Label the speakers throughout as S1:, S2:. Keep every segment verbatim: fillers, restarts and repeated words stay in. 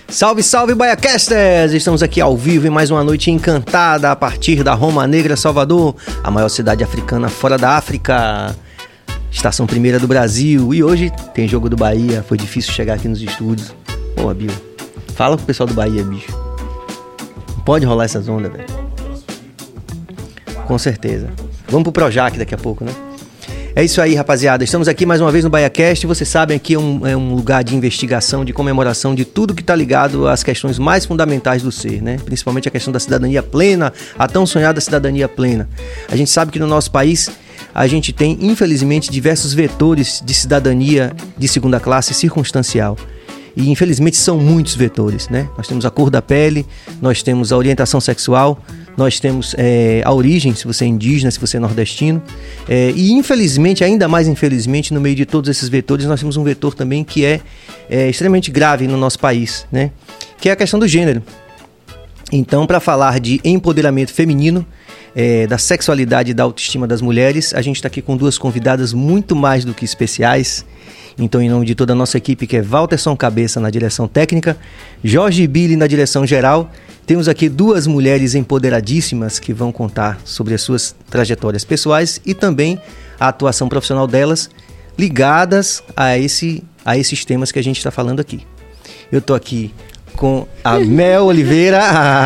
S1: Salve, salve, BaiaCasters! Estamos aqui ao vivo em mais uma noite encantada a partir da Roma Negra, Salvador, a maior cidade africana fora da África, estação primeira do Brasil. E hoje tem jogo do Bahia, foi difícil chegar aqui nos estúdios. Pô, Bill, fala com o pessoal do Bahia, bicho. Não pode rolar essas ondas, velho. Com certeza. Vamos pro Projac daqui a pouco, né? É isso aí, rapaziada. Estamos aqui mais uma vez no BaiaCast. Vocês sabem, aqui é um, é um lugar de investigação, de comemoração de tudo que está ligado às questões mais fundamentais do ser, né? Principalmente a questão da cidadania plena, a tão sonhada cidadania plena. A gente sabe que no nosso país a gente tem, infelizmente, diversos vetores de cidadania de segunda classe circunstancial. E, infelizmente, são muitos vetores, né? Nós temos a cor da pele, nós temos a orientação sexual, nós temos é, a origem, se você é indígena, se você é nordestino. É, e, infelizmente, ainda mais infelizmente, no meio de todos esses vetores, nós temos um vetor também que é, é extremamente grave no nosso país, né? Que é a questão do gênero. Então, para falar de empoderamento feminino, é, da sexualidade e da autoestima das mulheres, a gente está aqui com duas convidadas muito mais do que especiais. Então, em nome de toda a nossa equipe, que é Walterson Cabeça na direção técnica, Jorge Billy na direção geral, temos aqui duas mulheres empoderadíssimas que vão contar sobre as suas trajetórias pessoais e também a atuação profissional delas ligadas a, esse, a esses temas que a gente está falando aqui. Eu estou aqui com a Mel Oliveira.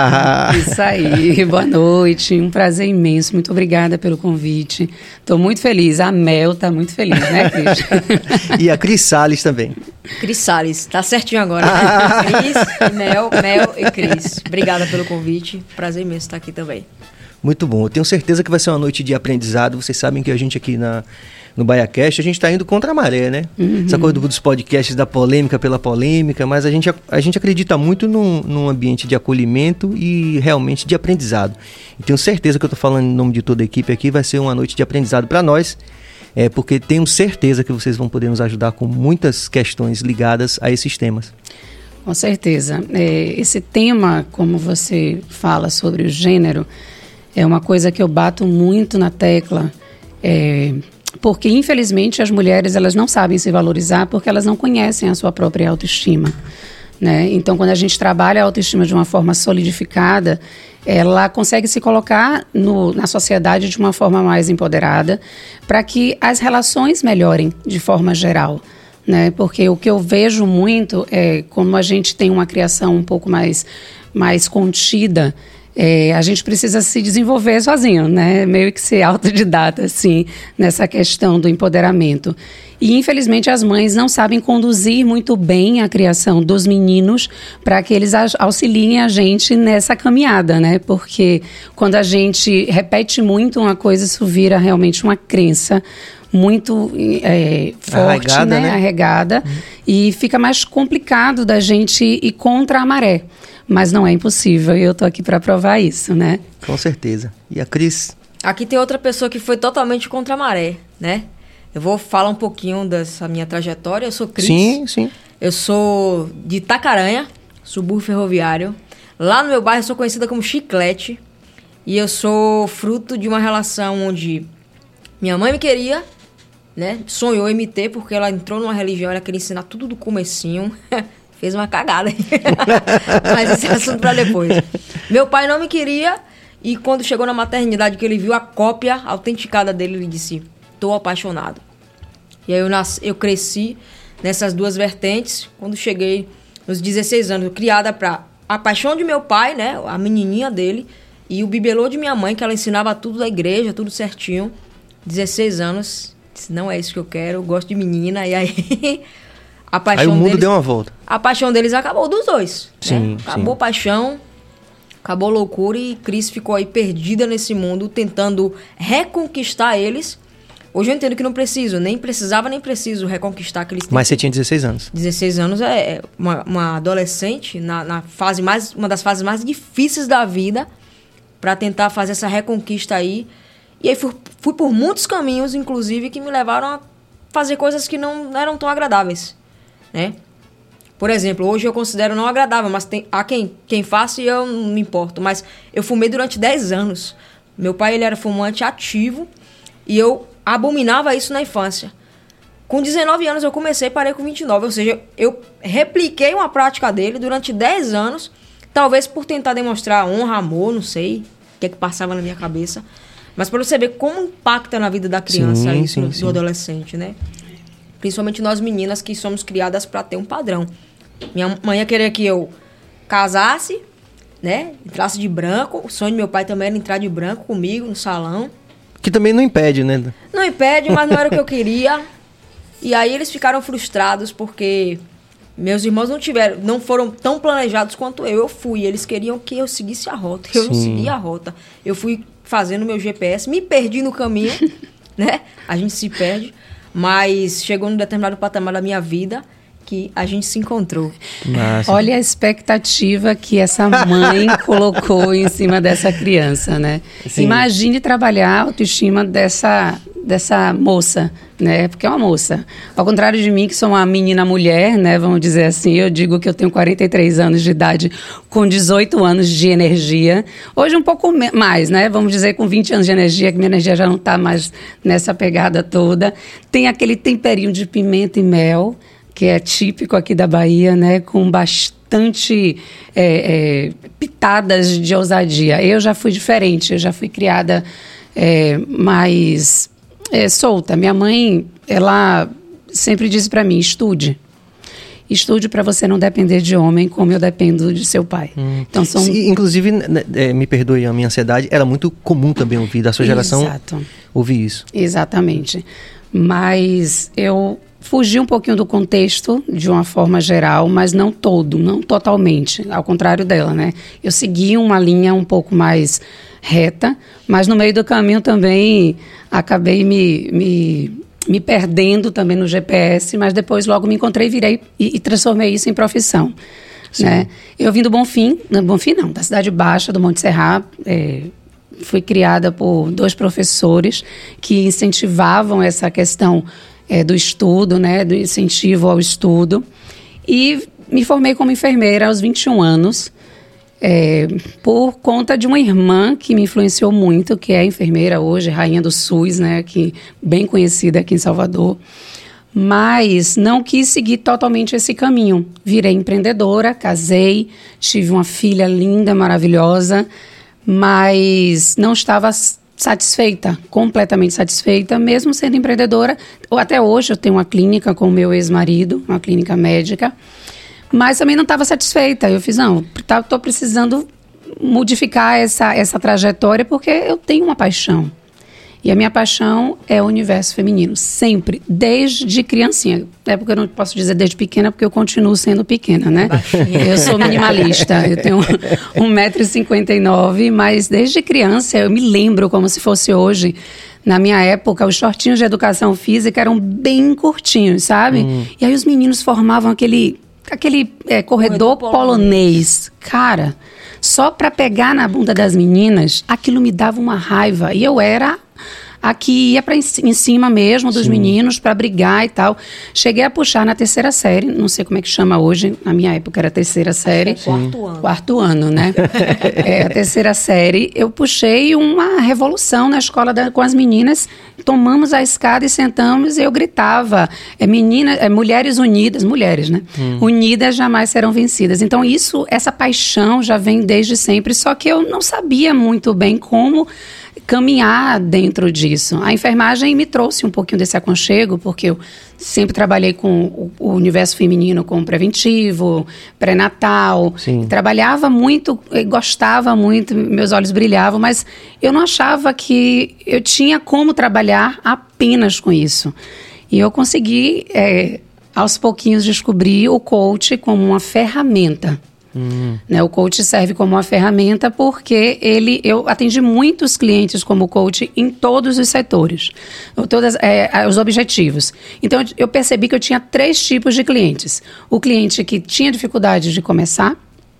S2: Isso aí, boa noite, um prazer imenso, muito obrigada pelo convite. Estou muito feliz, a Mel está muito feliz, né, Cris?
S1: E a Cris Salles também.
S3: Cris Salles, tá certinho agora. Ah. Cris, Mel, Mel e Cris. Obrigada pelo convite, prazer imenso estar aqui também.
S1: Muito bom, eu tenho certeza que vai ser uma noite de aprendizado. Vocês sabem que a gente aqui na, no BaiaCast, a gente está indo contra a maré, né? Uhum. Essa coisa dos podcasts da polêmica pela polêmica, mas a gente, a gente acredita muito num, num ambiente de acolhimento e realmente de aprendizado. E tenho certeza que eu estou falando em nome de toda a equipe aqui, vai ser uma noite de aprendizado para nós, é, porque tenho certeza que vocês vão poder nos ajudar com muitas questões ligadas a esses temas.
S2: Com certeza. É, esse tema, como você fala sobre o gênero, é uma coisa que eu bato muito na tecla, é, porque infelizmente as mulheres elas não sabem se valorizar porque elas não conhecem a sua própria autoestima, né? Então, quando a gente trabalha a autoestima de uma forma solidificada, ela consegue se colocar no, na sociedade de uma forma mais empoderada para que as relações melhorem de forma geral, né? Porque o que eu vejo muito é como a gente tem uma criação um pouco mais, mais contida. É, a gente precisa se desenvolver sozinho, né? Meio que ser autodidata, assim, nessa questão do empoderamento. E, infelizmente, as mães não sabem conduzir muito bem a criação dos meninos para que eles auxiliem a gente nessa caminhada, né? Porque quando a gente repete muito uma coisa, isso vira realmente uma crença muito é, forte, arregada, né? né? Arregada. Uhum. E fica mais complicado da gente ir contra a maré. Mas não é impossível e eu tô aqui para provar isso, né?
S1: Com certeza. E a Cris?
S3: Aqui tem outra pessoa que foi totalmente contra a maré, né? Eu vou falar um pouquinho dessa minha trajetória. Eu sou Cris.
S1: Sim, sim.
S3: Eu sou de Itacaranha, subúrbio ferroviário. Lá no meu bairro eu sou conhecida como Chiclete. E eu sou fruto de uma relação onde minha mãe me queria, né? Sonhou em me ter porque ela entrou numa religião, ela queria ensinar tudo do comecinho. Fez uma cagada. Mas esse é assunto para depois. Meu pai não me queria e quando chegou na maternidade que ele viu a cópia autenticada dele, ele disse, tô apaixonado. E aí eu, nasci, eu cresci nessas duas vertentes. Quando cheguei nos dezesseis anos, criada para a paixão de meu pai, né, a menininha dele, e o bibelô de minha mãe, que ela ensinava tudo da igreja, tudo certinho. dezesseis anos, disse, não é isso que eu quero, eu gosto de menina. E aí... A paixão
S1: Aí o mundo
S3: deles,
S1: deu uma volta.
S3: A paixão deles acabou dos dois.
S1: Sim,
S3: né? Acabou
S1: sim.
S3: paixão, acabou loucura e Cris ficou aí perdida nesse mundo, tentando reconquistar eles. Hoje eu entendo que não preciso, nem precisava, nem preciso reconquistar aqueles...
S1: Mas você tinha dezesseis anos.
S3: dezesseis anos é uma, uma adolescente, na, na fase mais, uma das fases mais difíceis da vida, para tentar fazer essa reconquista aí. E aí fui, fui por muitos caminhos, inclusive, que me levaram a fazer coisas que não eram tão agradáveis. Né? Por exemplo, hoje eu considero não agradável, mas tem, há quem, quem faça e eu não me importo. Mas eu fumei durante dez anos. Meu pai ele era fumante ativo e eu abominava isso na infância. Com dezenove anos eu comecei e parei com vinte e nove. Ou seja, eu repliquei uma prática dele durante dez anos. Talvez por tentar demonstrar honra, amor, não sei o que é que passava na minha cabeça. Mas para você ver como impacta na vida da criança
S1: sim,
S3: isso,
S1: sim,
S3: do,
S1: sim.
S3: do adolescente, né? Principalmente nós meninas que somos criadas para ter um padrão. Minha mãe ia querer que eu casasse, né? Entrasse de branco. O sonho do meu pai também era entrar de branco comigo no salão.
S1: Que também não impede, né?
S3: Não impede, mas não era o que eu queria. E aí eles ficaram frustrados porque meus irmãos não tiveram, não foram tão planejados quanto eu. Eu fui. Eles queriam que eu seguisse a rota. Eu
S1: Sim.
S3: não segui a rota. Eu fui fazendo meu G P S, me perdi no caminho, né? A gente se perde. Mas chegou num determinado patamar da minha vida que a gente se encontrou.
S1: Massa.
S2: Olha a expectativa que essa mãe colocou em cima dessa criança, né?
S1: Sim.
S2: Imagine trabalhar a autoestima dessa, dessa moça, né? Porque é uma moça. Ao contrário de mim, que sou uma menina mulher, né? Vamos dizer assim, eu digo que eu tenho quarenta e três anos de idade com dezoito anos de energia. Hoje um pouco mais, né? Vamos dizer com vinte anos de energia, que minha energia já não está mais nessa pegada toda. Tem aquele temperinho de pimenta e mel, que é típico aqui da Bahia, né, com bastante é, é, pitadas de ousadia. Eu já fui diferente, eu já fui criada é, mais é, solta. Minha mãe, ela sempre disse para mim, estude. Estude para você não depender de homem como eu dependo de seu pai.
S1: Hum.
S2: Então, são...
S1: Sim, inclusive, né, é, me perdoe a minha ansiedade, era muito comum também ouvir, da sua geração,
S2: Exato.
S1: ouvir isso.
S2: Exatamente. Mas eu fugi um pouquinho do contexto, de uma forma geral, mas não todo, não totalmente, ao contrário dela, né? Eu segui uma linha um pouco mais reta, mas no meio do caminho também acabei me, me, me perdendo também no G P S, mas depois logo me encontrei, virei e, e transformei isso em profissão. Né? Eu vim do Bonfim, não, Bonfim não, da Cidade Baixa, do Monte Serra, é, fui criada por dois professores que incentivavam essa questão É, do estudo, né, do incentivo ao estudo. E me formei como enfermeira aos vinte e um anos, é, por conta de uma irmã que me influenciou muito, que é enfermeira hoje, rainha do SUS, né, que, bem conhecida aqui em Salvador. Mas não quis seguir totalmente esse caminho. Virei empreendedora, casei, tive uma filha linda, maravilhosa, mas não estava satisfeita, completamente satisfeita, mesmo sendo empreendedora. Até hoje eu tenho uma clínica com o meu ex-marido, uma clínica médica, mas também não estava satisfeita. Eu fiz, não, estou precisando modificar essa, essa trajetória porque eu tenho uma paixão. E a minha paixão é o universo feminino, sempre, desde criancinha. É porque eu não posso dizer desde pequena, porque eu continuo sendo pequena, né? Eu sou minimalista, eu tenho um metro e cinquenta e nove, mas desde criança eu me lembro como se fosse hoje. Na minha época, os shortinhos de educação física eram bem curtinhos, sabe? Hum. E aí os meninos formavam aquele, aquele é, corredor, corredor polonês. Cara, só para pegar na bunda das meninas, aquilo me dava uma raiva. E eu era a que ia pra em cima mesmo dos Sim. meninos para brigar e tal. Cheguei a puxar na terceira série, não sei como é que chama hoje, na minha época era terceira série.
S3: Acho que é quarto ano.
S2: Quarto ano, né? É, a terceira série, eu puxei uma revolução na escola da, com as meninas, tomamos a escada e sentamos e eu gritava, é, menina, é, mulheres unidas, mulheres, né? Hum. Unidas jamais serão vencidas. Então isso, essa paixão já vem desde sempre, só que eu não sabia muito bem como caminhar dentro disso. A enfermagem me trouxe um pouquinho desse aconchego, porque eu sempre trabalhei com o universo feminino, com preventivo, pré-natal. Sim. Trabalhava muito, gostava muito, meus olhos brilhavam, mas eu não achava que eu tinha como trabalhar apenas com isso. E eu consegui, é, aos pouquinhos, descobrir o coach como uma ferramenta. Hum. Né, o coach serve como uma ferramenta porque ele, eu atendi muitos clientes como coach em todos os setores, todos é, os objetivos. Então eu percebi que eu tinha três tipos de clientes: o cliente que tinha dificuldade de começar,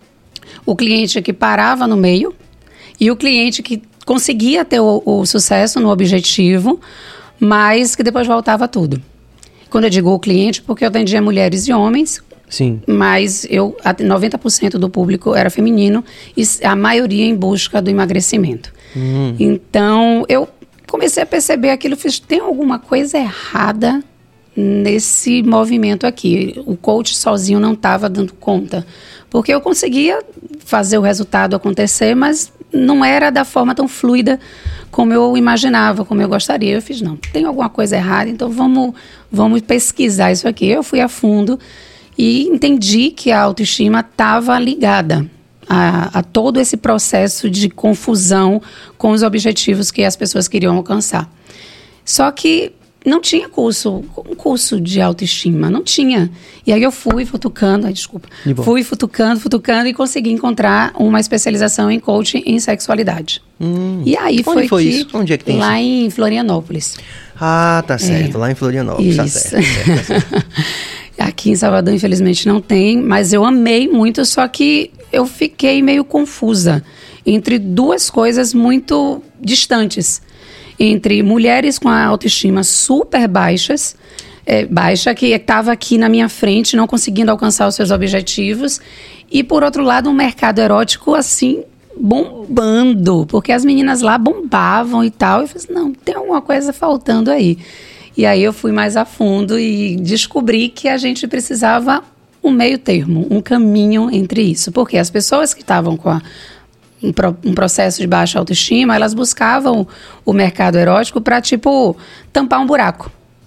S2: o cliente que parava no meio e o cliente que conseguia ter o, o sucesso no objetivo, mas que depois voltava tudo. Quando eu digo o cliente, porque eu atendia mulheres e homens. Sim. Mas eu, noventa por cento do público era feminino e a maioria em busca do emagrecimento. Hum. Então, eu comecei a perceber aquilo, fiz, tem alguma coisa errada nesse movimento aqui. O coach sozinho não estava dando conta, porque eu conseguia fazer o resultado acontecer, mas não era da forma tão fluida como eu imaginava, como eu gostaria. Eu fiz, não, tem alguma coisa errada, então vamos, vamos pesquisar isso aqui. Eu fui a fundo e entendi que a autoestima estava ligada a, a todo esse processo de confusão com os objetivos que as pessoas queriam alcançar. Só que não tinha curso, um curso de autoestima, não tinha. E aí eu fui futucando, ai, desculpa, fui futucando, futucando e consegui encontrar uma especialização em coaching em sexualidade.
S1: Hum.
S2: E aí
S1: Onde
S2: foi,
S1: foi
S2: que,
S1: isso? Onde é que tem
S2: lá
S1: isso?
S2: em Florianópolis.
S1: Ah, tá certo,
S2: É.
S1: lá em Florianópolis, tá
S2: Isso.
S1: certo, tá certo, tá certo.
S2: Aqui em Salvador, infelizmente, não tem, mas eu amei muito, só que eu fiquei meio confusa entre duas coisas muito distantes. Entre mulheres com a autoestima super baixas, é, baixa, que estava aqui na minha frente, não conseguindo alcançar os seus objetivos, e, por outro lado, um mercado erótico, assim, bombando, porque as meninas lá bombavam e tal. Eu falei, não, tem alguma coisa faltando aí. E aí eu fui mais a fundo e descobri que a gente precisava um meio termo, um caminho entre isso. Porque as pessoas que estavam com a Um, pro, um processo de baixa autoestima, elas buscavam o mercado erótico para, tipo, tampar um buraco.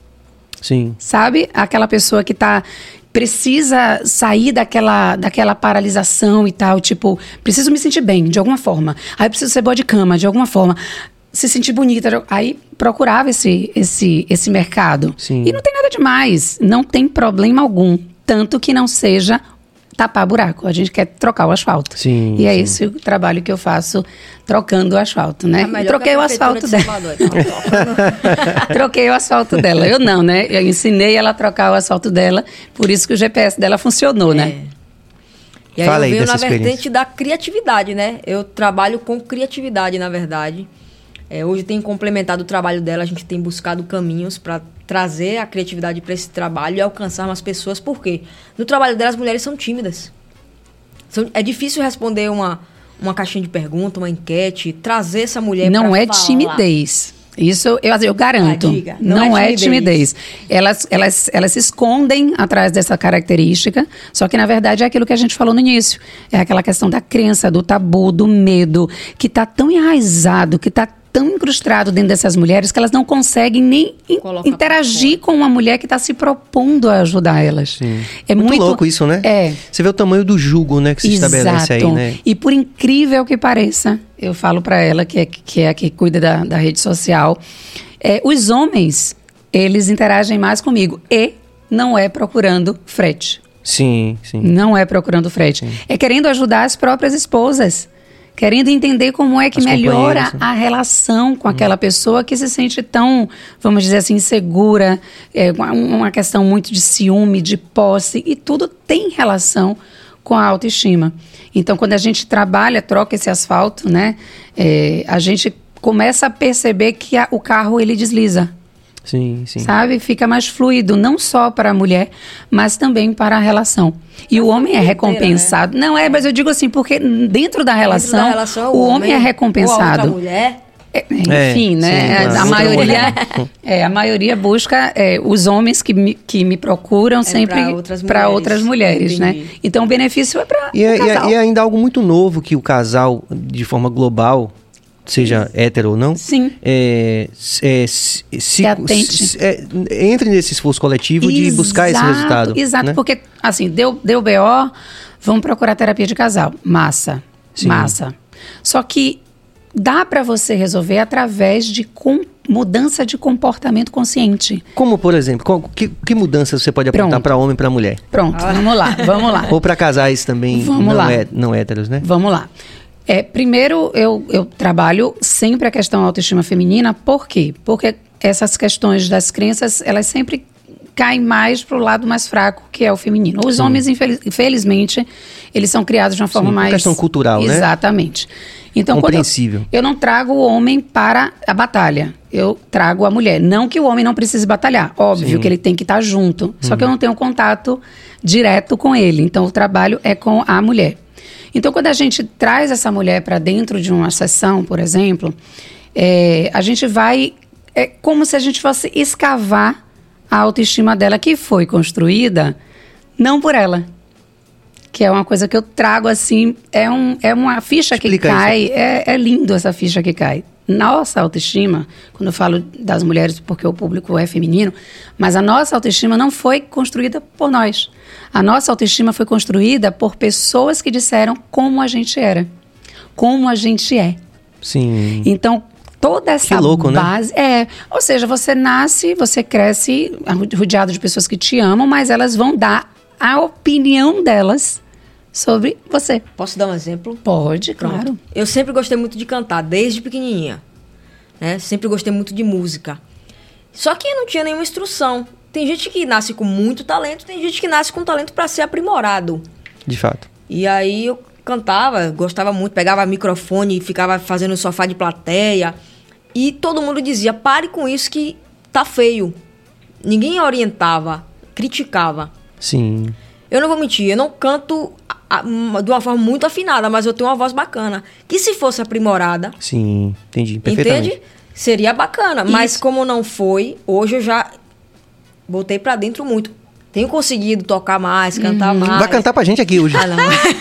S1: Sim.
S2: Sabe? Aquela pessoa que tá, precisa sair daquela, daquela paralisação e tal, tipo, preciso me sentir bem, de alguma forma. Aí preciso ser boa de cama, de alguma forma. Se sentir bonita. Aí procurava esse, esse, esse mercado.
S1: Sim.
S2: E não tem nada demais, não tem problema algum. Tanto que não seja tapar buraco, a gente quer trocar o asfalto.
S1: Sim,
S2: e é
S1: sim.
S2: esse o trabalho que eu faço, trocando o asfalto, né?
S3: É melhor
S2: E troquei
S3: que
S2: o
S3: a Prefeitura
S2: asfalto
S3: de
S2: dela.
S3: Salvador, então.
S2: Troquei o asfalto dela. Eu não, né? Eu ensinei ela a trocar o asfalto dela, por isso que o G P S dela funcionou, né?
S3: É. E aí
S1: Fala aí
S3: eu venho
S1: dessa
S3: na
S1: experiência.
S3: vertente da criatividade, né? Eu trabalho com criatividade, na verdade. É, hoje tem complementado o trabalho dela, a gente tem buscado caminhos para trazer a criatividade para esse trabalho e alcançar mais pessoas. Por quê? No trabalho dela, as mulheres são tímidas. São, é difícil responder uma, uma caixinha de pergunta, uma enquete, trazer essa mulher para falar.
S2: Não é timidez. Isso eu, eu garanto.
S3: Ah, diga.
S2: Não,
S3: Não
S2: é
S3: é
S2: timidez.
S3: timidez.
S2: Elas, elas, elas se escondem atrás dessa característica, só que na verdade é aquilo que a gente falou no início. É aquela questão da crença, do tabu, do medo, que está tão enraizado, que está tão incrustado dentro dessas mulheres que elas não conseguem nem in-
S3: Coloca
S2: interagir com uma mulher que está se propondo a ajudar elas.
S1: Sim.
S2: É
S1: muito,
S2: muito,
S1: louco isso, né?
S2: É.
S1: Você vê o tamanho do jugo, né, que se estabelece aí, né?
S2: E por incrível que pareça, eu falo para ela, que é, que é a que cuida da, da rede social, é, os homens, eles interagem mais comigo. E não é procurando frete.
S1: Sim, sim.
S2: Não é procurando frete. É querendo ajudar as próprias esposas. Querendo entender como é que
S1: As
S2: melhora
S1: companheiras, né?
S2: a relação com aquela pessoa que se sente tão, vamos dizer assim, insegura, é, uma, uma questão muito de ciúme, de posse, e tudo tem relação com a autoestima. Então, quando a gente trabalha, troca esse asfalto, né, é, a gente começa a perceber que a, o carro, ele desliza.
S1: Sim, sim.
S2: Sabe? Fica mais fluido, não só para a mulher, mas também para a relação. E o homem é
S3: família
S2: recompensado. Não é, mas eu digo assim, porque dentro da relação,
S3: Dentro da relação,
S2: o homem é
S3: Ou a
S2: recompensado.
S3: outra mulher.
S2: É, enfim,
S1: É,
S2: né?
S1: sim, claro.
S2: A
S1: Outra
S2: maioria, é, a maioria busca é, os homens que me, que me procuram sempre
S3: pra outras
S2: para
S3: mulheres.
S2: outras mulheres, né?
S3: Entendi.
S2: Então o benefício é para
S1: E é,
S2: o
S1: e é-
S2: casal.
S1: e é ainda algo muito novo que o casal, de forma global, seja hétero ou não,
S2: Sim.
S1: é, é, se, se,
S2: atente.
S1: se- é, entre nesse esforço coletivo de buscar esse
S2: Exato,
S1: resultado.
S2: Exato,
S1: né?
S2: porque assim, deu, deu B O, vamos procurar terapia de casal. Massa,
S1: Sim.
S2: massa. Só que dá para você resolver através de com, mudança de comportamento consciente.
S1: Como, por exemplo, qual- que, que mudança você pode apontar
S2: Pronto.
S1: para homem e para mulher?
S2: Pronto, vamos lá, vamos lá.
S1: Ou para casais também
S2: Vamos
S1: não,
S2: lá.
S1: é, não héteros, né?
S2: Vamos lá. É, primeiro, eu, eu trabalho sempre a questão da autoestima feminina. Por quê? Porque essas questões das crenças, elas sempre caem mais para o lado mais fraco, que é o feminino. Os homens, infeliz- infelizmente, eles são criados de uma forma
S1: Sim, por
S2: mais...
S1: questão cultural, né?
S2: Exatamente. Então, quando eu,
S1: Compreensível.
S2: eu não trago o homem para a batalha. Eu trago a mulher. Não que o homem não precise batalhar. Óbvio
S1: Sim.
S2: que ele tem que estar junto. Só que eu não tenho contato direto com ele. Então, o trabalho é com a mulher. Então, quando a gente traz essa mulher para dentro de uma sessão, por exemplo, é, a gente vai... É como se a gente fosse escavar a autoestima dela, que foi construída não por ela. Que é uma coisa que eu trago assim, é, um, é uma ficha Explica que cai, é, é lindo essa ficha que cai. Nossa autoestima, quando eu falo das mulheres, porque o público é feminino, mas a nossa autoestima não foi construída por nós. A nossa autoestima foi construída por pessoas que disseram como a gente era, como a gente é.
S1: Sim.
S2: Então, toda essa
S1: que louco,
S2: base...
S1: né?
S2: É, ou seja, você nasce, você cresce rodeado de pessoas que te amam, mas elas vão dar a opinião delas sobre você.
S3: Posso dar um exemplo?
S2: Pode,
S3: Pronto.
S2: claro.
S3: Eu sempre gostei muito de cantar, desde pequenininha. Né? Sempre gostei muito de música. Só que eu não tinha nenhuma instrução. Tem gente que nasce com muito talento, tem gente que nasce com talento para ser aprimorado.
S1: De fato.
S3: E aí eu cantava, gostava muito, pegava microfone e ficava fazendo sofá de plateia. E todo mundo dizia, pare com isso que tá feio. Ninguém orientava, criticava.
S1: Sim.
S3: Eu não vou mentir, eu não canto a, a, de uma forma muito afinada, mas eu tenho uma voz bacana. Que se fosse aprimorada...
S1: Sim, entendi, perfeitamente.
S3: Entende? Seria bacana,
S2: Isso.
S3: mas como não foi, hoje eu já botei pra dentro muito. Tenho conseguido tocar mais, cantar
S2: Uhum.
S3: mais.
S1: Vai cantar pra gente aqui hoje.
S3: Ah, não.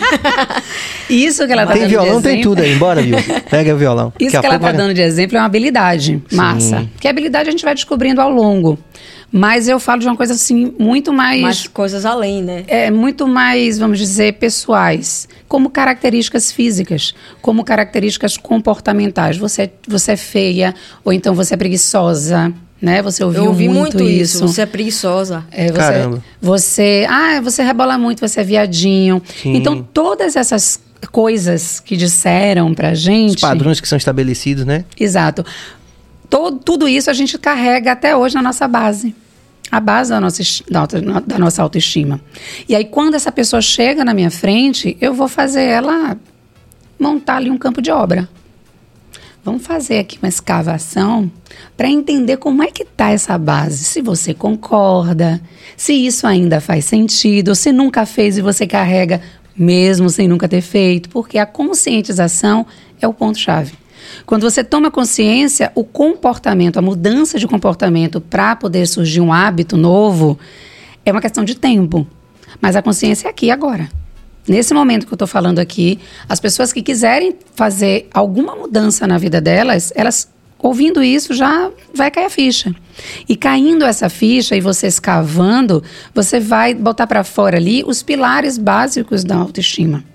S2: Isso que ela tá
S1: Tem
S2: dando
S1: violão,
S2: de
S1: tem
S2: exemplo,
S1: tudo aí. Bora, viu? Pega o violão.
S2: Isso
S1: Daqui a
S2: que ela
S1: pouco
S2: tá
S1: vai-
S2: dando de exemplo é uma habilidade massa.
S1: Sim.
S2: Que a habilidade a gente vai descobrindo ao longo. Mas eu falo de uma coisa assim, muito mais...
S3: Mais coisas além, né?
S2: É, muito mais, vamos dizer, pessoais, como características físicas, como características comportamentais. Você, é- você é feia, ou então você é preguiçosa, né? Você ouviu
S3: Eu ouvi
S2: muito,
S3: muito
S2: isso.
S3: isso. Você é preguiçosa.
S2: É, você,
S1: Caramba.
S2: Você, ah, você rebola muito, você é viadinho.
S1: Sim.
S2: Então, todas essas coisas que disseram pra gente...
S1: Os padrões que são estabelecidos, né?
S2: Exato. Todo, tudo isso a gente carrega até hoje na nossa base. A base da nossa, es- da, auto- da nossa autoestima. E aí, quando essa pessoa chega na minha frente, eu vou fazer ela montar ali um campo de obra. Vamos fazer aqui uma escavação para entender como é que está essa base. Se você concorda, se isso ainda faz sentido, se nunca fez e você carrega mesmo sem nunca ter feito. Porque a conscientização é o ponto-chave. Quando você toma consciência, o comportamento, a mudança de comportamento para poder surgir um hábito novo é uma questão de tempo. Mas a consciência é aqui agora. Nesse momento que eu estou falando aqui, as pessoas que quiserem fazer alguma mudança na vida delas, elas, ouvindo isso, já vai cair a ficha. E caindo essa ficha e você escavando, você vai botar para fora ali os pilares básicos da autoestima.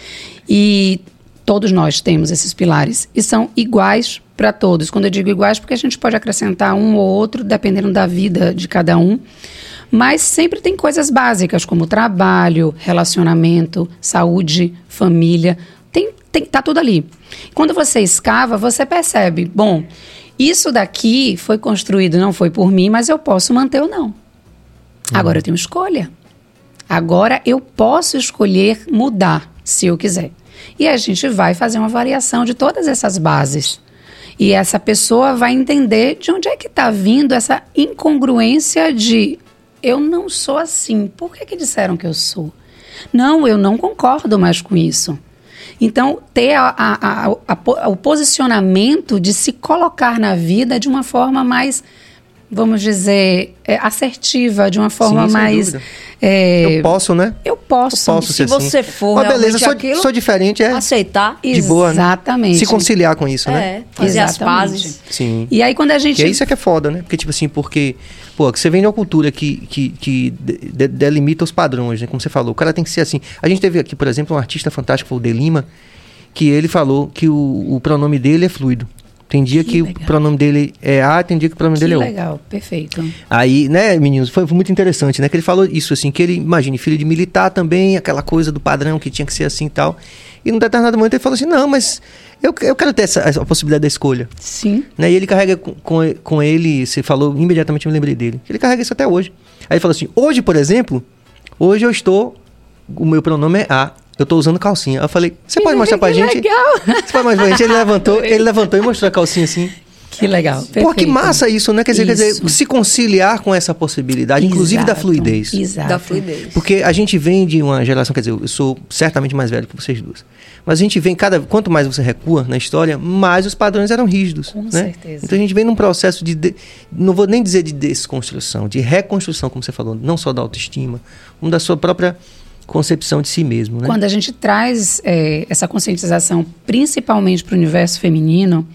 S2: E todos nós temos esses pilares e são iguais para todos. Quando eu digo iguais, porque a gente pode acrescentar um ou outro, dependendo da vida de cada um. Mas sempre tem coisas básicas, como trabalho, relacionamento, saúde, família. Tem, tem, tá tudo ali. Quando você escava, você percebe, bom, isso daqui foi construído, não foi por mim, mas eu posso manter ou não. Uhum. Agora eu tenho escolha. Agora eu posso escolher mudar, se eu quiser. E a gente vai fazer uma variação de todas essas bases. E essa pessoa vai entender de onde é que está vindo essa incongruência de eu não sou assim. Por que que disseram que eu sou? Não, eu não concordo mais com isso. Então, ter a, a, a, a, o posicionamento de se colocar na vida de uma forma mais, vamos dizer, é, assertiva, de uma forma
S1: Sim, sem
S2: mais...
S1: dúvida.
S2: É,
S1: Eu posso, né?
S2: eu posso.
S1: Eu posso
S3: Se
S1: ser
S3: você
S1: assim.
S3: for
S1: Mas beleza,
S3: realmente
S1: sou,
S3: aquilo,
S1: sou diferente, é
S3: aceitar.
S1: de boa, né?
S2: Exatamente.
S1: Se conciliar com isso, né?
S3: É, fazer as
S2: Exatamente.
S3: pazes.
S1: Sim.
S2: E aí, quando a gente...
S1: Que é isso é que é foda, né? Porque, tipo assim, porque... Pô, que você vem de uma cultura que, que, que de- de- delimita os padrões, né? Como você falou. O cara tem que ser assim. A gente teve aqui, por exemplo, um artista fantástico, foi o De Lima, que ele falou que o, o pronome dele é fluido. Tem dia que,
S2: Que
S1: o
S2: legal.
S1: pronome dele é A, tem dia que o pronome
S2: Que
S1: dele é O.
S2: legal, perfeito.
S1: Aí, né, meninos, foi, foi muito interessante, né? Que ele falou isso, assim, que ele, imagine, filho de militar também, aquela coisa do padrão que tinha que ser assim e tal. E num determinado momento ele falou assim, não, mas eu, eu quero ter essa, essa possibilidade da escolha.
S2: Sim.
S1: Né? E ele carrega com, com, com ele, você falou, imediatamente eu me lembrei dele. Ele carrega isso até hoje. Aí ele falou assim, hoje, por exemplo, hoje eu estou, o meu pronome é A, eu tô usando calcinha. Eu falei, você pode mostrar pra
S2: Que
S1: gente?
S2: legal.
S1: Você pode mostrar pra gente? Ele levantou, ele levantou e mostrou a calcinha assim.
S2: Que legal. Perfeito.
S1: Pô, que massa isso, né? Quer dizer, quer dizer,
S2: Isso.
S1: se conciliar com essa possibilidade, inclusive da
S2: Exato,
S1: fluidez.
S2: Exato.
S3: Da fluidez.
S1: Porque a gente vem de uma geração, quer dizer, eu sou certamente mais velho que vocês duas. Mas a gente vem, cada quanto mais você recua na história, mais os padrões eram rígidos.
S2: Com
S1: né?
S2: certeza.
S1: Então a gente vem num processo de, de, não vou nem dizer de desconstrução, de reconstrução, como você falou, não só da autoestima, como da sua própria concepção de si mesmo. Né?
S2: Quando a gente traz é, essa conscientização, principalmente para o universo feminino,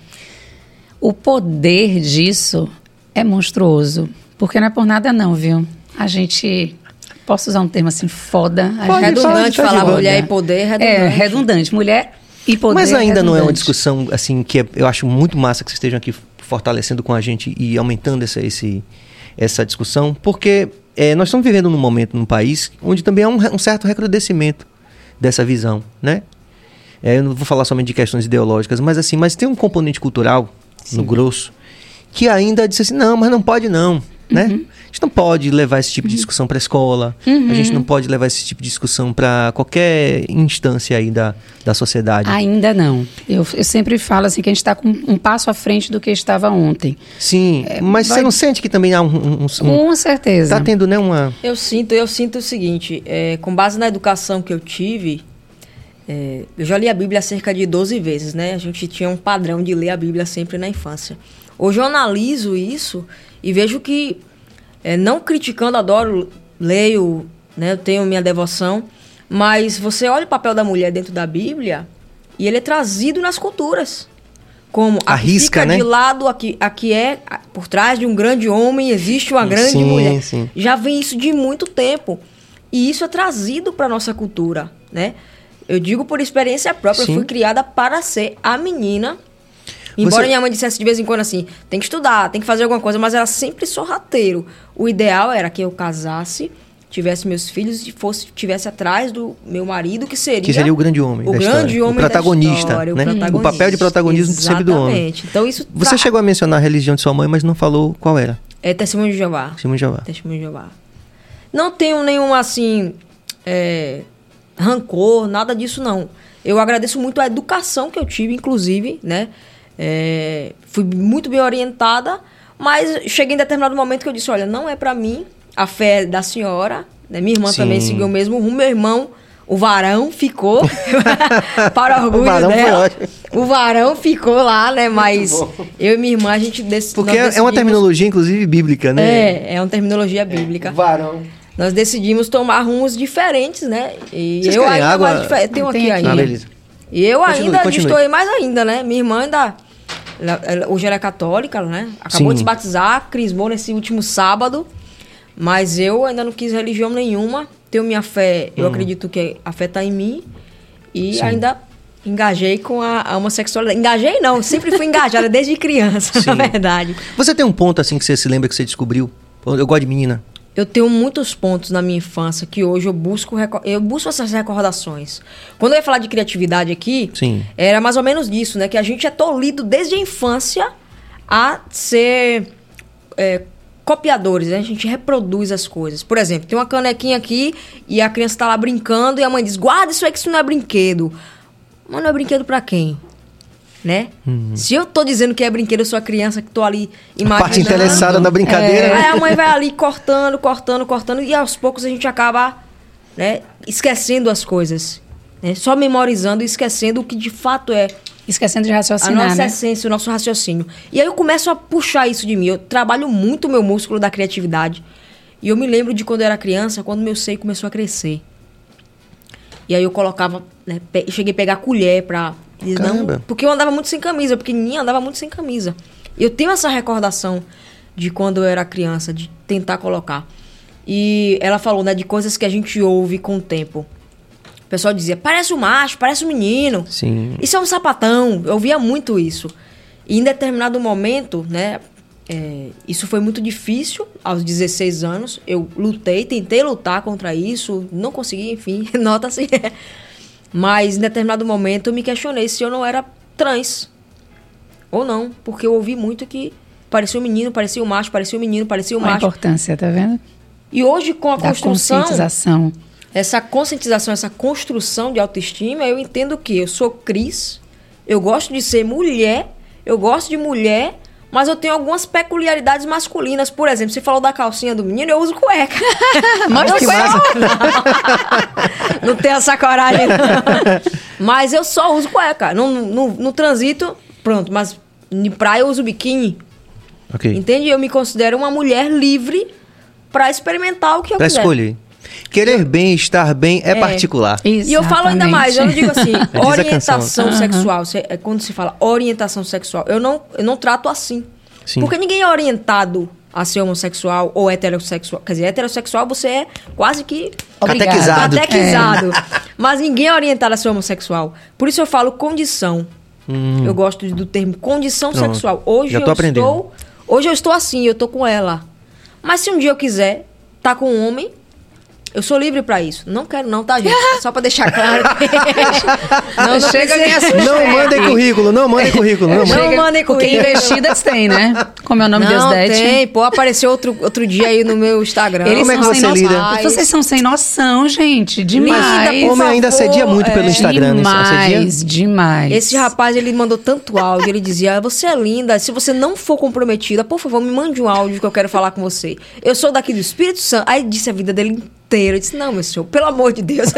S2: o poder disso é monstruoso. Porque não é por nada não, viu? A gente... Posso usar um termo assim, foda. A
S1: Pode,
S2: gente,
S3: Redundante
S1: pode,
S3: falar
S1: pode.
S3: mulher e poder, redundante.
S2: É, redundante. Mulher e poder.
S1: Mas ainda não é uma
S2: redundante.
S1: discussão, assim, que é- eu acho muito massa que vocês estejam aqui fortalecendo com a gente e aumentando essa, esse, essa discussão, porque é, nós estamos vivendo num momento, num país, onde também há um, re- um certo recrudescimento dessa visão, né? É, eu não vou falar somente de questões ideológicas, mas assim, mas tem um componente cultural, no grosso, que ainda diz assim, não, mas não pode não, né?
S2: Uhum.
S1: A gente não pode levar esse tipo de discussão para a escola,
S2: Uhum.
S1: a gente não pode levar esse tipo de discussão para qualquer instância aí da, da sociedade.
S2: Ainda não. Eu, eu sempre falo assim que a gente está com um passo à frente do que estava ontem.
S1: Sim, mas
S2: vai-
S1: você não sente que também há um... um, um
S2: Com certeza.
S1: tá tendo, né, uma...
S3: Eu sinto, eu sinto o seguinte, é, com base na educação que eu tive, é, eu já li a Bíblia cerca de doze vezes, né? A gente tinha um padrão de ler a Bíblia sempre na infância. Hoje eu analiso isso e vejo que, é, não criticando, adoro, leio, né? Eu tenho minha devoção, mas você olha o papel da mulher dentro da Bíblia e ele é trazido nas culturas. Como a que
S1: Arrisca,
S3: fica
S1: né?
S3: de lado, a que, a que é a- por trás de um grande homem, existe uma grande
S1: Sim,
S3: mulher.
S1: sim.
S3: Já vem isso de muito tempo. E isso é trazido para nossa cultura, né? Eu digo por experiência própria,
S1: Sim.
S3: eu fui criada para ser a menina. Embora
S1: Você-
S3: minha mãe dissesse de vez em quando assim, tem que estudar, tem que fazer alguma coisa, mas era sempre sorrateiro. O ideal era que eu casasse, tivesse meus filhos e fosse, tivesse atrás do meu marido, que seria...
S1: Que seria o grande homem
S3: o
S1: da
S3: grande
S1: história.
S3: homem
S1: O protagonista,
S3: da história,
S1: né?
S3: o protagonista.
S1: O papel de protagonismo sempre do homem.
S3: Exatamente. Então isso...
S1: Você
S3: tra-
S1: chegou a mencionar a religião de sua mãe, mas não falou qual era.
S3: É Testemunho de Jeová.
S1: Simão de Jeová.
S3: Testemunho de Jeová. Não tenho nenhum, assim, é, rancor, nada disso, não. Eu agradeço muito a educação que eu tive, inclusive, né? É, fui muito bem orientada, mas cheguei em determinado momento que eu disse, olha, não é pra mim, a fé é da senhora, né? Minha irmã
S1: Sim.
S3: também seguiu o mesmo rumo, meu irmão, o varão, ficou, para orgulho
S1: O varão foi
S3: dela.
S1: ótimo.
S3: O varão ficou lá, né? Mas eu e minha irmã, a gente dec-
S1: Porque
S3: nós
S1: é é uma
S3: decidimos-
S1: terminologia, inclusive, bíblica, né?
S3: É, é uma terminologia bíblica.
S1: Varão.
S3: Nós decidimos tomar rumos diferentes, né? E
S1: Vocês
S3: eu
S1: querem
S3: ainda
S1: água?
S3: mais diferente. Tem um
S2: Tem
S3: aqui
S2: aqui.
S1: Ah,
S3: ainda.
S1: beleza.
S3: E eu
S1: Continue,
S3: ainda
S1: continue.
S3: destoei mais ainda, né? Minha irmã ainda. ela- ela- hoje ela é católica, né? Acabou
S1: Sim.
S3: de se batizar, crismou nesse último sábado. Mas eu ainda não quis religião nenhuma. Tenho minha fé, eu acredito que a fé tá em mim. E
S1: Hum. Sim.
S3: ainda engajei com a, a homossexualidade. Engajei não, sempre fui engajada desde criança,
S1: Sim.
S3: na verdade.
S1: Você tem um ponto, assim, que você se lembra que você descobriu? Pô, eu gosto de menina.
S3: Eu tenho muitos pontos na minha infância que hoje eu busco, reco- eu busco essas recordações. Quando eu ia falar de criatividade aqui,
S1: Sim.
S3: era mais ou menos disso, né? Que a gente é tolhido desde a infância a ser é, copiadores, né? A gente reproduz as coisas. Por exemplo, tem uma canequinha aqui e a criança tá lá brincando e a mãe diz, guarda isso aí que isso não é brinquedo. Mas não é brinquedo pra quem? Né? Se eu tô dizendo que é brinquedo, eu sou a criança que tô ali
S1: A
S3: imaginando.
S1: parte interessada na brincadeira.
S3: É,
S1: né?
S3: aí a mãe vai ali cortando, cortando, cortando, e aos poucos a gente acaba, né, esquecendo as coisas. Né? Só memorizando e esquecendo o que de fato é
S2: Esquecendo de
S3: a
S2: raciocinar,
S3: nossa
S2: né?
S3: essência, o nosso raciocínio. E aí eu começo a puxar isso de mim. Eu trabalho muito o meu músculo da criatividade. E eu me lembro de quando eu era criança, quando meu seio começou a crescer. E aí eu colocava, né, pe- eu cheguei a pegar colher pra... dizer,
S1: Caramba.
S3: não, porque eu andava muito sem camisa, pequenininha, andava muito sem camisa. Eu tenho essa recordação de quando eu era criança, de tentar colocar. E ela falou, né, de coisas que a gente ouve com o tempo. O pessoal dizia, parece um macho, parece um menino.
S1: Sim.
S3: Isso é um sapatão. Eu ouvia muito isso. E em determinado momento, né? é, isso foi muito difícil. Aos dezesseis anos, eu lutei, tentei lutar contra isso. Não consegui, enfim, nota-se. Mas em determinado momento eu me questionei se eu não era trans. Ou não. Porque eu ouvi muito que parecia um menino, parecia um macho, parecia um menino, parecia um
S2: Olha a
S3: macho.
S2: importância, tá vendo?
S3: E hoje, com a
S2: Da
S3: construção...
S2: conscientização.
S3: Essa conscientização, essa construção de autoestima, eu entendo que eu sou Cris, eu gosto de ser mulher, eu gosto de mulher, Mas eu tenho algumas peculiaridades masculinas. Por exemplo, você falou da calcinha do menino, eu uso cueca.
S2: Mostra que
S3: massa. Não, não tenho essa coragem, não. Mas eu só uso cueca. No, no, no trânsito, pronto. Mas de praia eu uso biquíni.
S1: Ok.
S3: Entende? Eu me considero uma mulher livre pra experimentar o que eu
S1: Pra
S3: quiser.
S1: escolher. Querer bem, estar bem é, é. particular.
S3: Exatamente. E eu falo ainda mais, eu não digo assim,
S1: É
S3: orientação
S2: Uhum.
S3: sexual. Quando se fala orientação sexual, eu não, eu não trato assim.
S1: Sim.
S3: Porque ninguém é orientado a ser homossexual ou heterossexual. Quer dizer, heterossexual você é quase que...
S2: Obrigada.
S1: Catequizado.
S3: Catequizado. É. Mas ninguém é orientado a ser homossexual. Por isso eu falo condição. Hum. Eu gosto do termo condição
S1: Pronto.
S3: sexual. Hoje
S1: Já tô
S3: eu
S1: aprendendo.
S3: estou... Hoje eu estou assim, eu tô com ela. Mas se um dia eu quiser tá com um homem... Eu sou livre pra isso. Não quero não, tá, gente? Só pra deixar claro.
S2: não, não chega nem assim.
S1: Não mandem currículo, não mandem currículo. Não,
S3: Não
S1: mandem.
S3: mandem
S2: Porque
S3: currículo.
S2: investidas tem, né? Como é o nome
S3: Não,
S2: Deus Dete.
S3: tem. Pô, apareceu outro, outro dia aí no meu Instagram.
S2: Eles
S1: Como é que
S2: são
S1: você
S2: sem
S1: lida?
S2: noção. Vocês são sem noção, gente. Demais.
S3: Linda, por
S1: Homem ainda
S3: favor,
S1: assedia muito
S3: é.
S1: pelo Instagram. né? Assedia?
S2: Demais, demais.
S3: Esse rapaz, ele mandou tanto áudio. Ele dizia, você é linda. Se você não for comprometida, por favor, me mande um áudio que eu quero falar com você. Eu sou daqui do Espírito Santo. Aí disse a vida dele inteira. Eu disse, não, meu senhor, pelo amor de Deus.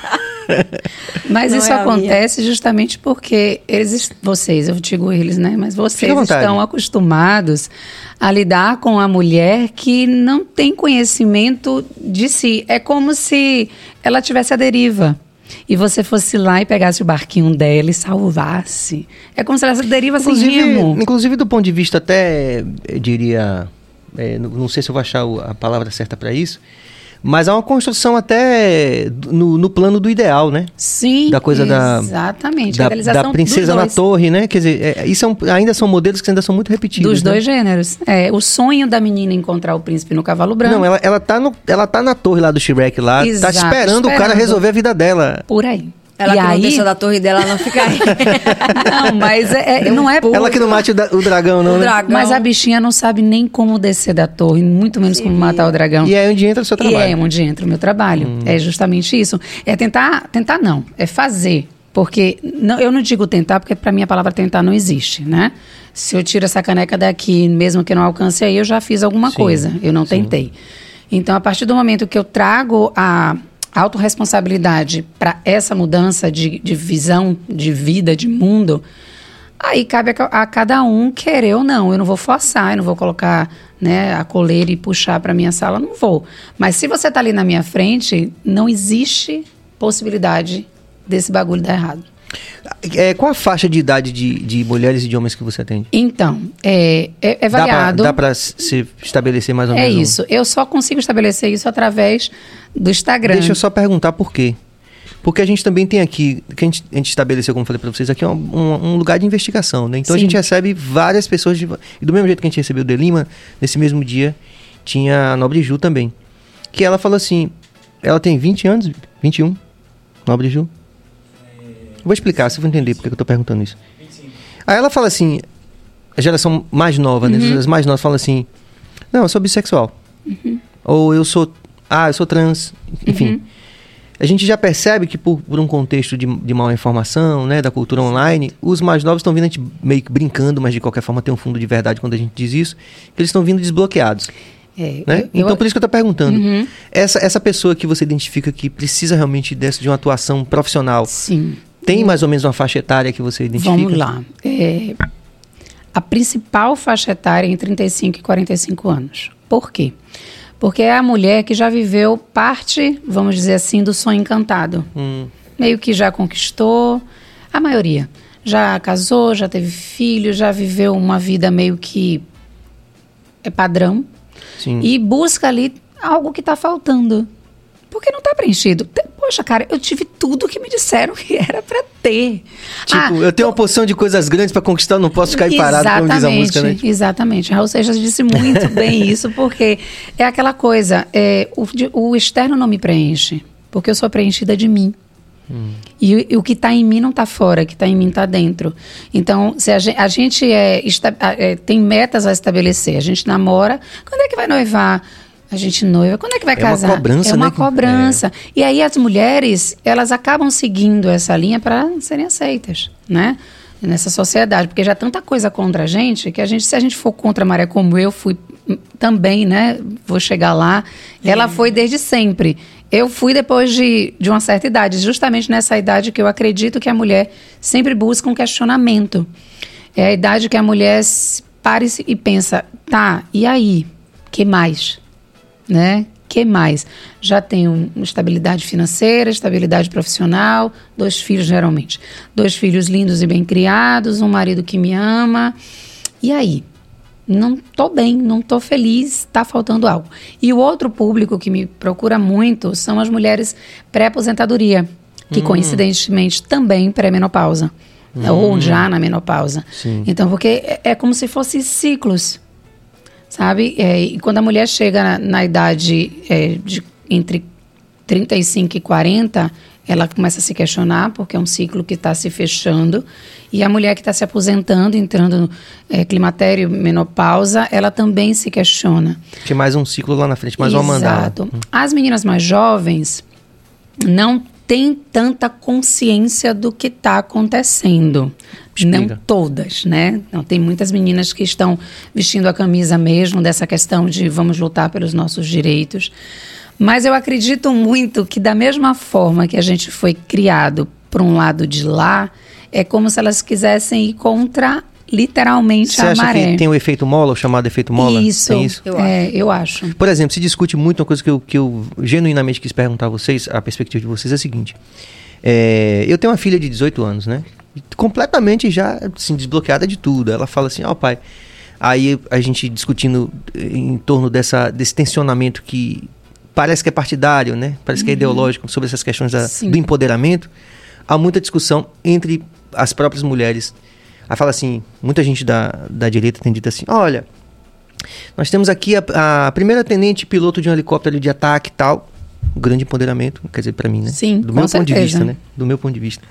S2: Mas
S3: Não
S2: isso
S3: é a
S2: acontece justamente porque eles, vocês, eu digo eles, né? Mas vocês
S1: Fica à vontade.
S2: estão acostumados a lidar com a mulher que não tem conhecimento de si. É como se ela tivesse a deriva. E você fosse lá e pegasse o barquinho dela e salvasse. É como se ela deriva sem
S1: Inclusive,
S2: remo.
S1: inclusive, do ponto de vista até, eu diria... é, não, não sei se eu vou achar o- a palavra certa para isso, mas há uma construção até no, no plano do ideal, né?
S2: Sim,
S1: Da coisa da-
S2: exatamente.
S1: Da,
S2: a realização
S1: da princesa
S2: dos
S1: na
S2: dois.
S1: torre, né? Quer dizer, é, isso é um- ainda são modelos que ainda são muito repetidos.
S2: Dos
S1: né?
S2: dois gêneros. É, o sonho da menina encontrar o príncipe no cavalo branco.
S1: Não, ela, ela, tá no, ela tá na torre lá do Shrek lá,
S2: Exato,
S1: tá esperando, o cara
S2: esperando.
S1: resolver a vida dela.
S2: Por aí.
S3: Ela
S2: e
S3: que
S2: aí...
S3: não desça da torre dela, não fica aí.
S2: Não, mas é, é- não é
S1: Ela que não mate o, da- o dragão, não,
S3: O
S1: né?
S3: dragão.
S2: Mas a bichinha não sabe nem como descer da torre, muito menos como matar o dragão.
S1: E é onde entra o seu
S2: E
S1: trabalho.
S2: é onde entra o meu trabalho.
S1: Hum.
S2: É justamente isso. É tentar, tentar não, é fazer. Porque não, eu não digo tentar, porque para mim a palavra tentar não existe, né? Se eu tiro essa caneca daqui, mesmo que eu não alcance aí, eu já fiz alguma
S1: Sim,
S2: coisa. Eu não tentei. Então, a partir do momento que eu trago a autorresponsabilidade para essa mudança de, de visão, de vida, de mundo, aí cabe a, ca- a cada um querer ou não. Eu não vou forçar, eu não vou colocar, né, a coleira e puxar para minha sala, não vou. Mas se você tá ali na minha frente, não existe possibilidade desse bagulho dar errado.
S1: É, qual a faixa de idade de, de mulheres e de homens que você atende?
S2: Então, é, é, é variado.
S1: Dá pra, dá pra se estabelecer mais ou
S2: É
S1: menos? um-
S2: isso. Eu só consigo estabelecer isso através do Instagram.
S1: Deixa eu só perguntar por quê. Porque a gente também tem aqui, que a gente, a gente estabeleceu, como eu falei pra vocês, aqui é um, um- um lugar de investigação, né? Então a
S2: Sim.
S1: gente recebe várias pessoas, de, e do mesmo jeito que a gente recebeu o De Lima, nesse mesmo dia, tinha a Nobre Ju também. Que ela falou assim, ela tem vinte anos, vinte e um, Nobre Ju. Vou explicar, você vai entender porque que eu tô perguntando isso. Aí ela fala assim, a geração mais nova, né? As mais novas falam assim, não, eu sou bissexual. Ou eu sou, ah, eu sou trans, enfim. A gente já percebe que por, por um contexto de, de mal informação, né, da cultura online, os mais novos estão vindo, a gente meio que brincando, mas de qualquer forma tem um fundo de verdade quando a gente diz isso, que eles estão vindo desbloqueados.
S2: É,
S1: Né?
S2: eu-
S1: Então
S2: eu-
S1: por isso que eu estou perguntando.
S2: Uhum.
S1: Essa, essa pessoa que você identifica que precisa realmente dessa, de uma atuação profissional,
S2: Sim.
S1: tem mais ou menos uma faixa etária que você identifica?
S2: Vamos lá. É, a principal faixa etária é entre trinta e cinco e quarenta e cinco anos. Por quê? Porque é a mulher que já viveu parte, vamos dizer assim, do sonho encantado.
S1: Hum,
S2: Meio que já conquistou, a maioria. Já casou, já teve filho, já viveu uma vida meio que é padrão.
S1: sim.
S2: E busca ali algo que está faltando. Porque não está preenchido. Te- Poxa, cara, eu tive tudo que me disseram que era para ter.
S1: Tipo,
S2: Ah,
S1: eu tenho uma porção de coisas grandes para conquistar, não posso ficar aí parado, como diz a música, né?
S2: Exatamente. Raul Seixas disse muito bem isso, porque é aquela coisa, é, o, de- o externo não me preenche, porque eu sou preenchida de mim. E, e o que está em mim não está fora, o que está em mim está dentro. Então, se a gente, a gente é, esta- a- é, tem metas a estabelecer, a gente namora, quando é que vai noivar? A gente noiva, quando é que vai
S1: É uma
S2: casar?
S1: cobrança,
S2: É uma
S1: né, que-
S2: cobrança. E aí as mulheres, elas acabam seguindo essa linha para serem aceitas, né? nessa sociedade, porque já é tanta coisa contra a gente, que a gente, se a gente for contra a maré, como eu fui também, né, vou chegar lá, é. ela foi desde sempre. Eu fui depois de, de uma certa idade, justamente nessa idade que eu acredito que a mulher sempre busca um questionamento. É a idade que a mulher para e pensa, tá, e aí? Que mais? Né? Que mais? Já tenho estabilidade financeira, estabilidade profissional, dois filhos geralmente. Dois filhos lindos e bem criados, um marido que me ama. E aí? Não tô bem, não tô feliz, tá faltando algo. E o outro público que me procura muito são as mulheres pré-aposentadoria, que hum. coincidentemente também pré-menopausa, hum. ou já na menopausa. Sim. Então, porque é, é como se fossem ciclos, sabe? É, e quando a mulher chega na, na idade é, de entre trinta e cinco e quarenta, ela começa a se questionar, porque é um ciclo que está se fechando. E a mulher que está se aposentando, entrando no é, climatério, menopausa, ela também se questiona.
S1: Tem mais um ciclo lá na frente, mais uma mandala.
S2: Exato. As meninas mais jovens não têm tanta consciência do que está acontecendo. Explica. Não todas, né? Não, tem muitas meninas que estão vestindo a camisa mesmo dessa questão de vamos lutar pelos nossos direitos. Mas eu acredito muito que da mesma forma que a gente foi criado por um lado de lá, é como se elas quisessem ir contra, literalmente,
S1: Você
S2: a
S1: acha
S2: maré.
S1: Que tem o efeito mola, o chamado efeito mola?
S2: Isso,
S1: tem isso?
S2: Eu, é, acho. eu acho.
S1: Por exemplo, se discute muito, uma coisa que eu, que eu genuinamente quis perguntar a vocês, a perspectiva de vocês é a seguinte. É, eu tenho uma filha de dezoito anos, né? Completamente já assim, desbloqueada de tudo. Ela fala assim, ó oh, pai... Aí a gente discutindo em torno dessa, desse tensionamento que... Parece que é partidário, né? Parece uhum. que é ideológico sobre essas questões da, do empoderamento. Há muita discussão entre as próprias mulheres. Aí fala assim, muita gente da, da direita tem dito assim, olha, nós temos aqui a, a primeira tenente piloto de um helicóptero de ataque e tal. Um grande empoderamento, quer dizer, para mim, né?
S2: Sim,
S1: do meu
S2: certeza.
S1: ponto de vista, né? Do meu ponto de vista.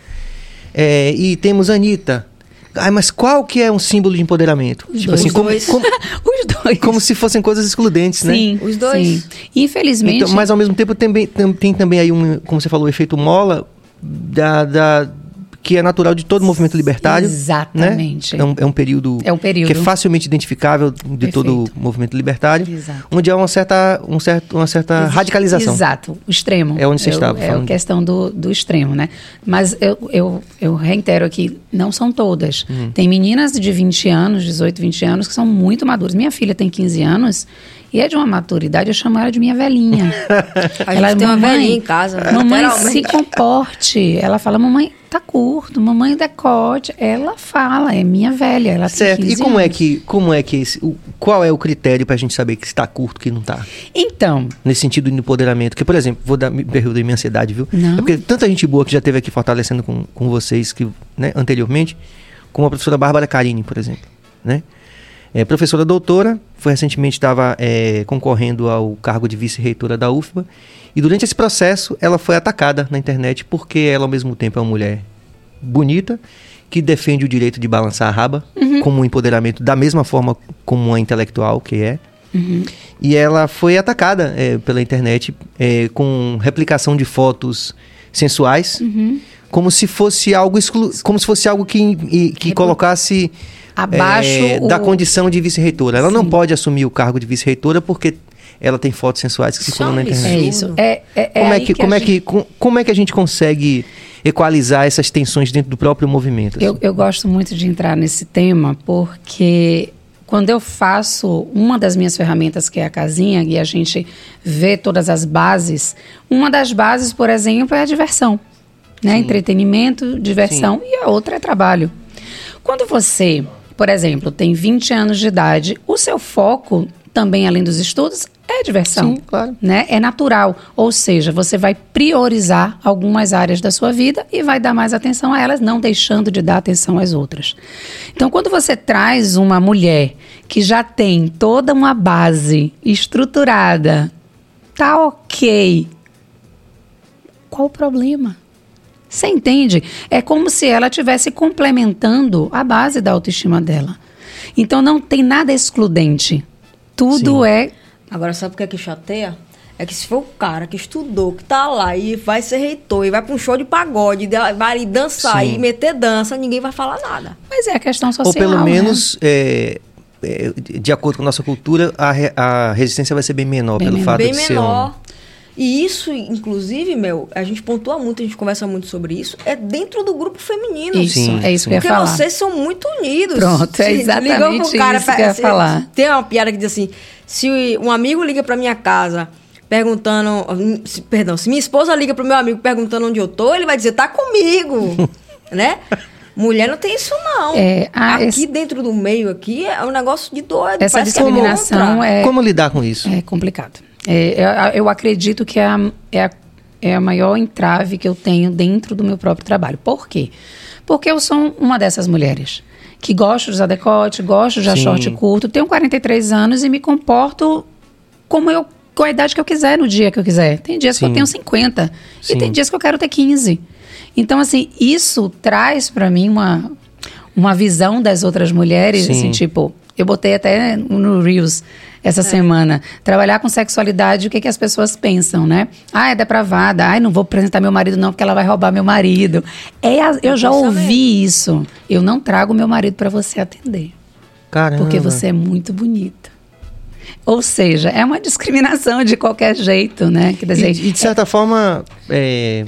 S1: É, e temos a Anitta. Ai, mas qual que é um símbolo de empoderamento?
S2: Os
S1: tipo
S2: dois.
S1: assim, como,
S3: Os
S1: como,
S2: Os dois.
S1: como se fossem coisas excludentes, né?
S2: Sim,
S3: os dois.
S2: Sim. Infelizmente...
S1: Então, mas ao mesmo tempo tem, tem, tem também aí, um, como você falou, o efeito mola, da, da, que é natural de todo movimento libertário.
S2: Exatamente.
S1: Né? É, um, é um período
S2: é um período
S1: que é facilmente identificável de Perfeito. Todo movimento libertário.
S2: Exato.
S1: Onde há uma certa, um certo, uma certa Ex- radicalização.
S2: Exato, o extremo.
S1: É onde você
S2: eu,
S1: estava
S2: É
S1: falando.
S2: a questão do, do extremo, né? Mas eu, eu, eu reitero aqui, não são todas. Uhum. Tem meninas de vinte anos, dezoito, vinte anos, que são muito maduras. Minha filha tem quinze anos e é de uma maturidade, eu chamo ela de minha velhinha.
S3: A
S2: ela
S3: gente tem uma
S2: mamãe,
S3: velhinha em casa.
S2: Mamãe, se comporte. Ela fala, mamãe, tá curto, mamãe, decote. Ela fala, é minha velha, ela
S1: certo.
S2: tem quinze
S1: E como
S2: anos.
S1: é que, como é que esse, o, qual é o critério pra gente saber que está curto, que não tá?
S2: Então...
S1: Nesse sentido do empoderamento. Que, por exemplo, vou dar, me perdoe minha ansiedade, viu?
S2: Não.
S1: É porque tanta gente boa que já esteve aqui fortalecendo com, com vocês, que, né, anteriormente, como a professora Bárbara Carini, por exemplo, né? É, professora doutora, foi recentemente estava é, concorrendo ao cargo de vice-reitora da U F B A, e durante esse processo ela foi atacada na internet porque ela ao mesmo tempo é uma mulher bonita, que defende o direito de balançar a raba, uhum. como um empoderamento da mesma forma como uma intelectual que é, uhum. e ela foi atacada é, pela internet é, com replicação de fotos sensuais, uhum. como se fosse algo exclu- como se fosse algo que, que, que colocasse
S2: abaixo
S1: é,
S2: o...
S1: da condição de vice-reitora. Ela
S2: Sim.
S1: não pode assumir o cargo de vice-reitora porque ela tem fotos sensuais que circulam na internet.
S2: É isso. É, é,
S1: como,
S2: é
S1: é que,
S2: que
S1: como, é
S2: gente...
S1: que, com, como é que a gente consegue equalizar essas tensões dentro do próprio movimento? Assim?
S2: Eu, eu gosto muito de entrar nesse tema porque quando eu faço uma das minhas ferramentas, que é a casinha, e a gente vê todas as bases, uma das bases, por exemplo, é a diversão. Né? Entretenimento, diversão, Sim. e a outra é trabalho. Quando você, por exemplo, tem vinte anos de idade, o seu foco, também além dos estudos, é diversão.
S1: Sim, claro.
S2: Né? É natural. Ou seja, você vai priorizar algumas áreas da sua vida e vai dar mais atenção a elas, não deixando de dar atenção às outras. Então, quando você traz uma mulher que já tem toda uma base estruturada, tá ok, qual o problema? Você entende? É como se ela estivesse complementando a base da autoestima dela. Então, não tem nada excludente. Tudo
S1: Sim.
S2: é...
S3: Agora, sabe o que é que chateia? é que se for o cara que estudou, que tá lá e vai ser reitor, e vai pra um show de pagode, vai ali dançar
S1: Sim.
S3: e meter dança, ninguém vai falar nada.
S2: Mas é a questão social,
S1: Ou pelo
S2: né?
S1: menos, é, é, de acordo com a nossa cultura, a, re- a resistência vai ser bem menor
S2: Bem
S1: pelo
S2: menor.
S1: fato
S3: Bem
S1: de ser homem.
S3: menor. E isso, inclusive, meu, a gente pontua muito, a gente conversa muito sobre isso, é dentro do grupo feminino.
S2: Isso,
S1: Sim,
S2: é isso
S1: sim.
S2: que eu ia
S3: Porque
S2: falar.
S3: vocês são muito unidos.
S2: Pronto, é
S3: Se
S2: exatamente
S3: ligou pro cara,
S2: isso que eu ia
S3: se-
S2: falar.
S3: Tem uma piada que diz assim, se um amigo liga pra minha casa perguntando... se- perdão, se minha esposa liga pro meu amigo perguntando onde eu tô, ele vai dizer, tá comigo, né? Mulher não tem isso, não.
S2: É, ah,
S3: aqui
S2: esse-
S3: dentro do meio, aqui, é um negócio de doido.
S2: Essa
S3: parece que é
S2: discriminação
S3: contra.
S2: é,
S1: Como lidar com isso?
S2: é complicado. É, eu, eu acredito que é a, é, a, é a maior entrave que eu tenho dentro do meu próprio trabalho. Por quê? Porque eu sou uma dessas mulheres que gosto de usar decote, gosto de usar
S1: Sim.
S2: short curto, tenho quarenta e três anos e me comporto como eu, com a idade que eu quiser, no dia que eu quiser. Tem dias que
S1: Sim.
S2: eu tenho cinquenta
S1: Sim.
S2: e tem dias que eu quero ter quinze. Então, assim, isso traz pra mim uma, uma visão das outras mulheres,
S1: Sim.
S2: assim, tipo, eu botei até no Reels essa semana, trabalhar com sexualidade, o que, que as pessoas pensam, né? Ah, é depravada, ai, não vou apresentar meu marido não, porque ela vai roubar meu marido. É a- eu já
S3: pensamento.
S2: ouvi isso. Eu não trago meu marido pra você atender,
S1: Caramba.
S2: porque você é muito bonita. Ou seja, é uma discriminação de qualquer jeito, né? Quer dizer,
S1: E, e de certa forma, é,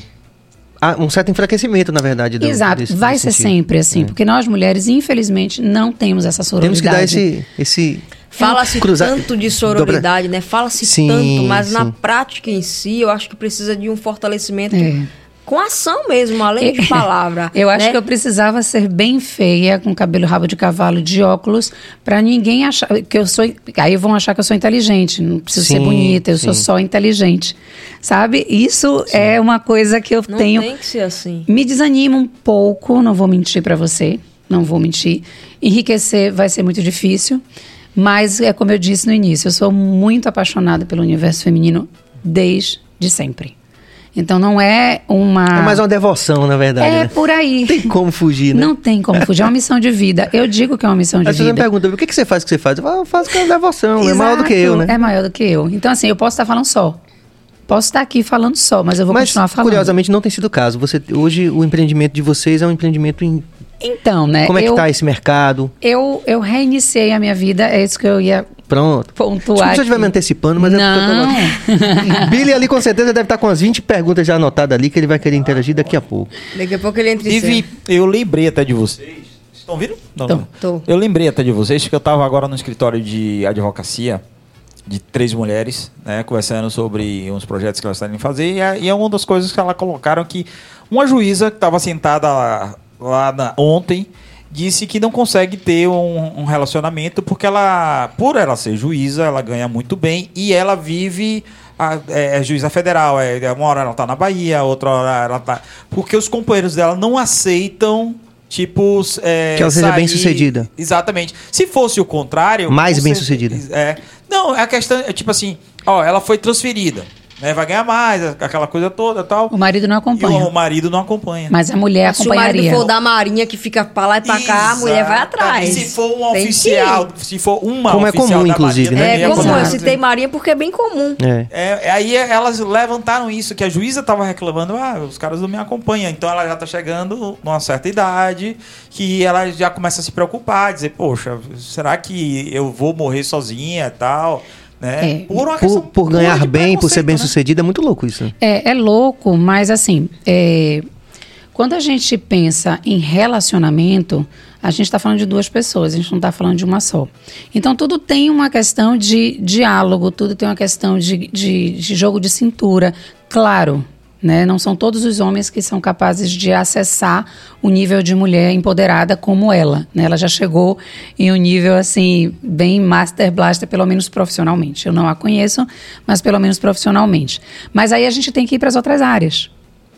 S1: há um certo enfraquecimento, na verdade. Do,
S2: exato,
S1: desse-
S2: vai
S1: desse
S2: ser
S1: sentido.
S2: sempre assim,
S1: É.
S2: porque nós mulheres, infelizmente, não temos essa
S1: Temos
S2: sororidade.
S1: que dar esse... esse
S3: Fala-se
S1: cruzar-
S3: tanto de sororidade, né? Fala-se
S1: Sim,
S3: tanto, mas na
S1: sim.
S3: prática em si, eu acho que precisa de um fortalecimento
S2: É.
S3: com ação mesmo, além de palavra.
S2: Eu acho
S3: né?
S2: que eu precisava ser bem feia, com cabelo rabo de cavalo, de óculos, pra ninguém achar que eu sou. Aí vão achar que eu sou inteligente. Não preciso ser
S1: Sim,
S2: bonita, eu
S1: sim.
S2: sou só inteligente. Sabe? Isso é uma coisa que eu
S3: Não
S2: tenho.
S3: tem que ser assim.
S2: Me desanima um pouco, não vou mentir pra você, não vou mentir. Enriquecer vai ser muito difícil, mas é como eu disse no início, eu sou muito apaixonada pelo universo feminino desde sempre. Então não é uma...
S1: É mais uma devoção, na verdade,
S2: É
S1: né?
S2: por aí.
S1: Não tem como fugir, né?
S2: Não tem como fugir, é uma missão de vida. Eu digo que é uma missão de
S1: Aí você me
S2: vida.
S1: pergunta, o que, que você faz o que você faz? Eu falo, eu faço com a devoção, é
S2: Exato,
S1: maior do que eu, né?
S2: É maior do que eu. Então assim, eu posso estar falando só. Posso estar aqui falando só, mas eu vou
S1: Mas,
S2: continuar falando.
S1: curiosamente, não tem sido o caso. Você, hoje, o empreendimento de vocês é um empreendimento em...
S2: Então, né?
S1: Como é que
S2: eu,
S1: tá esse mercado?
S2: eu, eu reiniciei a minha vida, é isso que eu ia
S1: Pronto.
S2: pontuar.
S1: Desculpa se eu estiver
S2: aqui.
S1: me antecipando, mas
S2: não.
S1: é porque eu tô... Billy ali com certeza deve estar com as vinte perguntas já anotadas ali que ele vai querer interagir daqui a pouco.
S3: Daqui a pouco ele entra em
S4: Inclusive,
S3: cena.
S4: eu lembrei até de vocês. Vocês estão ouvindo? Não,
S2: Tô.
S4: não.
S3: Tô.
S4: Eu lembrei até de vocês que eu estava agora no escritório de advocacia de três mulheres, né, conversando sobre uns projetos que elas querem fazer, e é, e é uma das coisas que elas colocaram que uma juíza que estava sentada lá, lá na- ontem disse que não consegue ter um, um relacionamento porque ela, por ela ser juíza, ela ganha muito bem e ela vive a- é, é juíza federal, é, é, uma hora ela tá na Bahia, outra hora ela tá, porque os companheiros dela não aceitam. Tipo, é,
S1: Que ela seja
S4: sair-
S1: bem-sucedida.
S4: Exatamente. Se fosse o contrário...
S1: Mais
S4: com
S1: bem-sucedida.
S4: certeza- É. Não, a questão é tipo assim, ó, ela foi transferida, né? Vai ganhar mais, aquela coisa toda e tal.
S2: O marido não
S4: E
S2: acompanha.
S4: o marido não acompanha.
S2: Mas a mulher
S3: Se o marido
S2: acompanharia.
S3: for da marinha que fica pra lá e pra cá, a mulher vai atrás.
S4: Exatamente. Se for uma
S3: Tem que
S4: oficial, se for uma
S1: Como é
S4: oficial
S1: comum,
S4: da
S1: inclusive,
S4: Marinha,
S1: né?
S3: É
S4: também
S3: comum, eu
S2: Exato.
S3: citei marinha porque é bem comum.
S1: É.
S4: É, aí elas levantaram isso, que a juíza estava reclamando, ah, os caras não me acompanham. Então ela já está chegando numa certa idade, que ela já começa a se preocupar, dizer, poxa, será que eu vou morrer sozinha e tal? Né?
S2: É.
S4: Por, uma
S1: Por,
S4: questão
S1: por
S4: pura
S1: ganhar
S4: de
S1: bem, por ser
S4: preconceito,
S1: bem
S4: né?
S1: sucedido, é muito louco isso. né?
S2: É, é louco, mas assim, é, quando a gente pensa em relacionamento, a gente está falando de duas pessoas, a gente não está falando de uma só. Então, tudo tem uma questão de diálogo, tudo tem uma questão de, de, de jogo de cintura. Claro, né? Não são todos os homens que são capazes de acessar o nível de mulher empoderada como ela, né? Ela já chegou em um nível, assim, bem master blaster, pelo menos profissionalmente. Eu não a conheço, mas pelo menos profissionalmente. Mas aí a gente tem que ir para as outras áreas.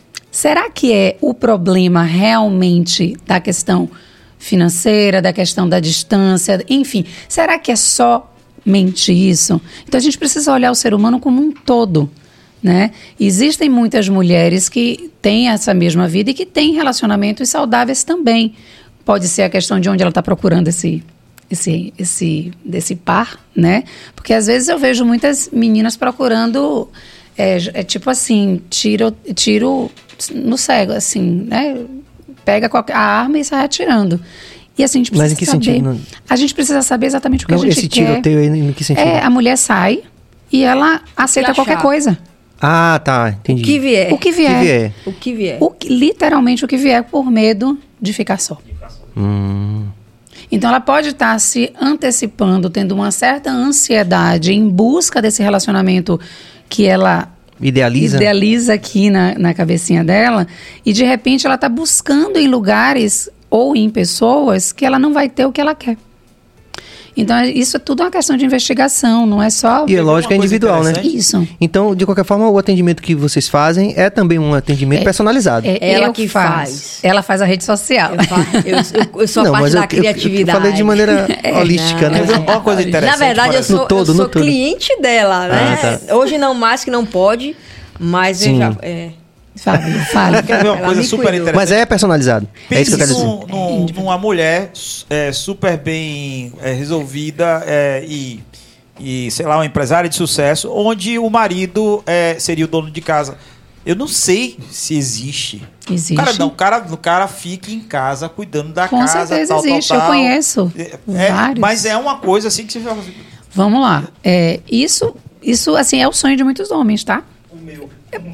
S2: Será que é o problema realmente da questão financeira, da questão da distância, enfim, será que é somente isso? Então a gente precisa olhar o ser humano como um todo, né? Existem muitas mulheres que têm essa mesma vida e que têm relacionamentos saudáveis também. Pode ser a questão de onde ela está procurando esse, esse, esse, desse par, né? Porque às vezes eu vejo muitas meninas procurando, é, é tipo assim, tiro, tiro no cego, assim, né? Pega qualquer, a arma e sai atirando. E assim, a gente precisa
S1: Mas em que
S2: saber,
S1: sentido? Não...
S2: A gente precisa saber exatamente o que
S1: não,
S2: a gente
S1: esse
S2: quer.
S1: Esse tiroteio aí, em que sentido?
S2: É, a mulher sai e ela aceita qualquer coisa.
S1: Ah, tá, entendi.
S3: O que vier.
S2: O que vier.
S1: O que vier.
S3: O que vier.
S2: O que, literalmente o que vier por medo de ficar só.
S1: Hum.
S2: Então ela pode estar se antecipando, tendo uma certa ansiedade em busca desse relacionamento que ela
S1: Idealiza?
S2: idealiza aqui na, na cabecinha dela, e de repente ela está buscando em lugares ou em pessoas que ela não vai ter o que ela quer. Então isso é tudo uma questão de investigação, não é só...
S1: E é lógico, é individual, né?
S2: Isso.
S1: Então, de qualquer forma, o atendimento que vocês fazem é também um atendimento
S2: É,
S1: personalizado.
S2: É
S3: Ela
S2: eu
S3: que
S2: faz.
S3: faz.
S2: Ela faz a rede social.
S3: Eu, fa- eu, eu, eu sou a
S1: Não,
S3: parte
S1: mas
S3: da
S1: eu, eu,
S3: criatividade.
S1: eu falei de maneira
S2: É,
S1: holística, né?
S3: não,
S4: Mas uma coisa interessante.
S3: Na verdade, eu
S4: por exemplo,
S3: sou,
S1: No todo,
S3: eu
S1: no
S3: sou
S1: todo.
S3: cliente dela, né?
S1: Ah, tá.
S3: Hoje não mais, que não pode, mas
S1: Sim.
S3: eu já... É,
S2: Fábio, fale.
S4: Quer ver uma
S3: Ela
S4: coisa
S3: me
S4: super
S3: cuidou.
S4: interessante?
S1: Mas é personalizado. É isso que eu quero
S4: Pense
S1: dizer.
S4: num- num- numa mulher é, super bem é, resolvida é, e, e, sei lá, uma empresária de sucesso, onde o marido é, seria o dono de casa. Eu não sei se existe.
S2: Existe.
S4: O cara não, o cara, o cara fica em casa cuidando da
S2: Com
S4: casa,
S2: certeza
S4: tal,
S2: existe,
S4: tal,
S2: eu
S4: tal.
S2: conheço
S4: É, é,
S2: vários.
S4: mas é uma coisa assim que você fala.
S2: Vamos lá. É, isso, isso, assim, é o sonho de muitos homens, tá?
S4: O meu.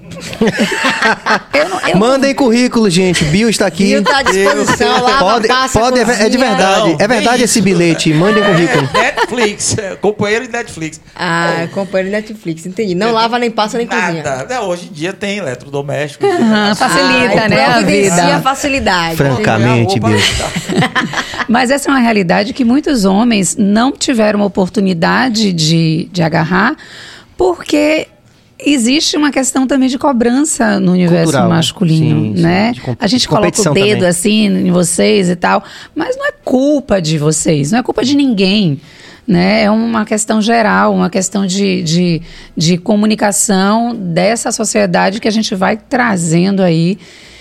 S2: Eu não, eu
S1: Mandem currículo, gente. Bio está aqui.
S3: Bio tá à disposição, lava,
S1: pode,
S3: passa,
S1: pode, é, é de
S3: cozinha.
S1: verdade.
S4: Não,
S1: é verdade
S4: nem
S1: esse
S4: isso.
S1: bilhete. Mandem currículo.
S4: É, Netflix, é, companheiro de Netflix.
S3: Ah, companheiro Netflix, entendi. Não lava, nem passa, nem cozinha.
S4: Nada. É, hoje em dia tem eletrodoméstico.
S2: Ah, facilita,
S3: Ah,
S2: né, a
S3: providencia
S2: vida.
S3: a facilidade.
S1: Francamente,
S4: Roupa-
S1: Bio.
S2: Mas essa é uma realidade que muitos homens não tiveram oportunidade de, de agarrar, porque existe uma questão também de cobrança no universo
S1: Cultural, né?
S2: masculino,
S1: Sim,
S2: né?
S1: sim, de com-
S2: A gente
S1: de
S2: coloca o
S1: competição
S2: dedo
S1: também.
S2: assim em vocês e tal, mas não é culpa de vocês, não é culpa de ninguém. Né? É uma questão geral, uma questão de, de, de comunicação dessa sociedade que a gente vai trazendo aí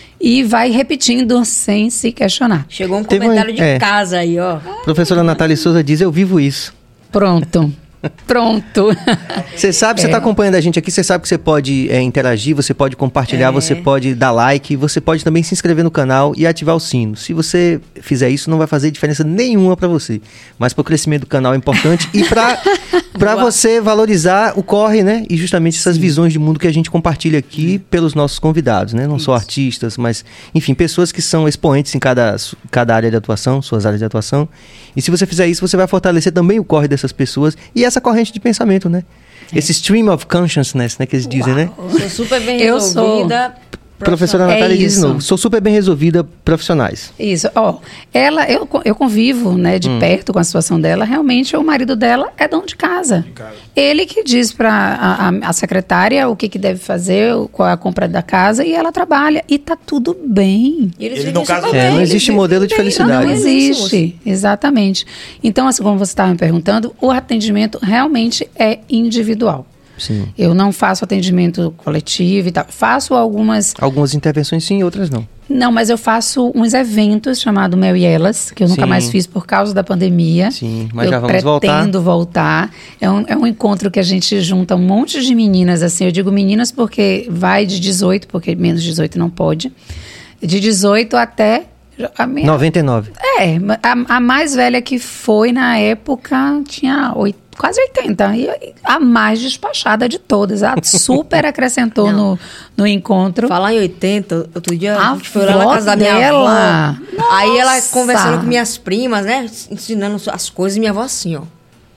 S2: e vai repetindo sem se questionar.
S3: Chegou um
S1: Teve um-
S3: comentário de
S1: é.
S3: casa aí, ó.
S1: Professora Natália Souza diz: eu vivo isso.
S2: Pronto. Pronto.
S1: Você sabe, você está acompanhando a gente aqui, você sabe que você pode é, interagir, você pode compartilhar,
S3: É.
S1: você pode dar like, você pode também se inscrever no canal e ativar o sino. Se você fizer isso, não vai fazer diferença nenhuma para você. Mas para o crescimento do canal é importante e para para você valorizar o corre, né? E justamente essas visões de mundo que a gente compartilha aqui pelos nossos convidados, né? Não só artistas, mas, enfim, pessoas que são expoentes em cada, cada área de atuação, suas áreas de atuação. E se você fizer isso, você vai fortalecer também o corre dessas pessoas e essa corrente de pensamento, né? Esse stream of consciousness, né? Que eles dizem, né?
S3: Sou super bem
S2: Eu sou.
S3: resolvida.
S1: Professora
S2: É
S1: Natália diz de
S2: isso.
S1: novo: sou super bem resolvida, profissionais.
S2: Isso, ó, ela, eu, eu convivo, né, de perto com a situação dela, realmente o marido dela é dono de casa. Ele que diz para a, a, a secretária o que, que deve fazer, qual é a compra da casa, e ela trabalha, e tá tudo bem.
S3: E eles
S4: Ele,
S3: vivem
S4: no caso,
S3: super
S1: É,
S3: bem,
S1: não
S3: eles
S1: existe
S3: vivem
S1: modelo de
S3: bem.
S1: felicidade.
S2: Não
S1: né?
S2: existe, exatamente. Então, assim, como você estava me perguntando, o atendimento realmente é individual.
S1: Sim.
S2: Eu não faço atendimento coletivo e tal. Faço algumas...
S1: Algumas intervenções sim, outras não.
S2: Não, mas eu faço uns eventos chamados Mel e Elas, que eu nunca
S1: Sim.
S2: mais fiz por causa da pandemia.
S1: Sim, mas
S2: eu
S1: já vamos voltar.
S2: pretendo voltar. É um, é um encontro que a gente junta um monte de meninas, assim. Eu digo meninas porque vai de dezoito, porque menos de dezoito não pode. De dezoito até... A minha,
S1: noventa e nove.
S2: é, a, a mais velha que foi na época tinha oito, quase oitenta. E a mais despachada de todas. A super acrescentou no, no encontro.
S3: Falar em oitenta, outro dia
S2: A
S3: a gente foi lá na
S2: avó
S3: casa da minha
S2: dela.
S3: avó. Aí ela
S2: Nossa.
S3: conversando com minhas primas, né? Ensinando as coisas, e minha avó assim, ó.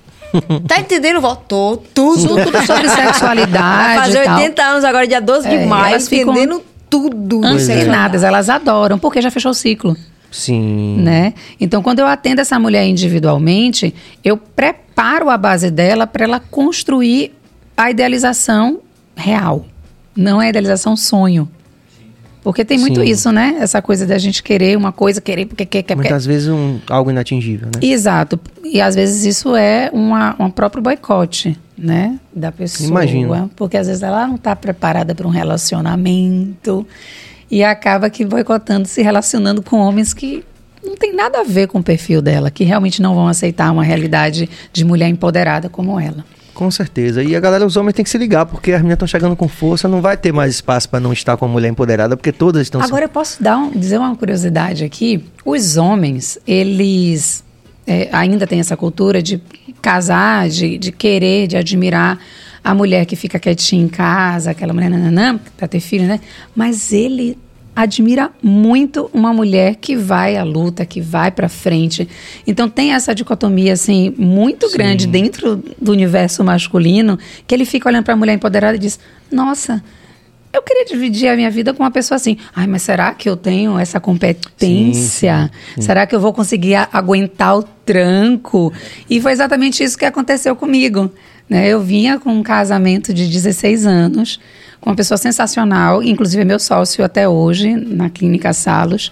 S3: Tá entendendo, vó? Tô, tudo.
S2: Tudo, tudo sobre sexualidade.
S3: Vai fazer
S2: e tal.
S3: oitenta anos agora, dia doze de
S2: É,
S3: maio,
S2: elas ficam
S3: entendendo tudo.
S2: Antenadas, elas adoram, porque já fechou o ciclo.
S1: Sim.
S2: Né? Então, quando eu atendo essa mulher individualmente, eu preparo a base dela para ela construir a idealização real. Não é a idealização sonho. Porque tem muito
S1: Sim.
S2: isso, né? Essa coisa da gente querer uma coisa, querer porque quer, quer, quer.
S1: Muitas vezes um, algo inatingível, né?
S2: Exato. E às vezes isso é uma, um próprio boicote, né? Da pessoa.
S1: Imagino.
S2: Porque às vezes ela não está preparada para um relacionamento e acaba que boicotando, se relacionando com homens que não não tem nada a ver com o perfil dela, que realmente não vão aceitar uma realidade de mulher empoderada como ela.
S1: Com certeza. E a galera, os homens têm que se ligar, porque as meninas estão chegando com força, não vai ter mais espaço para não estar com a mulher empoderada, porque todas estão...
S2: Agora eu posso dar um, dizer uma curiosidade aqui. Os homens, eles é, ainda têm essa cultura de casar, de, de querer, de admirar a mulher que fica quietinha em casa, aquela mulher nananã, para ter filho, né? Mas ele admira muito uma mulher que vai à luta, que vai para frente. Então tem essa dicotomia assim muito Sim. grande dentro do universo masculino, que ele fica olhando para a mulher empoderada e diz: nossa, eu queria dividir a minha vida com uma pessoa assim. Ai, mas será que eu tenho essa competência? Sim, sim, sim. Será que eu vou conseguir a- aguentar o tranco? E foi exatamente isso que aconteceu comigo, né? Eu vinha com um casamento de dezesseis anos, com uma pessoa sensacional, inclusive é meu sócio até hoje, na Clínica Salos.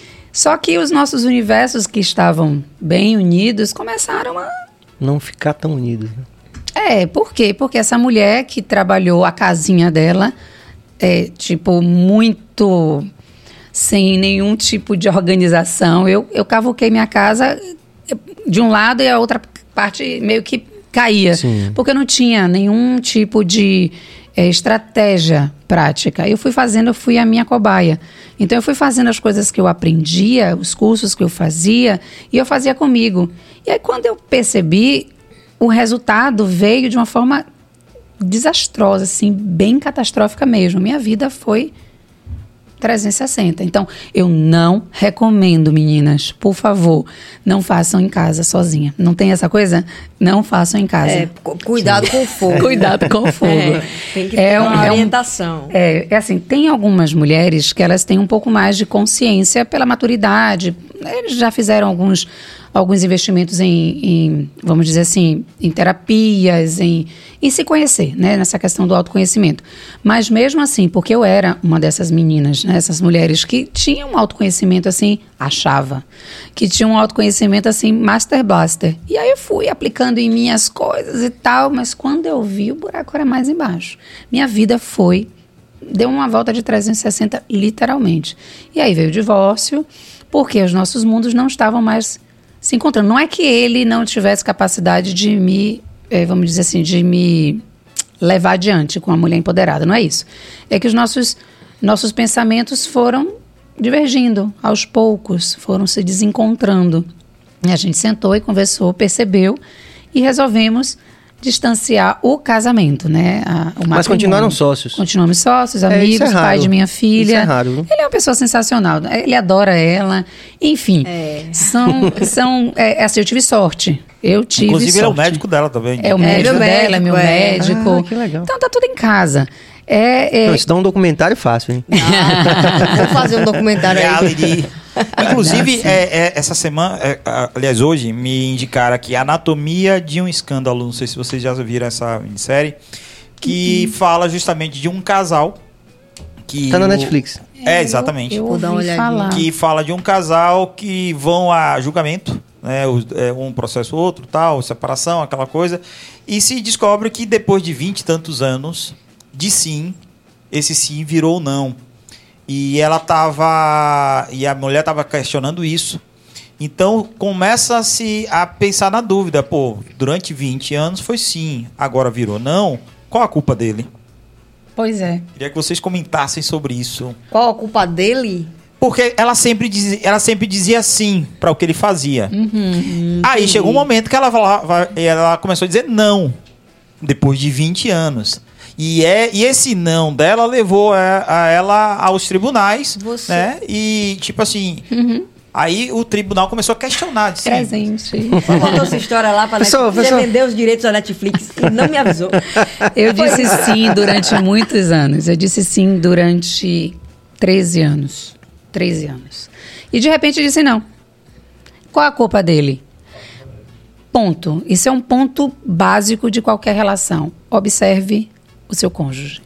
S2: Só que os nossos universos que estavam bem unidos começaram a...
S1: não ficar tão unidos, né?
S2: É, por quê? Porque essa mulher que trabalhou a casinha dela, é, tipo, muito sem nenhum tipo de organização. Eu, eu cavoquei minha casa de um lado e a outra parte meio que caía. Sim. Porque eu não tinha nenhum tipo de... É, estratégia prática. Eu fui fazendo, eu fui a minha cobaia. Então eu fui fazendo as coisas que eu aprendia, os cursos que eu fazia, e eu fazia comigo. E aí quando eu percebi, o resultado veio de uma forma desastrosa, assim, bem catastrófica mesmo. Minha vida foi trezentos e sessenta. Então, eu não recomendo, meninas, por favor, não façam em casa sozinha. Não tem essa coisa? Não façam em casa.
S3: É, cuidado Sim. com o fogo.
S2: Cuidado com o fogo.
S3: É, tem que ter
S2: é
S3: uma
S2: um,
S3: orientação.
S2: É, é assim, tem algumas mulheres que elas têm um pouco mais de consciência pela maturidade. Eles já fizeram alguns, alguns investimentos em, em, vamos dizer assim, em terapias, em, em se conhecer, né? Nessa questão do autoconhecimento. Mas mesmo assim, porque eu era uma dessas meninas, né? Essas mulheres que tinham um autoconhecimento assim, achava, que tinham um autoconhecimento assim, Master Blaster. E aí eu fui aplicando em minhas coisas e tal, mas quando eu vi, o buraco era mais embaixo. Minha vida foi, deu uma volta de trezentos e sessenta literalmente. E aí veio o divórcio, porque os nossos mundos não estavam mais se encontrando. Não é que ele não tivesse capacidade de me, eh, vamos dizer assim, de me levar adiante com a mulher empoderada, não é isso. É que os nossos, nossos pensamentos foram divergindo aos poucos, foram se desencontrando. E a gente sentou e conversou, percebeu e resolvemos distanciar o casamento, né? A, o
S1: Mas continuaram sócios.
S2: Continuamos sócios, amigos,
S1: é, é
S2: pai de minha filha.
S1: Isso é raro, viu?
S2: Ele é uma pessoa sensacional, ele adora ela. Enfim,
S3: É.
S2: são... são é, assim, eu tive sorte. Eu tive
S4: Inclusive,
S2: sorte.
S4: ele é o médico dela também.
S2: É o médico
S3: meu
S2: dela, é meu
S3: médico, é.
S2: médico.
S1: Ah, que legal.
S2: Então tá tudo em casa. É, é...
S1: Não, isso dá um documentário fácil, hein?
S3: Ah, vou fazer um documentário aí.
S4: Reality. Inclusive, é, é, essa semana, é, aliás, hoje, me indicaram aqui Anatomia de um Escândalo. Não sei se vocês já viram essa minissérie. Que uhum. fala justamente de um casal. Que
S1: tá na
S4: o,
S1: Netflix.
S4: É, exatamente.
S2: Eu, eu
S3: Vou dar uma
S2: ouvi
S3: olhadinha.
S2: falar.
S4: Que fala de um casal que vão a julgamento, né? Os- é, um processo outro, tal, separação, aquela coisa. E se descobre que depois de vinte e tantos anos de sim, esse sim virou não. E ela tava. E a mulher tava questionando isso. Então começa-se a pensar na dúvida. Pô, durante vinte anos foi sim, agora virou não. Qual a culpa dele?
S2: Pois é.
S4: Queria que vocês comentassem sobre isso.
S3: Qual a culpa dele?
S4: Porque ela sempre dizia, ela sempre dizia sim para o que ele fazia. Aí chegou um momento que ela, falava- ela começou a dizer não. Depois de vinte anos. E, é, e esse não dela levou a, a ela aos tribunais.
S3: Você-
S4: Né? E tipo assim... Aí o tribunal começou a questionar. Disse,
S2: Presente.
S3: Você contou essa história lá para
S1: Pessoal,
S3: você
S1: pessoal.
S3: vender os direitos da Netflix e não me avisou.
S2: Eu disse sim durante muitos anos. Eu disse sim durante treze anos. treze anos. E de repente disse não. Qual a culpa dele? Ponto. Isso é um ponto básico de qualquer relação. Observe o seu cônjuge.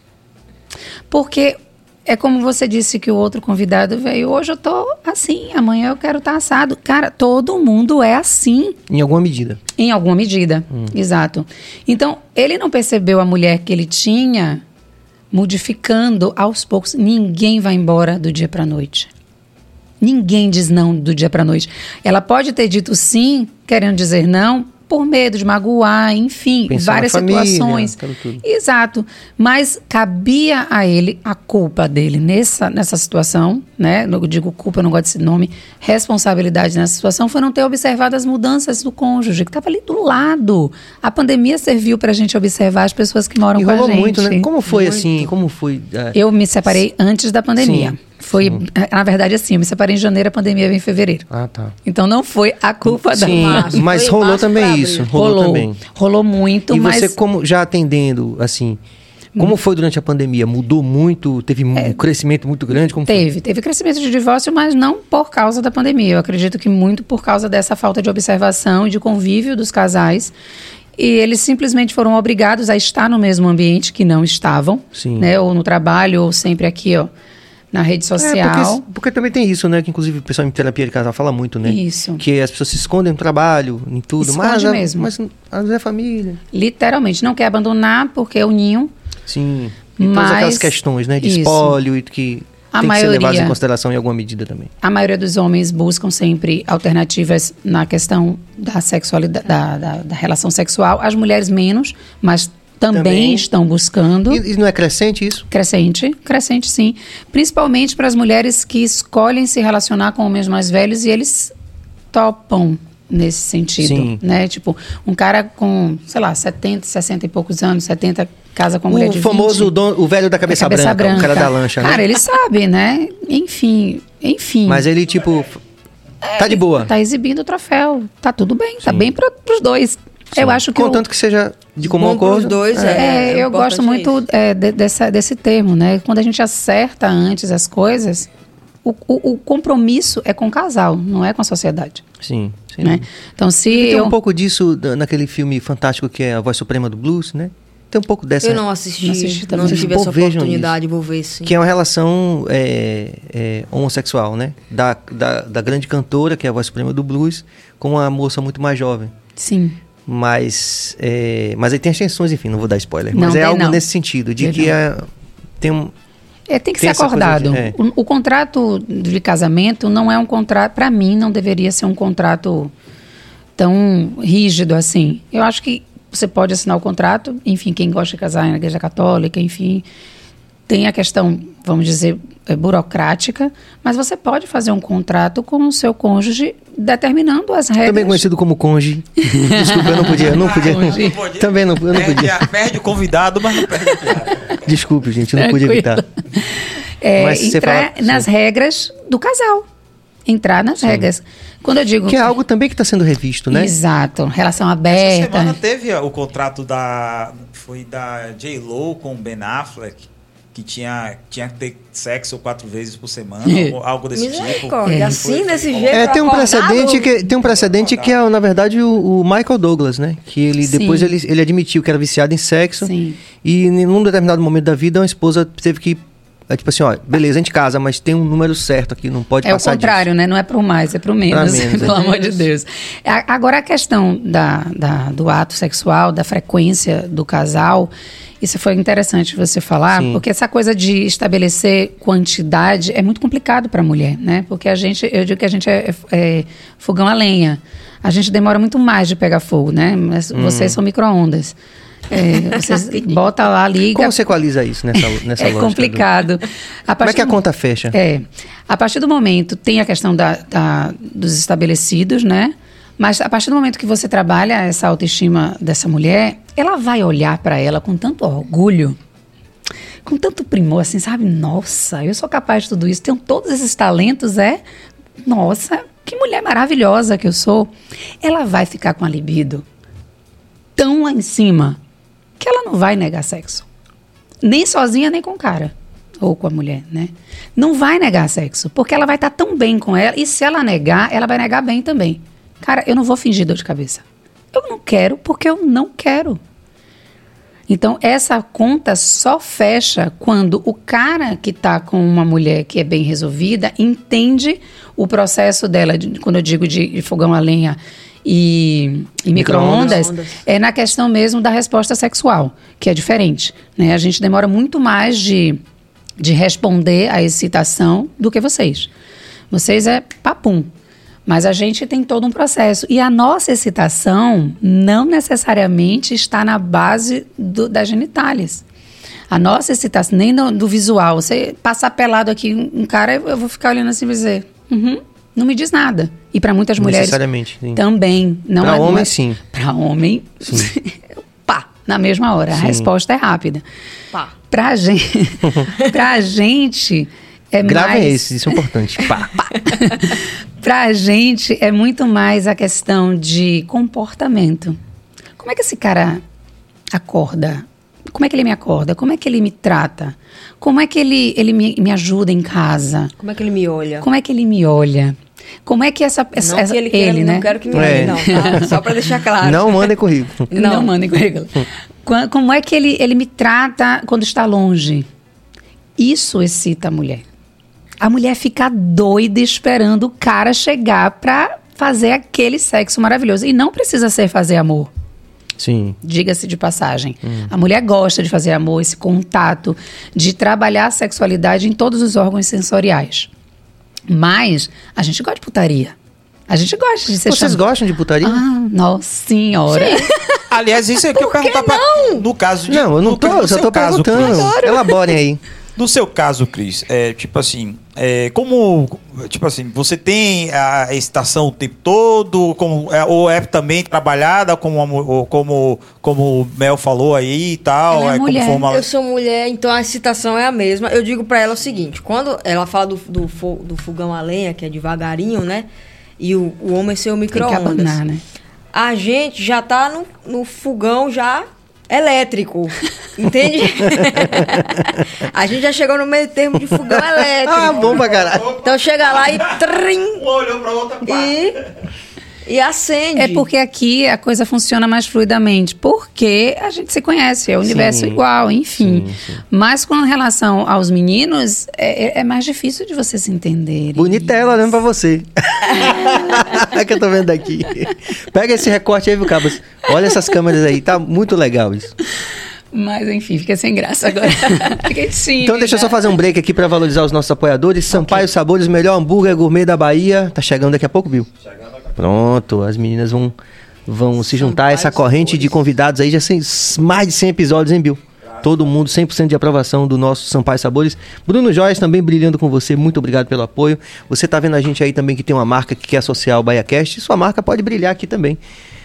S2: Porque é como você disse que o outro convidado veio. Hoje eu tô assim, amanhã eu quero estar assado. Cara, todo mundo é assim.
S1: Em alguma medida.
S2: Em alguma medida, exato. Então, ele não percebeu a mulher que ele tinha modificando aos poucos. Ninguém vai embora do dia para a noite. Ninguém diz não do dia para a noite. Ela pode ter dito sim, querendo dizer não, por medo de magoar, enfim,
S1: Pensar
S2: várias
S1: na família,
S2: situações.
S1: aquilo tudo.
S2: Exato. Mas cabia a ele a culpa dele nessa, nessa situação, né? Eu digo culpa, eu não gosto desse nome. Responsabilidade nessa situação foi não ter observado as mudanças do cônjuge, que estava ali do lado. A pandemia serviu para a gente observar as pessoas que moram
S1: E
S2: com a
S1: rolou
S2: gente.
S1: muito, né? Como foi
S3: Muito.
S1: assim? Como foi? é,
S2: Eu me separei antes da pandemia.
S1: Sim,
S2: Foi,
S1: sim.
S2: na verdade, assim, eu me separei em janeiro, a pandemia veio em fevereiro.
S1: Ah, tá.
S2: Então não foi a culpa da
S1: Sim,
S3: Março,
S1: mas
S3: foi
S1: rolou
S3: março pra
S1: também
S3: abril.
S1: isso. Rolou,
S2: rolou,
S1: também.
S2: rolou muito,
S1: E
S2: mas
S1: você, como já atendendo, assim, como foi durante a pandemia? Mudou muito? Teve um crescimento muito grande? Como foi?
S2: teve, teve crescimento de divórcio, mas não por causa da pandemia. Eu acredito que muito por causa dessa falta de observação e de convívio dos casais. E eles simplesmente foram obrigados a estar no mesmo ambiente que não estavam,
S1: Sim.
S2: né? Ou no trabalho, ou sempre aqui, ó, na rede
S1: É,
S2: social.
S1: porque, porque também tem isso, né? Que inclusive o pessoal em terapia de casal fala muito, né?
S2: Isso.
S1: Que as pessoas se escondem no trabalho, em tudo.
S2: Esconde
S1: mas, a-
S2: mesmo.
S1: Mas às vezes é família.
S2: Literalmente, não quer abandonar porque é o ninho.
S1: Sim. E todas
S2: Mas-
S1: aquelas questões, né? De
S2: isso.
S1: espólio e que
S2: A
S1: tem que ser levadas
S2: maioria-
S1: em consideração em alguma medida também.
S2: A maioria dos homens buscam sempre alternativas na questão da sexualidade, da, da, da relação sexual. As mulheres menos, mas também,
S1: Também.
S2: estão buscando.
S1: E, e não é crescente isso?
S2: Crescente, crescente sim. Principalmente para as mulheres que escolhem se relacionar com homens mais velhos e eles topam nesse sentido,
S1: Sim.
S2: né? Tipo, um cara com, sei lá, setenta, sessenta e poucos anos, setenta, casa com uma mulher
S1: O
S2: de
S1: famoso
S2: vinte,
S1: dono- o velho da cabeça,
S2: cabeça
S1: branca, o cara da lancha,
S2: Cara,
S1: né?
S2: ele sabe, né? Enfim, enfim.
S1: Mas ele, tipo, tá de boa.
S2: Tá exibindo o troféu. Tá tudo bem, tá
S1: Sim.
S2: bem para os dois. Eu acho que o-
S1: Contanto que seja de comum
S3: Bom pros
S1: acordo.
S3: dois,
S1: é.
S3: é.
S2: É, eu
S3: importante
S2: gosto muito
S3: isso.
S2: é, de- dessa, desse termo, né? Quando a gente acerta antes as coisas, o, o- o compromisso é com o casal, não é com a sociedade,
S1: Sim, sim.
S2: né? Então, se
S1: Tem
S2: eu...
S1: um pouco disso da- naquele filme fantástico que é A Voz Suprema do Blues, né? Tem um pouco dessa...
S3: Eu não assisti,
S2: Não assisti
S3: não,
S2: também.
S3: tive
S1: Pô,
S3: essa
S1: vejam
S3: oportunidade, vou ver sim.
S1: Que é uma relação é, é, homossexual, né? Da, da, da grande cantora, que é a Voz Suprema do Blues, com uma moça muito mais jovem.
S2: Sim,
S1: Mas, é, mas aí tem as tensões, enfim, não vou dar spoiler.
S2: Não,
S1: mas é
S2: dê
S1: algo
S2: não.
S1: nesse sentido, de
S2: Dê
S1: que
S2: não.
S1: é, tem um...
S2: é, tem que
S1: Tem
S2: ser
S1: essa coisa
S2: acordado.
S1: de- é.
S2: o, o contrato de casamento não é um contrato, para mim, não deveria ser um contrato tão rígido assim. Eu acho que você pode assinar o contrato, enfim, quem gosta de casar na igreja católica, enfim, tem a questão, vamos dizer, é, burocrática, mas você pode fazer um contrato com o seu cônjuge determinando as regras.
S1: Também conhecido como conge. Desculpa, eu não podia. Eu não podia.
S2: Conge.
S1: Também não, eu não
S4: Perde,
S1: podia.
S4: a- perde o convidado, mas não perde a piada.
S1: Desculpe, gente, eu não podia
S2: Tranquilo.
S1: evitar.
S2: É,
S1: Mas você
S2: entrar
S1: fala-
S2: nas
S1: sim.
S2: regras do casal. Entrar nas regras. Quando eu digo...
S1: Que é algo também que está sendo revisto, né?
S2: Exato. Relação
S4: Essa
S2: aberta.
S4: semana teve o contrato da. Foi da J-Lo com o Ben Affleck, que tinha, tinha que ter sexo quatro vezes por semana, algo- algo desse tipo.
S3: Misericórdia,
S2: É.
S3: assim, desse jeito.
S1: É, tem um
S3: acordado?
S1: precedente que tem um precedente que é, na verdade, o, o Michael Douglas, né? Que ele
S2: Sim.
S1: depois ele, ele admitiu que era viciado em sexo.
S2: Sim.
S1: E em um determinado momento da vida, uma esposa teve que. É tipo assim, ó, beleza, a gente casa, mas tem um número certo aqui, não pode
S2: É o
S1: passar
S2: contrário, né? Não é pro mais, é pro menos,
S1: menos,
S2: pelo
S1: é.
S2: amor de Deus. A- Agora, a questão da, da- do ato sexual, da frequência do casal, isso foi interessante você falar,
S1: Sim.
S2: porque essa coisa de estabelecer quantidade é muito complicado para a mulher, né? Porque a gente, eu digo que a gente é, é fogão a lenha. A gente demora muito mais de pegar fogo, né? Mas
S1: Hum.
S2: vocês são micro-ondas. É, vocês botam lá, liga.
S1: Como você equaliza isso nessa, nessa
S2: É
S1: lógica?
S2: complicado. A
S1: Como é
S2: partir
S1: que a
S2: do-
S1: conta fecha?
S2: É. A partir do momento, tem a questão da, da- dos estabelecidos, né? Mas a partir do momento que você trabalha essa autoestima dessa mulher, ela vai olhar para ela com tanto orgulho, com tanto primor, assim, sabe? Nossa, eu sou capaz de tudo isso, tenho todos esses talentos, é? Nossa, que mulher maravilhosa que eu sou. Ela vai ficar com a libido tão lá em cima que ela não vai negar sexo. Nem sozinha, nem com o cara. Ou com a mulher, né? Não vai negar sexo, porque ela vai estar tão bem com ela. E se ela negar, ela vai negar bem também. Cara, eu não vou fingir dor de cabeça. Eu não quero porque eu não quero. Então, essa conta só fecha quando o cara que está com uma mulher que é bem resolvida entende o processo dela, de, quando eu digo de, de fogão a lenha e, e micro-ondas,
S3: Micro-ondas.
S2: é na questão mesmo da resposta sexual, que é diferente, né? A gente demora muito mais de, de responder à excitação do que vocês. Vocês é papum. Mas a gente tem todo um processo. E a nossa excitação não necessariamente está na base do, das genitálias. A nossa excitação, nem do, do visual. Você passar pelado aqui, um, um cara, eu vou ficar olhando assim e dizer, uhum, não me diz nada. E para muitas mulheres
S1: necessariamente, sim.
S2: também.
S1: Para homem, sim.
S2: Para homem,
S1: sim.
S2: Pá, na mesma hora. Sim. A resposta é rápida.
S3: Pá.
S2: Pra gente, pra gente é
S1: Gravem
S2: mais...
S1: esse, isso é importante. Pá.
S2: Pá. Pra gente é muito mais a questão de comportamento. Como é que esse cara acorda? Como é que ele me acorda? Como é que ele me trata? Como é que ele, ele me, me ajuda em casa?
S3: Como é que ele me olha?
S2: Como é que ele me olha? Como é que essa... essa
S3: não que ele, queira,
S2: ele
S3: não
S2: né?
S3: quero que me olhe,
S1: É.
S3: não, tá? Só pra deixar claro.
S1: Não mandem currículo.
S2: Não,
S3: Não.
S2: mandem currículo. Qua- Como é que ele, ele me trata quando está longe? Isso excita a mulher. A mulher fica doida esperando o cara chegar pra fazer aquele sexo maravilhoso. E não precisa ser fazer amor.
S1: Sim.
S2: Diga-se de passagem. Hum. A mulher gosta de fazer amor, esse contato, de trabalhar a sexualidade em todos os órgãos sensoriais. Mas a gente gosta de putaria. A gente gosta de ser
S1: Vocês
S2: chamado...
S1: gostam de putaria?
S2: Ah, nossa senhora.
S4: Aliás, isso é que eu perguntar pra... No caso de...
S1: Não, eu não
S4: no
S1: tô,
S4: ca-
S1: eu
S4: no
S1: só
S4: seu
S1: tô
S4: caso,
S1: perguntando.
S4: Cris.
S1: Elaborem aí.
S4: No seu caso, Cris, é, tipo assim, é, como, tipo assim, você tem a excitação o tempo todo, como, é, ou é também trabalhada, como, a mu- ou como, como o Mel falou aí e tal,
S2: Ela é
S4: é, como
S2: mulher.
S4: forma...
S3: Eu sou mulher, então a excitação é a mesma. Eu digo pra ela o seguinte, quando ela fala do, do, fo- do fogão a lenha, que é devagarinho, né? E o, o homem ser o
S2: Tem que
S3: micro-ondas.
S2: abanar, né?
S3: A gente já tá no, no fogão já elétrico, entende? A gente já chegou no meio termo de fogão elétrico.
S1: Ah, bom pra caralho.
S3: Então chega lá e trim,
S4: olhou pra outra
S3: e, e acende.
S2: É porque aqui a coisa funciona mais fluidamente. Porque a gente se conhece, é o universo
S1: Sim.
S2: igual, enfim.
S1: Sim, sim.
S2: Mas com relação aos meninos, é, é mais difícil de vocês se entenderem.
S1: Bonita ela olhando pra você. É que eu tô vendo daqui. Pega esse recorte aí, viu, Cabas? Olha essas câmeras aí, tá muito legal isso.
S2: Mas enfim, fica sem graça agora. Fiquei tímida.
S1: Então deixa eu só fazer um break aqui pra valorizar os nossos apoiadores. Sampaio Sabores, melhor hambúrguer gourmet da Bahia. Tá chegando daqui a pouco, Bill? Pronto, as meninas vão, vão se juntar a essa corrente de convidados aí. Já tem mais de cem episódios, hein, Bill? Todo mundo, cem por cento de aprovação do nosso Sampaio Sabores. Bruno Joias também brilhando com você, muito obrigado pelo apoio. Você tá vendo a gente aí também que tem uma marca que quer associar ao BaiaCast, sua marca pode brilhar aqui também.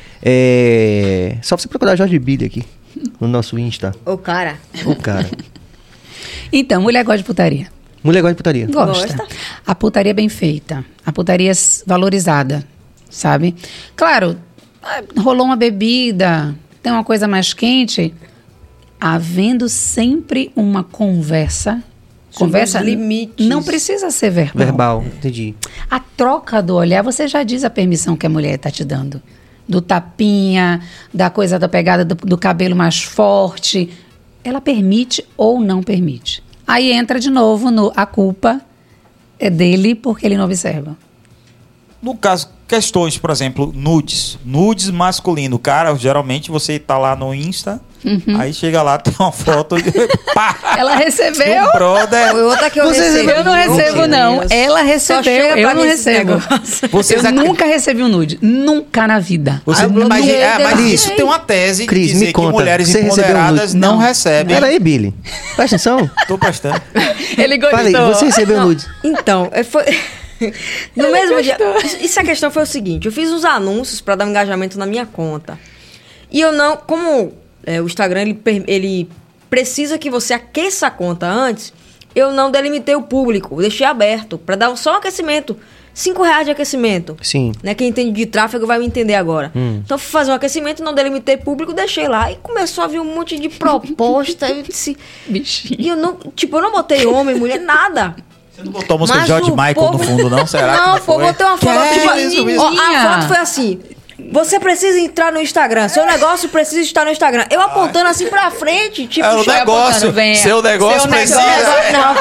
S1: É... Só você procurar Jorge Billy aqui, no nosso Insta.
S3: Ô, cara.
S1: O cara.
S2: Então, mulher gosta de putaria.
S1: Mulher gosta de putaria.
S2: Gosta.
S3: Gosta.
S2: A putaria é bem feita. A putaria é s- valorizada, sabe? Claro, ah, rolou uma bebida, tem uma coisa mais quente, havendo sempre uma conversa.
S3: Sobre
S2: Conversa
S3: os limites.
S2: não precisa ser verbal.
S1: Verbal, entendi.
S2: A troca do olhar, você já diz a permissão que a mulher está te dando. Do tapinha, da coisa da pegada do, do cabelo mais forte. Ela permite ou não permite. Aí entra de novo no a culpa é dele porque ele não observa.
S4: No caso, questões, por exemplo, nudes. Nudes masculino. Cara, geralmente você tá lá no Insta, aí chega lá, tem uma foto de... Pá!
S2: Ela recebeu?
S4: Um brother.
S3: Foi outra que eu
S1: Vocês-
S3: recebi.
S2: Eu não recebo,
S3: Meu
S2: não.
S3: Deus.
S2: Ela
S3: Só
S2: recebeu,
S3: chega
S2: eu
S3: pra
S2: não
S3: mim esse
S2: recebo.
S3: negócio.
S4: Vocês
S2: eu
S4: ac-
S2: nunca recebi um nude. Nunca na vida.
S4: Você,
S3: Ah, eu
S4: mas,
S3: bloqueei,
S4: é, mas
S3: deleguei.
S4: isso tem uma tese
S1: Cris,
S4: de dizer
S1: me conta,
S4: que mulheres
S1: você recebeu um
S4: empoderadas
S1: nude?
S4: não,
S2: Não.
S4: recebem.
S1: Pera aí, Billy. Presta atenção.
S4: Tô prestando.
S2: Ele gostou.
S1: Fala aí, você recebeu nude?
S3: Então, é, foi... No
S2: Ele
S3: mesmo dia...
S2: gostou.
S3: Isso a questão foi o seguinte. Eu fiz uns anúncios pra dar um engajamento na minha conta. E eu não... Como é, o Instagram, ele, per- ele precisa que você aqueça a conta antes, eu não delimitei o público. Eu deixei aberto pra dar só um aquecimento. Cinco reais de aquecimento.
S1: Sim.
S3: Né? Quem entende de tráfego vai me entender agora.
S1: Hum.
S3: Então, fui fazer um aquecimento, não delimitei público, deixei lá. E começou a vir um monte de proposta. Eu disse...
S2: Bichinho.
S3: E eu não... Tipo, eu não botei homem, mulher, nada.
S4: Você não botou a música
S3: Mas
S4: de George
S3: o
S4: Michael
S3: povo-
S4: no fundo, não? Será
S3: não,
S4: que
S3: pô,
S4: foi?
S3: botei uma foto.
S4: Que
S3: Tipo,
S4: isso, isso?
S3: ó, a foto foi assim. Você precisa entrar no Instagram. Seu negócio precisa estar no Instagram. Eu apontando assim pra frente, tipo,
S4: É o
S3: chega
S4: negócio.
S3: apontando, venha.
S4: Seu negócio
S3: Seu
S4: precisa.
S3: negócio- Não,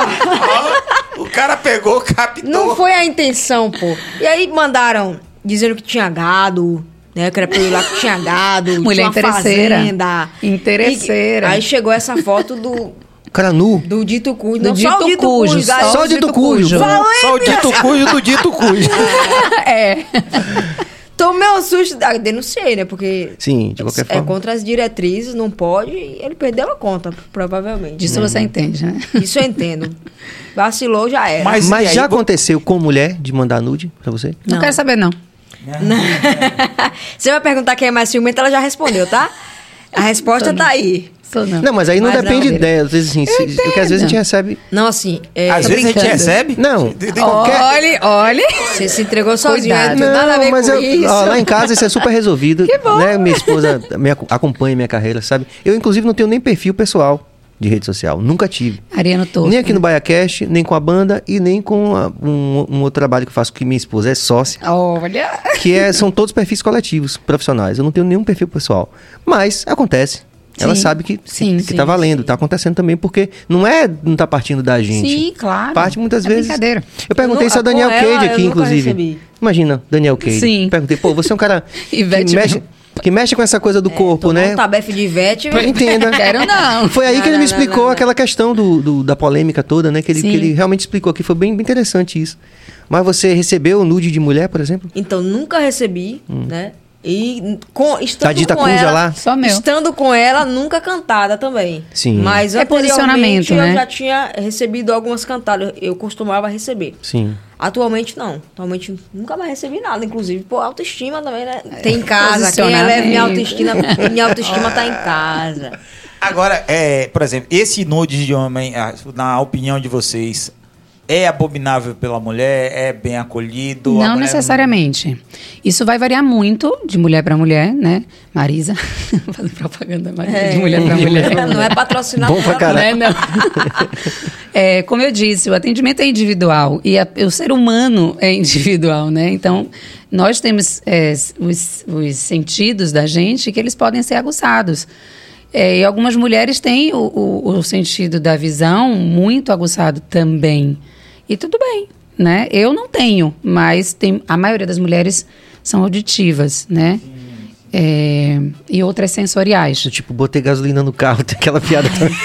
S3: pô.
S4: O cara pegou, captou.
S3: Não foi a intenção, pô. E aí mandaram dizendo que tinha gado, né? Que era pra eu ir lá que tinha gado.
S2: Mulher
S3: tinha uma
S2: interesseira.
S3: fazenda.
S2: Interesseira.
S3: E aí chegou essa foto do
S1: cara nu.
S3: Do dito cujo.
S2: Do
S3: Não,
S2: dito
S3: só o dito
S2: cujo,
S3: cujo.
S2: só
S3: garoto.
S1: Só o dito cujo.
S3: Falei,
S4: Só o dito cujo do dito cujo.
S2: É.
S3: Tomei um susto. Ah, denunciei, né? Porque
S1: Sim, de qualquer
S3: é
S1: forma.
S3: contra as diretrizes, não pode. E ele perdeu a conta, provavelmente.
S2: Disso você entende, né?
S3: Isso eu entendo. Vacilou, já era.
S4: Mas-
S1: Mas
S4: e aí,
S1: já
S4: vo-
S1: aconteceu com mulher de mandar nude pra você?
S2: Não,
S3: Não.
S2: quero saber, não.
S3: Você vai perguntar quem é mais ciumenta, ela já respondeu, tá? A resposta tá aí.
S2: Sou não.
S1: Não, mas aí não
S3: Mas
S1: depende
S3: não.
S1: dela. Às vezes, assim, se- porque às vezes a gente recebe...
S3: Não, assim. É,
S4: Às
S2: Tô
S4: vezes a gente
S2: brincando.
S4: recebe.
S1: Não.
S4: Tem- tem-
S2: Olha, olha.
S3: Você se entregou sozinho,
S2: Cuidado.
S3: não tem nada a ver
S1: mas
S3: com
S1: eu,
S3: isso.
S1: ó, lá em casa isso é super resolvido. Que bom. Né? Minha esposa me aco- acompanha minha carreira, sabe? Eu, inclusive, não tenho nem perfil pessoal de rede social. Nunca tive.
S2: Ariano Torto.
S1: Nem aqui no BaiaCast, nem com a banda e nem com a- um, um outro trabalho que eu faço que minha esposa é sócia.
S2: Olha.
S1: Que é, são todos perfis coletivos, profissionais. Eu não tenho nenhum perfil pessoal. Mas acontece. Ela
S2: Sim,
S1: sabe que,
S2: sim,
S1: que,
S2: sim,
S1: tá valendo, tá acontecendo também, porque não é, não tá partindo da gente.
S2: Sim, claro.
S1: Parte muitas
S2: É
S1: vezes.
S2: brincadeira.
S1: Eu perguntei
S3: Eu
S1: isso a
S3: nu-
S1: Daniel
S3: com ela,
S1: Cage
S3: eu
S1: aqui,
S3: nunca
S1: inclusive.
S3: recebi.
S1: Imagina, Daniel Cage.
S2: Sim.
S1: Perguntei, pô, você é um cara que,
S2: Ivete
S1: mexe, que mexe com essa coisa do corpo,
S3: Tomar
S1: né?
S3: um tabefe de Ivete.
S1: Entenda.
S2: Quero não.
S1: Foi aí
S3: Não,
S1: que ele
S3: não,
S1: me
S3: não,
S1: explicou
S3: não, não.
S1: aquela questão do, do- da polêmica toda, né? Que ele,
S2: Sim.
S1: que ele realmente explicou aqui. Foi bem interessante isso. Mas você recebeu nude de mulher, por exemplo?
S3: Então, nunca recebi, né? E com, estando
S1: Tá dita
S3: com
S1: cuja
S3: ela,
S1: lá?
S2: Só meu.
S3: Estando com ela, nunca cantada também.
S1: Sim.
S3: Mas
S2: É
S3: anteriormente
S2: posicionamento,
S3: eu
S2: né?
S3: já tinha recebido algumas cantadas. Eu costumava receber.
S1: Sim.
S3: Atualmente não. Atualmente nunca mais recebi nada. Inclusive, pô, autoestima também, né? Tem em casa. Quem eleva minha autoestima, minha autoestima tá em casa.
S4: Agora, é, por exemplo, esse nude de homem, ah, na opinião de vocês, é abominável pela mulher? É bem acolhido? A
S2: Não
S4: mulher
S2: necessariamente. Isso vai variar muito de mulher para mulher, né? Marisa, fazendo propaganda Marisa, de mulher para mulher.
S3: Não é patrocinado.
S1: Bom pra
S3: nada,
S1: caralho.
S2: Né? Não. É, como eu disse, o atendimento é individual e a- o ser humano é individual, né? Então, nós temos é, os, os sentidos da gente que eles podem ser aguçados. É, e algumas mulheres têm o, o, o sentido da visão muito aguçado também. E tudo bem, né? Eu não tenho, mas tem, a maioria das mulheres são auditivas, né? É, e outras sensoriais.
S1: Tipo, botei gasolina no carro, tem aquela piada também.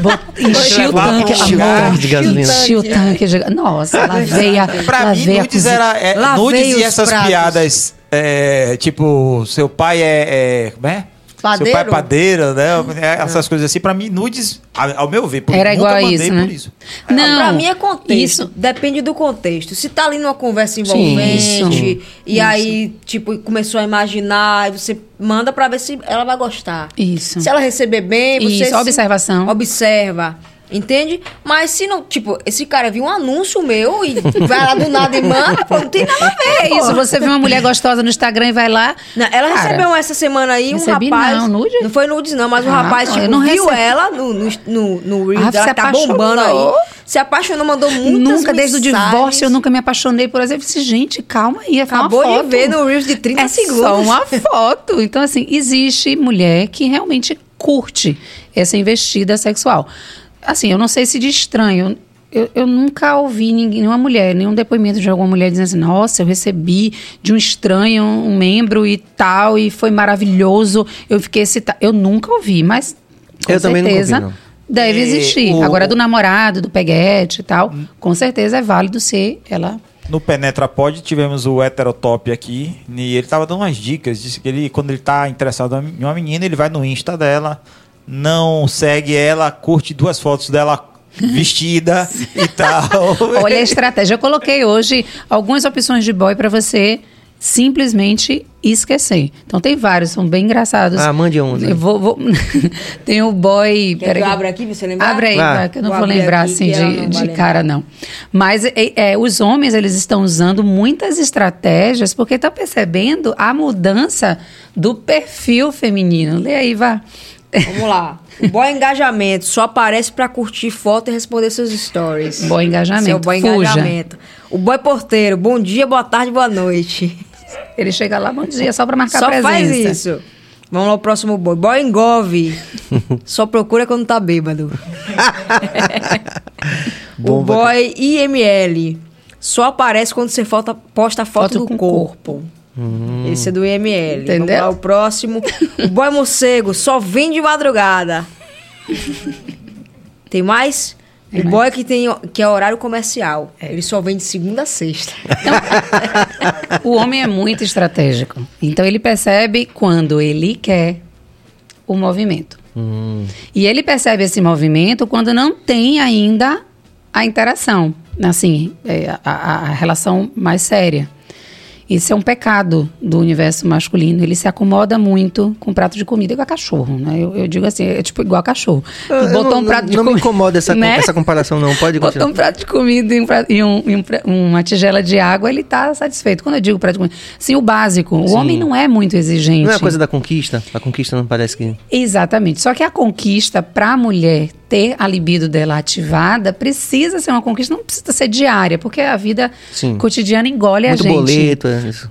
S2: Enchi o
S4: Levar
S2: tanque,
S4: pra um
S2: amor.
S1: lugar de gasolina.
S2: Enchi o tanque de... Nossa, lavei a...
S4: Pra mim,
S2: lavei a
S4: nudes
S2: cozinha.
S4: era. É,
S3: Lavei
S4: nudes
S3: os
S4: e essas
S3: pratos.
S4: piadas. É, tipo, seu pai é. é como é?
S3: Padeiro?
S4: Seu pai é padeiro, né? É, essas coisas assim. Pra mim, nudes, a- ao meu ver, porque
S2: Era
S4: nunca
S2: igual a
S4: mandei
S2: isso,
S4: por
S2: né?
S4: isso.
S2: Não,
S3: Pra mim é contexto.
S2: Isso,
S3: Depende do contexto. Se tá ali numa conversa
S1: Sim,
S3: envolvente
S2: isso.
S3: e
S2: Isso.
S3: aí, tipo, começou a imaginar, e você manda pra ver se ela vai gostar.
S2: isso.
S3: Se ela receber bem, você
S2: Isso,
S3: se-
S2: observação.
S3: observa. Entende? Mas se não, tipo, esse cara viu um anúncio meu e vai lá do nada e manda, pô, não tem nada a ver.
S2: É
S3: pô.
S2: isso, você vê uma mulher gostosa no Instagram e vai lá...
S3: Não, ela
S2: Cara,
S3: recebeu essa semana aí um
S2: recebi
S3: rapaz.
S2: não, nude?
S3: Não foi nudes, não, mas o
S2: Ah,
S3: rapaz,
S2: não,
S3: tipo,
S2: eu não
S3: viu
S2: recebi.
S3: ela no, no, no, no Reels
S2: Ah,
S3: dela,
S2: se
S3: que tá bombando aí.
S2: apaixonou.
S3: Se apaixonou, mandou muitas
S2: Nunca, desde o
S3: mensagens.
S2: divórcio, eu nunca me apaixonei por exemplo. Disse, gente, calma aí, é só
S3: Acabou
S2: uma foto.
S3: de ver no Reels de trinta
S2: é
S3: segundos.
S2: só uma foto. Então, assim, existe mulher que realmente curte essa investida sexual. Assim, eu não sei se de estranho. Eu, eu nunca ouvi ninguém, nenhuma mulher, nenhum depoimento de alguma mulher dizendo assim, nossa, eu recebi de um estranho um membro e tal, e foi maravilhoso, eu fiquei excitada. Eu nunca ouvi, mas com
S1: Eu também nunca ouvi,
S2: certeza
S1: não.
S2: deve
S4: E
S2: existir.
S4: o-
S2: Agora, do namorado, do peguete e tal, com certeza é válido ser ela...
S4: No Penetra Pod tivemos o Heterotop aqui e ele tava dando umas dicas. Disse que ele, quando ele tá interessado em uma menina, ele vai no Insta dela, não segue ela, curte duas fotos dela vestida e tal.
S2: Olha a estratégia. Eu coloquei hoje algumas opções de boy para você simplesmente esquecer. Então tem vários, são bem engraçados.
S1: Ah, mande um. né?
S2: Eu vou, vou... Tem o boy...
S3: Quer que
S2: peraí.
S3: eu abra aqui pra você lembrar?
S2: Abre aí,
S1: Ah.
S2: vai, que eu não
S3: Vou
S2: vou
S3: abrir
S2: lembrar
S3: aqui,
S2: assim
S3: que ela
S2: de,
S3: não
S2: de
S3: vai
S2: cara, não. Mas é, é, os homens, eles estão usando muitas estratégias porque estão percebendo a mudança do perfil feminino. Lê aí, vá.
S3: Vamos lá. O boy engajamento só aparece pra curtir foto e responder seus stories.
S2: Boy engajamento,
S3: Seu boy
S2: fuja.
S3: engajamento. O boy porteiro, bom dia, boa tarde, boa noite.
S2: Ele chega lá, bom dia, só para marcar
S3: Só
S2: presença.
S3: faz isso. Vamos lá, o próximo boy. Boy engove. Só procura quando tá bêbado. O
S1: Bomba.
S3: boy I M L. Só aparece quando você foto, posta foto,
S2: Foto
S3: do
S2: com
S3: corpo. Esse é do I M L.
S2: Entendeu?
S3: Vamos lá, o próximo. O boy morcego. Só vem de madrugada. Tem mais?
S2: Tem
S3: o
S2: mais.
S3: boy que, tem, que é horário comercial. Ele só vem de segunda a sexta.
S2: O homem é muito estratégico. Então, ele percebe quando ele quer o movimento.
S1: Hum.
S2: E ele percebe esse movimento quando não tem ainda a interação, assim, é, a, a, a relação mais séria. Isso é um pecado do universo masculino. Ele se acomoda muito com prato de comida, igual cachorro, né? Eu, eu digo assim, é tipo igual cachorro. Tu
S1: Eu
S2: botou
S1: não,
S2: um prato
S1: não,
S2: de
S1: não me
S2: comida,
S1: incomoda essa,
S2: né?
S1: essa comparação, não. Pode
S2: Botou
S1: continuar.
S2: um prato de comida e, um prato- e um- e um pra- uma tigela de água, ele tá satisfeito. Quando eu digo prato de comida, assim, o básico. O
S1: Sim.
S2: homem não é muito exigente.
S1: Não é a coisa da conquista? A conquista não parece que...
S2: Exatamente. Só que a conquista para a mulher ter a libido dela ativada precisa ser uma conquista, não precisa ser diária, porque a vida
S1: Sim.
S2: cotidiana engole
S1: Muito
S2: a gente.
S1: boleto. É isso.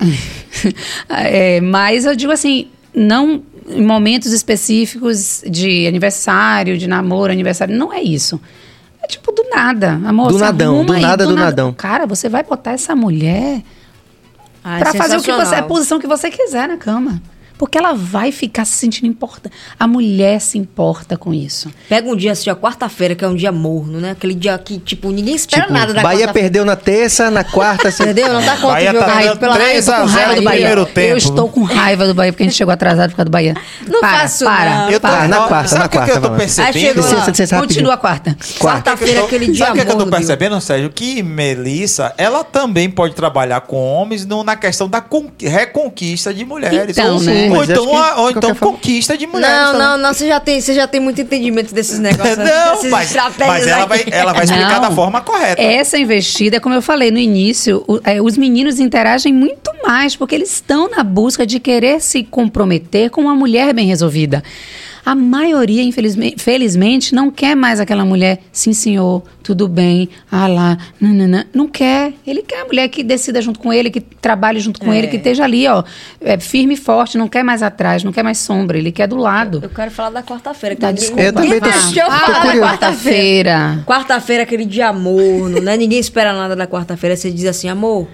S2: É, mas eu digo assim, não em momentos específicos de aniversário, de namoro, aniversário, não é isso. É tipo do nada. Amor,
S1: Do
S2: se
S1: nadão,
S2: arruma
S1: do
S2: aí,
S1: nada, do nadão.
S2: Cara, você vai botar essa mulher
S3: Ah, é
S2: pra fazer o que você, a
S3: sensacional.
S2: posição que você quiser na cama. Porque ela vai ficar se sentindo importante. A mulher se importa com isso.
S3: Pega um dia assim, ó, quarta-feira, que é um dia morno, né? Aquele dia que, tipo, ninguém espera
S1: Tipo,
S3: nada da
S1: Bahia
S3: quarta-feira.
S1: perdeu na terça, na quarta... assim,
S3: Entendeu? Não dá conta
S4: Bahia
S3: de
S4: tá
S3: jogar.
S4: ganhando
S3: pela-
S4: três
S3: eu tô
S4: a
S3: com
S4: zero
S3: raiva do
S4: no
S3: Bahia.
S4: primeiro tempo.
S2: Eu estou com raiva do Bahia porque a gente chegou atrasado por causa do Bahia.
S3: Não
S2: para,
S3: faço
S2: para,
S3: não.
S4: Eu tô,
S2: para.
S1: na quarta,
S4: sabe
S1: na
S4: o que, que
S1: quarta,
S4: eu tô
S1: vamos lá.
S3: Aí
S4: percebendo?
S3: chegou
S1: Licença,
S3: lá.
S1: licença, rapidinho.
S2: Continua a quarta.
S3: Quarta-feira, aquele dia
S4: Sabe o que, que eu tô
S3: morno, viu?
S4: percebendo, Sérgio? Que Melissa, ela também pode trabalhar com homens no- na questão da con- reconquista de mulheres.
S2: Então,
S4: ou,
S2: né?
S4: ou
S1: Mas
S4: então,
S1: acho que,
S4: a-
S1: de
S4: ou então
S1: qualquer forma-
S4: conquista de mulheres.
S3: Não,
S4: também.
S3: não, não, você já tem, você já tem muito entendimento desses negócios.
S4: Não,
S3: dessas
S4: mas,
S3: estratégias
S4: mas ela,
S3: aí.
S4: vai, ela vai explicar
S2: Não.
S4: da forma correta.
S2: Essa investida, como eu falei no início, o- é, os meninos interagem muito mais, porque eles estão na busca de querer se comprometer com uma mulher bem resolvida. A maioria, infelizmente, felizmente, não quer mais aquela mulher, sim senhor, tudo bem, ah lá, nananã. Não quer. Ele quer a mulher que decida junto com ele, que trabalhe junto com
S3: É.
S2: ele, que esteja ali, ó, é, firme e forte, não quer mais atrás, não quer mais sombra, ele quer do lado.
S3: Eu quero falar da quarta-feira. que
S2: Tá,
S3: ninguém-
S2: desculpa.
S1: Eu também
S3: ninguém
S1: tô-
S3: deixou eu
S1: tô
S3: falar da
S1: curioso.
S3: quarta-feira.
S2: Quarta-feira.
S3: Quarta-feira, aquele dia morno, né? Ninguém espera nada da quarta-feira. Você diz assim, amor,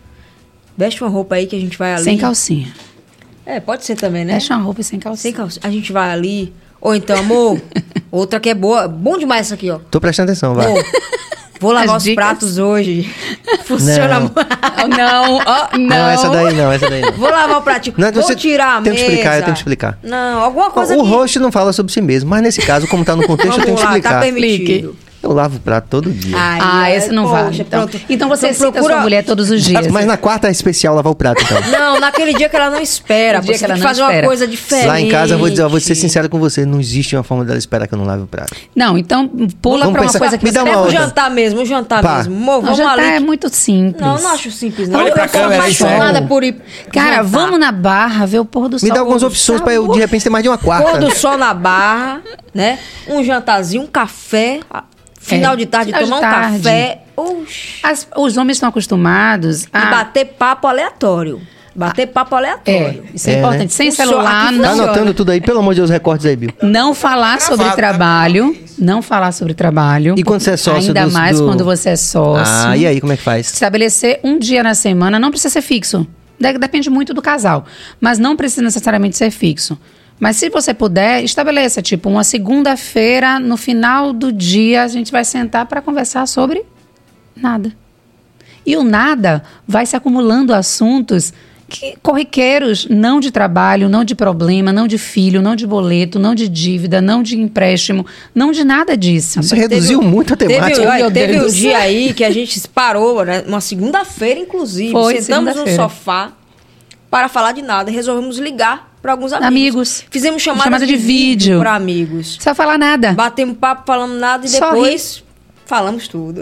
S3: veste uma roupa aí que a gente vai ali.
S2: Sem calcinha.
S3: É, pode ser também, né?
S2: Deixa uma roupa sem calcinha.
S3: Sem calcinha. A gente vai ali. Ou então, amor, outra que é boa. Bom demais isso aqui, ó.
S1: Tô prestando atenção, vai.
S3: Amor, vou lavar
S2: As
S3: os
S2: dicas.
S3: pratos hoje. Funciona
S1: Não.
S3: muito.
S2: Não, ó, não.
S1: Não, essa daí não, essa daí não.
S3: Vou lavar o pratinho.
S1: Não,
S3: vou
S1: você
S3: tirar a
S1: tem que
S3: mesa.
S1: explicar, eu tenho que explicar.
S3: Não, alguma coisa
S1: O
S3: que...
S1: host não fala sobre si mesmo, mas nesse caso, como tá no contexto, eu tenho
S3: Vamos
S1: que
S3: lá, tá
S1: explicar.
S3: permitido.
S1: Eu lavo o prato todo dia.
S3: Ai,
S2: Ah,
S3: ai,
S2: esse não
S3: poxa,
S2: vale. Então,
S3: pronto.
S2: então você
S3: Então
S2: cita sua mulher todos os dias.
S1: Mas na quarta é especial lavar o prato, então.
S3: Não, naquele dia que ela não espera.
S2: No dia
S3: Você
S2: que ela
S3: tem que
S2: não
S3: fazer
S2: espera.
S3: uma coisa diferente.
S1: Lá em casa, eu vou, dizer, eu vou ser sincero com você, não existe uma forma dela esperar que eu não lave o prato.
S2: Não, então pula
S1: Vamos
S2: pra uma
S1: pensar-
S2: coisa que
S1: me
S2: você
S1: dá uma
S3: Pega o
S1: outra.
S3: jantar mesmo, o jantar
S1: Pá.
S3: mesmo. Amor,
S2: Não,
S3: vamos
S2: jantar
S3: ali.
S2: é muito simples.
S3: Não, não acho simples, não.
S4: Olha
S3: eu
S4: pra
S3: eu sou
S4: câmera aí,
S3: apaixonada
S4: Sérgio.
S3: por ir
S2: Cara,
S3: jantar.
S2: vamos na Barra ver o pôr do sol.
S1: Me dá algumas
S2: Pôr do
S1: opções pra eu,
S2: sabor.
S1: de repente, ter mais de uma
S3: Pôr
S1: quarta.
S3: do sol na barra, né? Um jantarzinho, um café. Final
S2: É,
S3: de tarde,
S2: final de
S3: tomar um
S2: tarde.
S3: café. Oxi.
S2: As- os homens estão acostumados
S3: E
S2: a...
S3: bater papo aleatório. Bater papo
S2: É,
S3: aleatório.
S2: isso é,
S1: É,
S2: importante.
S1: né?
S2: Sem
S3: Funciona,
S2: celular,
S3: aqui
S2: não,
S1: Tá
S3: funciona.
S1: anotando tudo aí? Pelo amor de Deus, recortes aí, Bill.
S2: não falar sobre
S4: Gravado,
S2: trabalho.
S4: né?
S2: Não falar sobre trabalho.
S1: E quando você é sócio
S2: Ainda
S1: dos-
S2: mais
S1: do-
S2: quando você é sócio.
S1: Ah, e aí, como é que faz?
S2: Estabelecer um dia na semana, não precisa ser fixo. De- Depende muito do casal. Mas não precisa necessariamente ser fixo. Mas se você puder, estabeleça, tipo, uma segunda-feira, no final do dia, a gente vai sentar para conversar sobre nada. E o nada vai se acumulando assuntos que, corriqueiros, não de trabalho, não de problema, não de filho, não de boleto, não de dívida, não de empréstimo, não de nada disso.
S1: Você reduziu muito a temática.
S3: Teve, olha,
S2: Meu
S3: teve
S2: Deus
S3: um
S2: do
S3: dia
S2: céu.
S3: aí que a gente parou, né? Uma segunda-feira, inclusive.
S2: Foi,
S3: Sentamos no
S2: segunda-feira.
S3: sofá para falar de nada e resolvemos ligar para alguns amigos.
S2: Amigos.
S3: Fizemos chamada,
S2: Chamada de vídeo.
S3: para amigos.
S2: Só falar nada.
S3: Batemos papo, falamos nada e
S2: Só
S3: depois falamos tudo.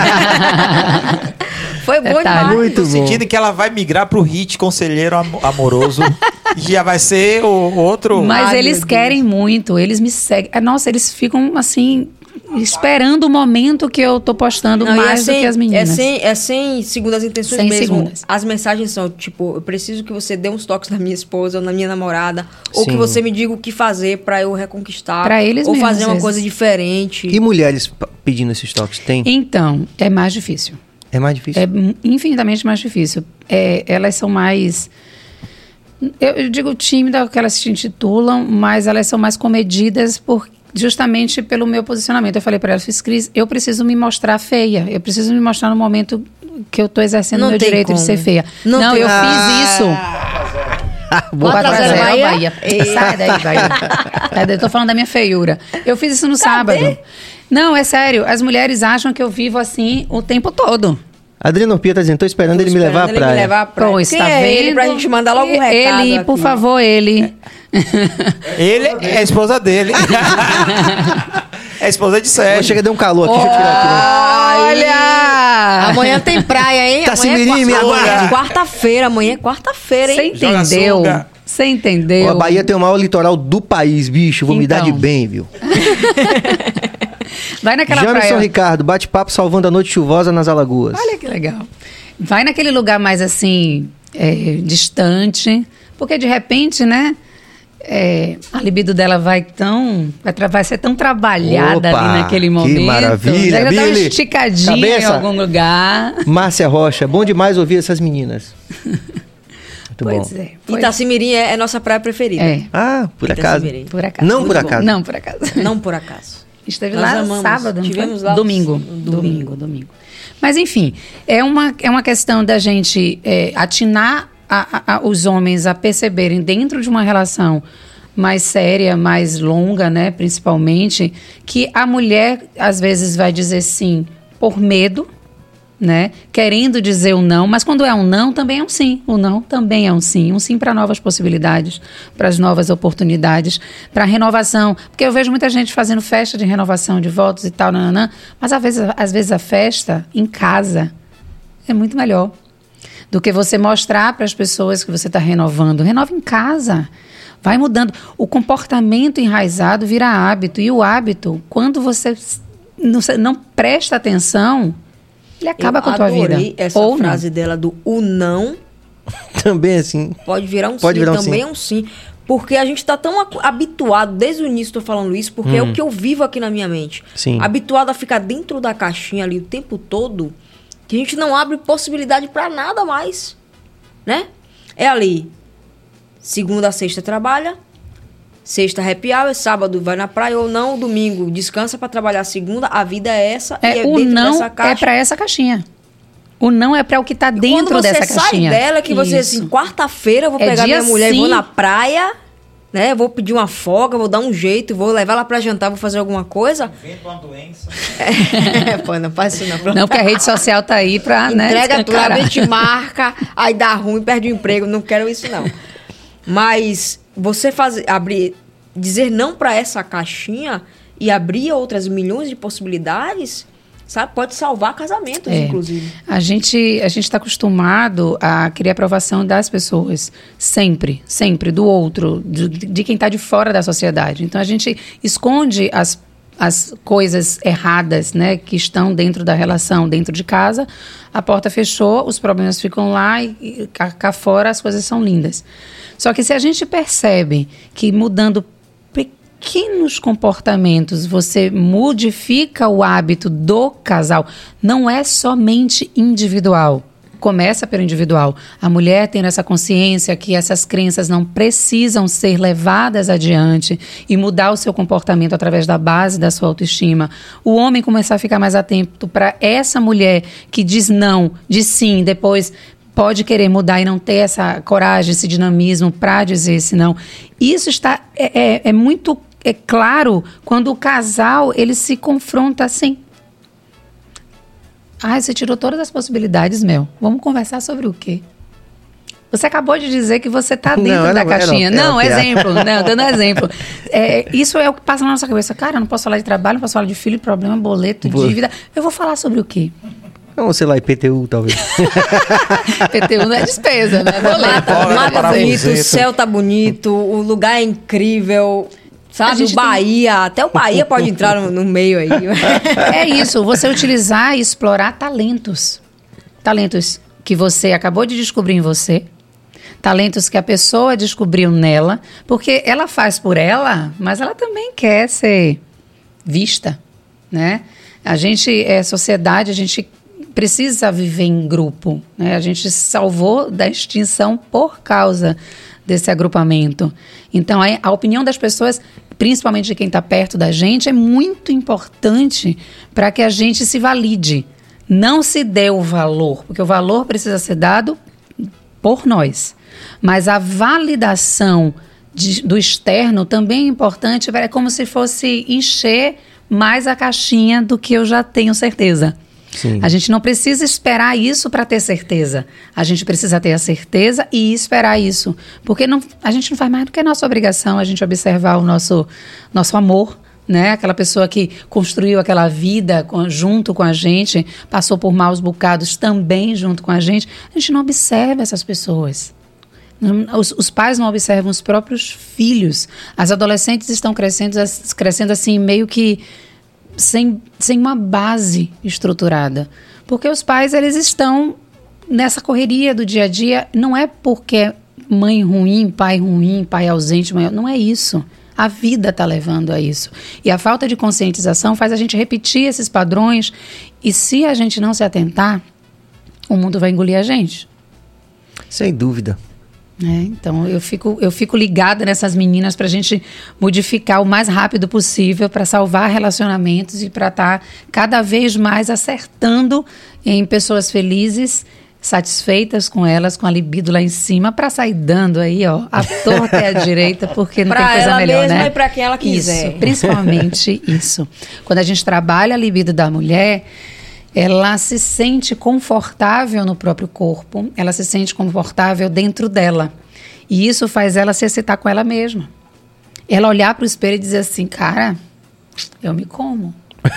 S3: Foi bom
S2: Detalhe.
S3: demais.
S1: Muito
S4: Tô
S1: bom.
S4: sentindo que ela vai migrar pro hit conselheiro am- amoroso. E já vai ser o outro.
S2: Mas
S3: Ai,
S2: eles
S3: meu
S2: querem muito, eles me seguem. É, Nossa, eles ficam assim, esperando o momento que eu tô postando
S3: Não, e
S2: mais
S3: é sem,
S2: do que as meninas.
S3: É sem, é sem segundas intenções
S2: Sem
S3: mesmo.
S2: segundas.
S3: As mensagens são, tipo, eu preciso que você dê uns toques na minha esposa ou na minha namorada. Ou
S1: Sim.
S3: que você me diga o que fazer pra eu reconquistar.
S2: Pra eles
S3: Ou
S2: mesmo,
S3: fazer
S2: às
S3: uma
S2: vezes.
S3: coisa diferente.
S1: E mulheres p- pedindo esses toques? Tem?
S2: Então, é mais difícil.
S1: É mais difícil?
S2: É m- infinitamente mais difícil. É, elas são mais... Eu, eu digo tímida, que elas se intitulam, mas elas são mais comedidas por justamente pelo meu posicionamento. Eu falei para ela, fiz, Cris, eu preciso me mostrar feia. Eu preciso me mostrar no momento que eu estou exercendo o meu direito como. de ser feia. Não, não eu ah. fiz isso. quatro a zero Bahia. Bahia. Sai daí, Bahia. Eu tô falando da minha feiura. Eu fiz isso no Cadê? sábado. Não, é sério. As mulheres acham que eu vivo assim o tempo todo.
S1: Adriano Pia tá dizendo, tô esperando tô ele, esperando me, levar ele me levar à praia.
S2: Pois, tá
S3: é
S2: vendo?
S3: Ele pra gente mandar logo um recado
S2: Ele,
S3: aqui.
S2: por favor, ele.
S4: Ele é a esposa dele. É a esposa de Sérgio.
S1: Chega, deu um calor aqui, oh, deixa eu tirar aqui. Né?
S3: Olha! Amanhã tem praia, hein?
S1: Cassimirim,
S3: amanhã
S1: é quarta,
S3: é quarta-feira, amanhã é quarta-feira, hein?
S2: Você entendeu? Você entendeu?
S1: Ó, a Bahia tem o maior litoral do país, bicho. Vou então. me dar de bem, viu?
S2: Vai naquela
S1: Jamerson
S2: praia.
S1: Ricardo, bate-papo salvando a noite chuvosa nas Alagoas.
S2: Olha que legal. Vai naquele lugar mais assim, é, distante, porque de repente, né, é, a libido dela vai tão, vai, tra- vai ser tão trabalhada
S1: Opa,
S2: ali naquele momento.
S1: Que maravilha,
S2: já
S1: Billy.
S2: Tá esticadinha Cabeça. em algum lugar.
S1: Márcia Rocha, bom demais ouvir essas meninas. Muito
S2: pois
S1: bom.
S2: é. Pois
S3: Itacimirim é, é nossa praia preferida.
S2: É.
S1: Ah, por acaso.
S2: Por acaso.
S1: Não
S3: Muito
S1: por
S3: bom.
S1: acaso.
S2: Não por acaso.
S3: Não por acaso.
S2: Esteve
S3: Nós
S2: lá
S3: amamos.
S2: sábado, não
S3: Tivemos
S2: foi?
S3: lá
S2: domingo.
S3: domingo.
S2: Domingo, domingo. Mas enfim, é uma, é uma questão da gente é, atinar a, a, a, os homens a perceberem dentro de uma relação mais séria, mais longa, né, principalmente, que a mulher às vezes vai dizer sim por medo, né, querendo dizer o não, mas quando é um não, também é um sim. O não também é um sim. Um sim para novas possibilidades, para as novas oportunidades, para a renovação. Porque eu vejo muita gente fazendo festa de renovação de votos e tal, nananã, mas às vezes, às vezes a festa em casa é muito melhor do que você mostrar para as pessoas que você está renovando. Renova em casa. Vai mudando. O comportamento enraizado vira hábito. E o hábito, quando você não, não presta atenção, ele acaba
S3: eu
S2: com a tua vida.
S3: Essa
S2: Ou
S3: frase
S2: não.
S3: dela do o não.
S1: Também assim.
S3: Pode virar um
S1: pode
S3: sim.
S1: Virar um
S3: também
S1: sim.
S3: é um sim. Porque a gente tá tão habituado, desde o início tô falando isso, porque hum. é o que eu vivo aqui na minha mente.
S1: Sim.
S3: Habituado a ficar dentro da caixinha ali o tempo todo, que a gente não abre possibilidade pra nada mais. Né? É ali. Segunda a sexta trabalha. Sexta happy hour, sábado vai na praia ou não, domingo descansa para trabalhar segunda, a vida é essa.
S2: É,
S3: e é
S2: o
S3: dentro
S2: não
S3: dessa caixa.
S2: é para essa caixinha. O não é para o que tá dentro dessa caixinha.
S3: Quando você sai dela, que você assim, quarta-feira eu vou
S2: é
S3: pegar minha mulher
S2: sim.
S3: e vou na praia, né? Vou pedir uma folga, vou dar um jeito, vou levar ela para jantar, vou fazer alguma coisa.
S4: Inventa uma doença.
S3: É, pô, não faz isso não.
S2: Não, porque a rede social tá aí para, né?
S3: Entrega tudo, a gente marca, aí dá ruim, perde o emprego, não quero isso não. Mas você fazer, abrir, dizer não para essa caixinha e abrir outras milhões de possibilidades, sabe, pode salvar casamentos,
S2: é.
S3: inclusive.
S2: A gente a gente está acostumado a querer a aprovação das pessoas, sempre, sempre, do outro, de, de quem está de fora da sociedade. Então a gente esconde as as coisas erradas, né, que estão dentro da relação, dentro de casa, a porta fechou, os problemas ficam lá e, e cá, cá fora as coisas são lindas. Só que se a gente percebe que mudando pequenos comportamentos, você modifica o hábito do casal, não é somente individual. Começa pelo individual. A mulher tendo essa consciência que essas crenças não precisam ser levadas adiante e mudar o seu comportamento através da base da sua autoestima. O homem começar a ficar mais atento para essa mulher que diz não, diz sim, depois pode querer mudar e não ter essa coragem, esse dinamismo para dizer esse não. Isso está, é, é, é muito é claro quando o casal ele se confronta assim. Ah, você tirou todas as possibilidades, Mel. Vamos conversar sobre o quê? Você acabou de dizer que você está dentro não, da não, caixinha. Não, não exemplo, não, dando exemplo. É, isso é o que passa na nossa cabeça. Cara, eu não posso falar de trabalho, não posso falar de filho, problema, boleto, Boa. dívida. Eu vou falar sobre o quê?
S1: Não, sei lá, I P T U, talvez.
S2: I P T U não é despesa, né? Boleto.
S3: O mar tá bonito, o céu tá bonito, o lugar é incrível... Sabe, o Bahia, tem... até o Bahia pode entrar no, no meio aí.
S2: É isso, você utilizar e explorar talentos. Talentos que você acabou de descobrir em você, talentos que a pessoa descobriu nela, porque ela faz por ela, mas ela também quer ser vista, né? A gente é sociedade, a gente precisa viver em grupo, né? A gente se salvou da extinção por causa desse agrupamento. Então, a, a opinião das pessoas principalmente de quem está perto da gente, é muito importante para que a gente se valide. Não se dê o valor, porque o valor precisa ser dado por nós. Mas a validação de, do externo também é importante, é como se fosse encher mais a caixinha do que eu já tenho certeza. Sim. A gente não precisa esperar isso para ter certeza. A gente precisa ter a certeza e esperar isso. Porque não, a gente não faz mais do que a nossa obrigação, a gente observar o nosso, nosso amor, né? Aquela pessoa que construiu aquela vida com, junto com a gente, passou por maus bocados também junto com a gente. A gente não observa essas pessoas. Os, os pais não observam os próprios filhos. As adolescentes estão crescendo, crescendo assim, meio que Sem, sem uma base estruturada. Porque os pais, eles estão nessa correria do dia a dia, não é porque mãe ruim, pai ruim, pai ausente, mãe, não é isso. A vida está levando a isso. E a falta de conscientização faz a gente repetir esses padrões e se a gente não se atentar, o mundo vai engolir a gente.
S1: Sem dúvida.
S2: É, então eu fico, eu fico ligada nessas meninas para a gente modificar o mais rápido possível para salvar relacionamentos e para estar tá cada vez mais acertando em pessoas felizes, satisfeitas com elas, com a libido lá em cima, para sair dando aí, ó, a torta e a direita, porque não tem coisa melhor,
S3: mesma
S2: né?
S3: E para quem ela quiser.
S2: Isso, principalmente isso. Quando a gente trabalha a libido da mulher, ela se sente confortável no próprio corpo, ela se sente confortável dentro dela. E isso faz ela se excitar com ela mesma. Ela olhar para o espelho e dizer assim, cara, eu me como.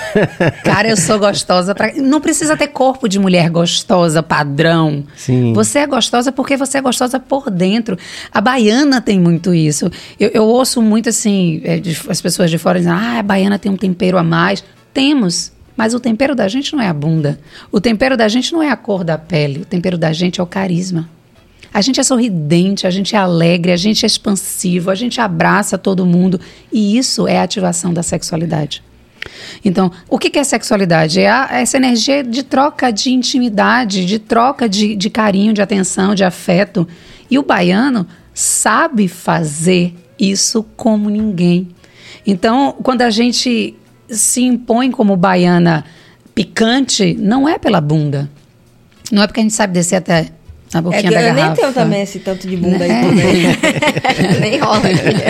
S2: Cara, eu sou gostosa. Pra... Não precisa ter corpo de mulher gostosa, padrão.
S1: Sim.
S2: Você é gostosa porque você é gostosa por dentro. A baiana tem muito isso. Eu, eu ouço muito assim, é, de, as pessoas de fora dizem, ah, a baiana tem um tempero a mais. Temos. Mas o tempero da gente não é a bunda. O tempero da gente não é a cor da pele. O tempero da gente é o carisma. A gente é sorridente, a gente é alegre, a gente é expansivo, a gente abraça todo mundo. E isso é a ativação da sexualidade. Então, o que é sexualidade? É a, essa energia de troca de intimidade, de troca de, de carinho, de atenção, de afeto. E o baiano sabe fazer isso como ninguém. Então, quando a gente se impõe como baiana picante, não é pela bunda. Não é porque a gente sabe descer até a boquinha
S3: é que
S2: da
S3: eu
S2: garrafa.
S3: Eu nem tenho também esse tanto de bunda
S2: né?
S3: aí também. Nem rola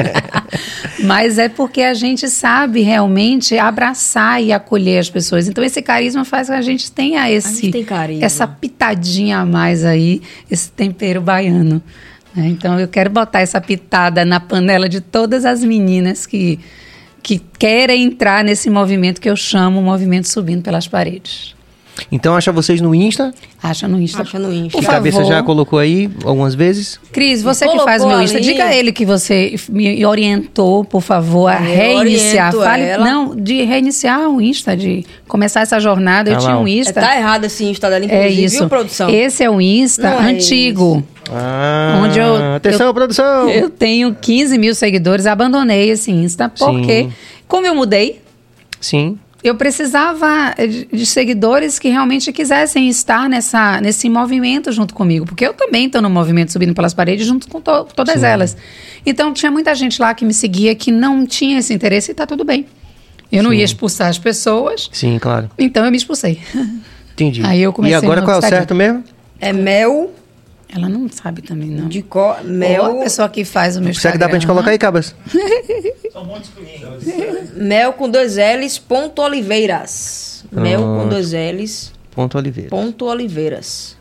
S3: aqui.
S2: Mas é porque a gente sabe realmente abraçar e acolher as pessoas. Então esse carisma faz que a gente tenha esse,
S3: a gente tem carisma.
S2: Essa pitadinha a mais aí, esse tempero baiano. Né? Então eu quero botar essa pitada na panela de todas as meninas que que querem entrar nesse movimento que eu chamo o movimento subindo pelas paredes.
S1: Então acha vocês no Insta?
S2: Acha no Insta.
S3: Acha no Insta.
S2: Por
S1: A cabeça
S2: favor.
S1: já colocou aí algumas vezes?
S2: Cris, você
S3: Colocou
S2: que faz o meu Insta,
S3: ali.
S2: diga a ele que você me orientou, por favor, a
S3: Eu
S2: reiniciar.
S3: oriento
S2: Fale,
S3: ela.
S2: não, de reiniciar o Insta, de começar essa jornada. Eu
S1: Ah,
S2: tinha
S1: lá,
S2: um
S1: ó.
S2: Insta.
S3: Tá errado esse Insta dela,
S2: É
S3: inclusive,
S2: isso.
S3: viu, produção?
S2: Esse é o Insta
S3: Não é
S2: antigo.
S1: Ah,
S2: Onde eu-
S1: atenção,
S2: eu-
S1: produção!
S2: Eu tenho quinze mil seguidores, abandonei esse Insta, porque
S1: Sim.
S2: como eu mudei,
S1: Sim.
S2: eu precisava de, de seguidores que realmente quisessem estar nessa, nesse movimento junto comigo. Porque eu também estou no movimento Subindo pelas Paredes junto com to, todas
S1: Sim.
S2: elas. Então, tinha muita gente lá que me seguia que não tinha esse interesse e está tudo bem. Eu não
S1: Sim.
S2: ia expulsar as pessoas,
S1: Sim, claro.
S2: então eu me expulsei.
S1: Entendi.
S2: Aí eu comecei
S1: E agora
S2: no
S1: qual é o
S2: Instagram.
S1: certo mesmo?
S3: É mel
S2: Ela não sabe também, não.
S3: de co...
S2: Ou
S3: Mel,
S2: a pessoa que faz o meu
S1: Será que dá pra gente
S2: Instagram,
S1: colocar aí, Cabas?
S4: São muitos clientes.
S3: mel com dois L's, ponto Oliveiras. Mel com
S1: Pronto.
S3: dois L's,
S1: Ponto Oliveira.
S3: ponto Oliveiras.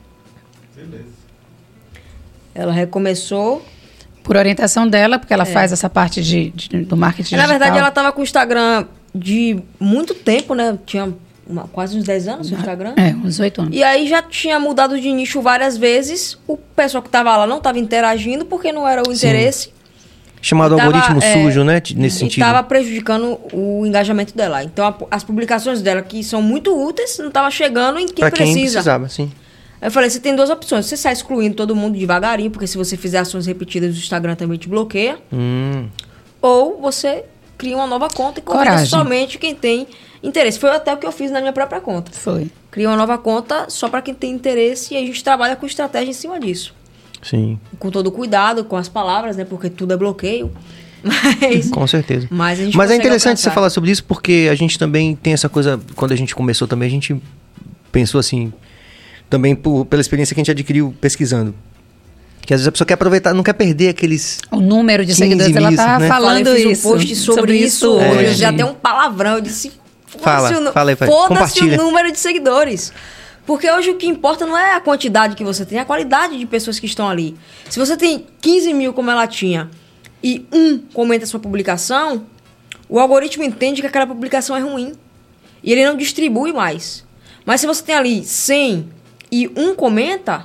S3: Ela recomeçou.
S2: Por orientação dela, porque ela
S3: É.
S2: faz essa parte de, de- do marketing
S3: Na
S2: digital.
S3: verdade, ela tava com o Instagram de muito tempo, né? Tinha uma- quase uns dez anos o Instagram.
S2: É, uns oito anos.
S3: E aí já tinha mudado de nicho várias vezes. O pessoal que tava lá não tava interagindo porque não era o interesse.
S1: Chamado
S3: Tava,
S1: algoritmo
S3: é,
S1: sujo, né? t- Nesse
S3: E
S1: sentido.
S3: tava prejudicando o engajamento dela. Então, a- as publicações dela, que são muito úteis, não tava chegando em quem
S1: Pra quem
S3: precisa.
S1: precisava, sim.
S3: Aí eu falei, você tem duas opções. Você sai excluindo todo mundo devagarinho, porque se você fizer ações repetidas, o Instagram também te bloqueia.
S1: Hum.
S3: Ou você cria uma nova conta e convida
S2: Coragem.
S3: somente quem tem interesse. Foi até o que eu fiz na minha própria conta.
S2: Foi.
S3: Cria uma nova conta só para quem tem interesse e a gente trabalha com estratégia em cima disso.
S1: Sim.
S3: Com todo cuidado, com as palavras, né? Porque tudo é bloqueio. Mas,
S1: Com certeza.
S3: mas, a gente
S1: Mas é
S3: consegue
S1: interessante
S3: alcançar.
S1: você falar sobre isso, porque a gente também tem essa coisa, quando a gente começou também, a gente pensou assim, também por, pela experiência que a gente adquiriu pesquisando. Que às vezes a pessoa quer aproveitar, não quer perder aqueles...
S2: O número de
S1: quinze
S2: seguidores, ela
S1: mil,
S2: tá
S1: né?
S2: falando
S3: Falei, fiz
S2: isso.
S3: um post sobre, isso hoje.
S1: hoje.
S3: Eu já tenho um palavrão. Eu disse,
S1: Fala,
S3: foda-se o nu-
S1: fala aí, fala.
S3: foda-se
S1: Compartilha.
S3: o número de seguidores. Porque hoje o que importa não é a quantidade que você tem, é a qualidade de pessoas que estão ali. Se você tem quinze mil, como ela tinha, e um comenta a sua publicação, o algoritmo entende que aquela publicação é ruim. E ele não distribui mais. Mas se você tem ali cem e um comenta,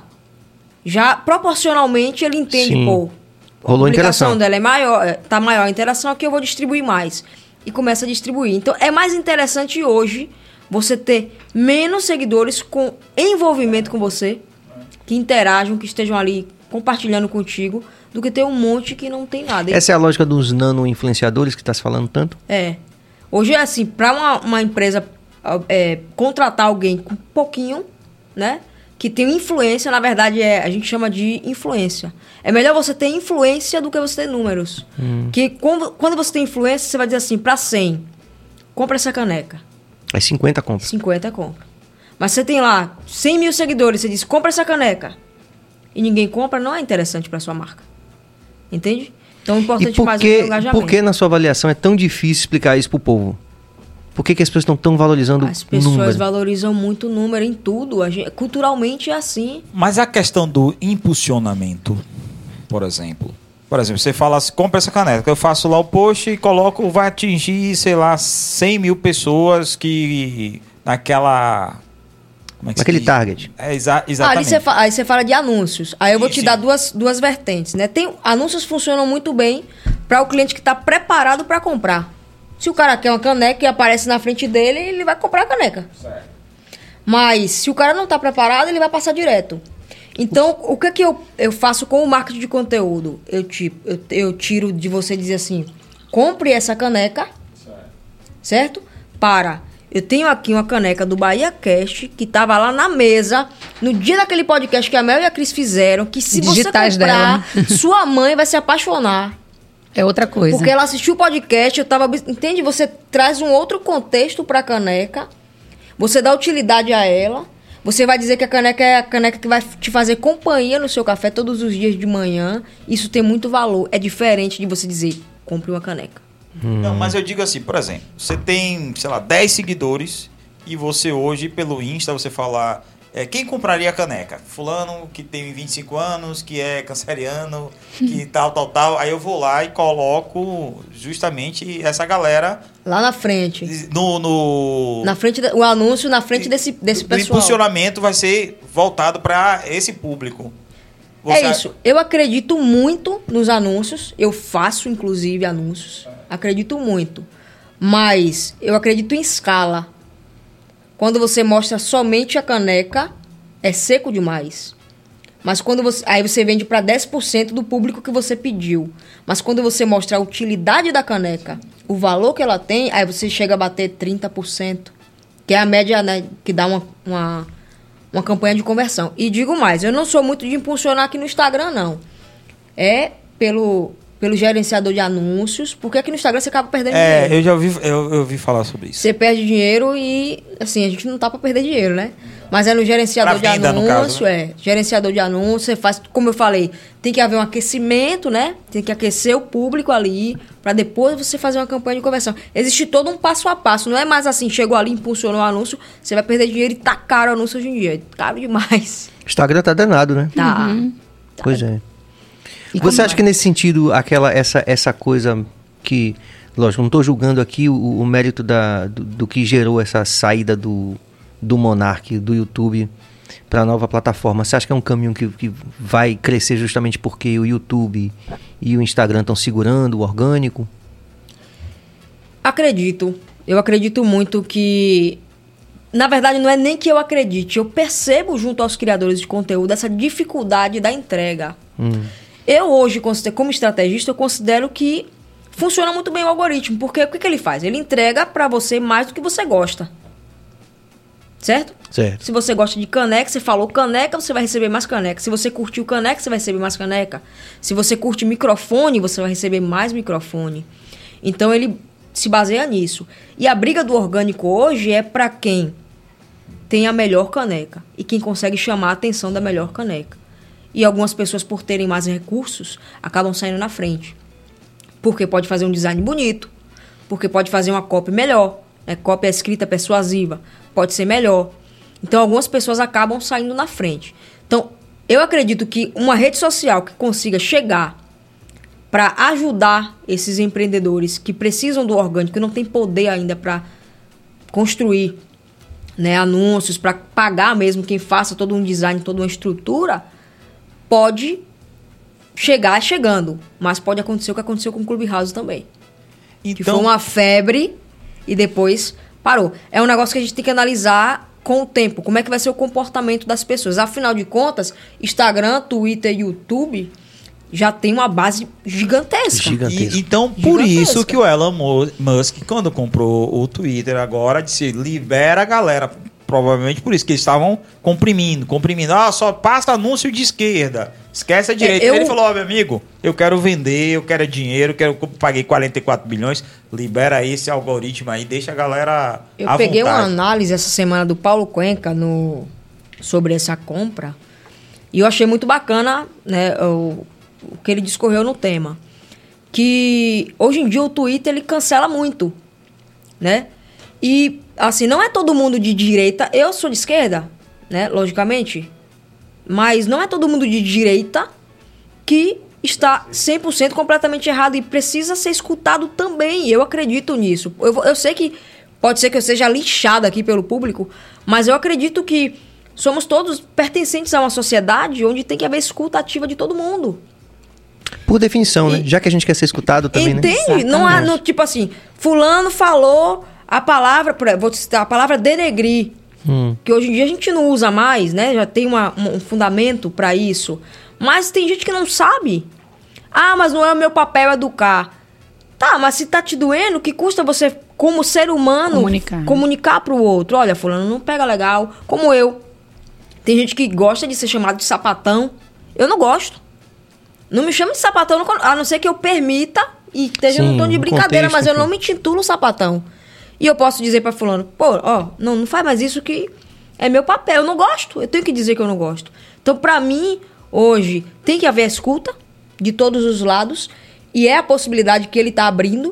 S3: já proporcionalmente ele entende,
S1: Sim.
S3: pô, a
S1: Rolou
S3: publicação
S1: interação.
S3: dela é maior, é, tá maior a interação, aqui eu vou distribuir mais. E começa a distribuir. Então é mais interessante hoje você ter menos seguidores com envolvimento com você, que interajam, que estejam ali compartilhando contigo, do que ter um monte que não tem nada.
S1: Essa é a lógica dos nano-influenciadores que está se falando tanto?
S3: É. Hoje é assim, para uma, uma empresa é, contratar alguém com pouquinho, né? Que tem influência, na verdade, é, a gente chama de influência. É melhor você ter influência do que você ter números.
S1: Hum.
S3: Que quando, quando você tem influência, você vai dizer assim, para cem, compra essa caneca.
S1: Aí cinquenta compras.
S3: cinquenta compra. Mas você tem lá cem mil seguidores, você diz, compra essa caneca. E ninguém compra, não é interessante para sua marca. Entende? Então, o
S1: E
S3: importante
S1: por
S3: mais é o
S1: que,
S3: engajamento.
S1: por que, na sua avaliação, é tão difícil explicar isso pro povo? Por que, que as pessoas estão tão valorizando
S3: As
S1: o
S3: pessoas
S1: número?
S3: valorizam muito o número em tudo. A gente, culturalmente é assim.
S4: Mas a questão do impulsionamento, por exemplo. Por exemplo, você fala assim, compra essa caneca. Eu faço lá o post e coloco, vai atingir, sei lá, cem mil pessoas que naquela... Como é que se
S1: Naquele
S4: diz?
S1: target.
S4: É, exa
S3: Ah, ali
S4: exatamente.
S3: você fa- aí você fala de anúncios. Aí eu vou
S4: Sim,
S3: te
S4: sim.
S3: dar duas, duas vertentes, né? Tem, anúncios funcionam muito bem para o cliente que está preparado para comprar. Se o cara quer uma caneca e aparece na frente dele, ele vai comprar a caneca.
S4: Certo.
S3: Mas se o cara não está preparado, ele vai passar direto. Então, o que, que eu, eu faço com o marketing de conteúdo? Eu, ti- eu, eu tiro de você dizer assim, compre essa caneca, certo? Para, eu tenho aqui uma caneca do Bahia Cast, que estava lá na mesa, no dia daquele podcast que a Mel e a Cris fizeram, que se
S2: Digitais
S3: você comprar, sua mãe vai se apaixonar.
S2: É outra coisa.
S3: Porque ela assistiu o podcast, eu tava... Entende? Você traz um outro contexto para a caneca, você dá utilidade a ela, você vai dizer que a caneca é a caneca que vai te fazer companhia no seu café todos os dias de manhã. Isso tem muito valor. É diferente de você dizer, compre uma caneca.
S4: Não, mas eu digo assim, por exemplo, você tem, sei lá, dez seguidores e você hoje, pelo Insta, você fala... É, quem compraria a caneca? Fulano que tem vinte e cinco anos, que é canceriano, que tal, tal, tal. Aí eu vou lá e coloco justamente essa galera
S3: Lá na frente.
S4: no... no
S3: Na frente, da- o anúncio na frente desse, desse
S4: o
S3: pessoal.
S4: impulsionamento vai ser voltado para esse público.
S3: É isso. Eu acredito muito nos anúncios. Eu faço, inclusive, anúncios. Acredito muito. Mas eu acredito em escala. Quando você mostra somente a caneca, é seco demais. Mas quando você... Aí você vende para dez por cento do público que você pediu. Mas quando você mostra a utilidade da caneca, o valor que ela tem, aí você chega a bater trinta por cento. Que é a média, né, que dá uma... uma uma campanha de conversão. E digo mais, eu não sou muito de impulsionar aqui no Instagram, não. É pelo, pelo gerenciador de anúncios, porque aqui no Instagram você acaba perdendo
S4: É,
S3: dinheiro.
S4: eu já ouvi, eu, eu ouvi falar sobre isso.
S3: Você perde dinheiro e, assim, a gente não tá pra perder dinheiro, né? Mas é no gerenciador
S4: Pra venda,
S3: de
S4: no
S3: anúncio,
S4: caso, né?
S3: é. Gerenciador de anúncio, você faz, como eu falei, tem que haver um aquecimento, né? Tem que aquecer o público ali, pra depois você fazer uma campanha de conversão. Existe todo um passo a passo, não é mais assim, chegou ali, impulsionou o anúncio, você vai perder dinheiro e tá caro o anúncio hoje em dia. Caro demais.
S1: O Instagram tá danado, né?
S3: Tá.
S1: Pois é.
S2: E
S1: Você
S2: como
S1: acha
S2: é?
S1: que nesse sentido, aquela, essa, essa coisa que... Lógico, não estou julgando aqui o, o mérito da, do, do que gerou essa saída do, do Monark, do YouTube, para a nova plataforma. Você acha que é um caminho que, que vai crescer justamente porque o YouTube e o Instagram estão segurando o orgânico?
S3: Acredito. Eu acredito muito que... Na verdade, não é nem que eu acredite. Eu percebo junto aos criadores de conteúdo essa dificuldade da entrega.
S1: Hum.
S3: Eu hoje, consider- como estrategista, eu considero que funciona muito bem o algoritmo. Porque o que, que ele faz? Ele entrega pra você mais do que você gosta. Certo?
S1: Certo.
S3: Se você gosta de caneca, você falou caneca, você vai receber mais caneca. Se você curtiu caneca, você vai receber mais caneca. Se você curte microfone, você vai receber mais microfone. Então ele se baseia nisso. E a briga do orgânico hoje é para quem tem a melhor caneca e quem consegue chamar a atenção da melhor caneca. E algumas pessoas, por terem mais recursos, acabam saindo na frente. Porque pode fazer um design bonito, porque pode fazer uma copy melhor. Né? Copy é escrita persuasiva, pode ser melhor. Então, algumas pessoas acabam saindo na frente. Então, eu acredito que uma rede social que consiga chegar para ajudar esses empreendedores que precisam do orgânico, que não tem poder ainda para construir, né, anúncios, para pagar mesmo quem faça todo um design, toda uma estrutura, pode chegar chegando. Mas pode acontecer o que aconteceu com o Clubhouse também. Então... Que foi uma febre e depois parou. É um negócio que a gente tem que analisar com o tempo. Como é que vai ser o comportamento das pessoas? Afinal de contas, Instagram, Twitter e YouTube já tem uma base gigantesca.
S4: gigantesca. E, então, por gigantesca. Isso que o Elon Musk, quando comprou o Twitter, agora disse, libera a galera. Provavelmente por isso que eles estavam comprimindo, comprimindo. Ah, só passa anúncio de esquerda. Esquece a direita. É, eu... Ele falou, ó, oh, meu amigo, eu quero vender, eu quero dinheiro, eu quero eu paguei quarenta e quatro bilhões, libera esse algoritmo aí, deixa a galera
S3: Eu
S4: à
S3: peguei
S4: vontade.
S3: Uma análise essa semana do Paulo Cuenca no, sobre essa compra e eu achei muito bacana, né, o, o que ele discorreu no tema. Que hoje em dia o Twitter ele cancela muito, né? E, assim, não é todo mundo de direita. Eu sou de esquerda, né? Logicamente. Mas não é todo mundo de direita que está cem por cento completamente errado e precisa ser escutado também. Eu acredito nisso. Eu, eu sei que pode ser que eu seja linchada aqui pelo público, mas eu acredito que somos todos pertencentes a uma sociedade onde tem que haver escuta ativa de todo mundo.
S1: Por definição,
S3: e,
S1: né? Já que a gente quer ser escutado também,
S3: entende?
S1: né?
S3: Entende? Não há, no, tipo assim, fulano falou... A palavra, vou citar, a palavra denegrir, hum. que hoje em dia a gente não usa mais, né? Já tem uma, um fundamento para isso. Mas tem gente que não sabe. Ah, mas não é o meu papel educar. Tá, mas se tá te doendo, que custa você, como ser humano,
S2: comunicar,
S3: comunicar pro outro? Olha, fulano, não pega legal. Como eu. Tem gente que gosta de ser chamado de sapatão. Eu não gosto. Não me chame de sapatão, a não ser que eu permita e esteja num tom de brincadeira, mas eu não me intitulo sapatão. E eu posso dizer pra fulano, pô, ó, não, não faz mais isso que é meu papel. Eu não gosto, eu tenho que dizer que eu não gosto. Então, pra mim, hoje, tem que haver a escuta de todos os lados. E é a possibilidade que ele tá abrindo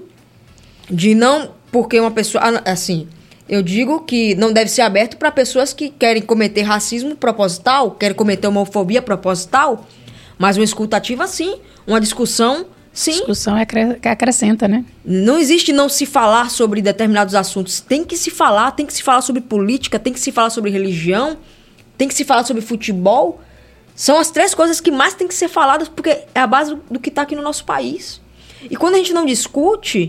S3: de não... Porque uma pessoa... Assim, eu digo que não deve ser aberto pra pessoas que querem cometer racismo proposital, querem cometer homofobia proposital. Mas uma escuta ativa, sim. Uma discussão... Sim.
S2: Discussão é que acrescenta, né?
S3: Não existe não se falar sobre determinados assuntos. Tem que se falar, tem que se falar sobre política, tem que se falar sobre religião, tem que se falar sobre futebol. São as três coisas que mais tem que ser faladas, porque é a base do, do que está aqui no nosso país. E quando a gente não discute,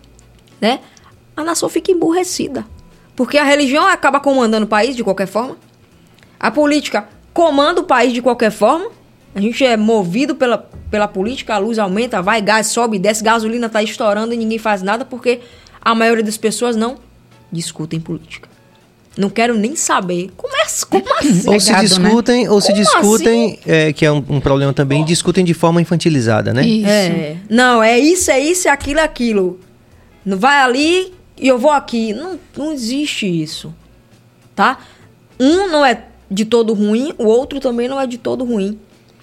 S3: né, a nação fica emburrecida. Porque a religião acaba comandando o país de qualquer forma. A política comanda o país de qualquer forma. A gente é movido pela, pela política, a luz aumenta, vai, gás sobe, desce, gasolina está estourando e ninguém faz nada porque a maioria das pessoas não discutem política. Não quero nem saber. Como, é, como assim?
S1: Ou se discutem, né? ou se
S3: como
S1: discutem,
S3: assim?
S1: é, que é um, um problema também, discutem de forma infantilizada, né?
S2: Isso.
S3: É. Não, é isso, é isso, é aquilo, é aquilo. Vai ali e eu vou aqui. Não, não existe isso. Tá? Um não é de todo ruim, o outro também não é de todo ruim.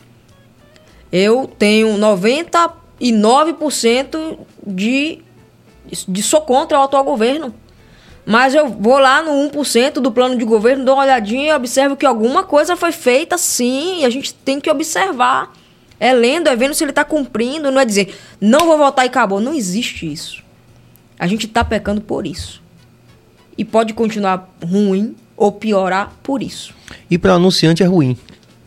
S3: Eu tenho noventa e nove por cento de, de sou contra o atual governo. Mas eu vou lá no um por cento do plano de governo, dou uma olhadinha e observo que alguma coisa foi feita sim, e a gente tem que observar. É lendo, é vendo se ele está cumprindo, não é dizer, não vou votar e acabou. Não existe isso. A gente está pecando por isso. E pode continuar ruim ou piorar por isso.
S1: E para o anunciante é ruim.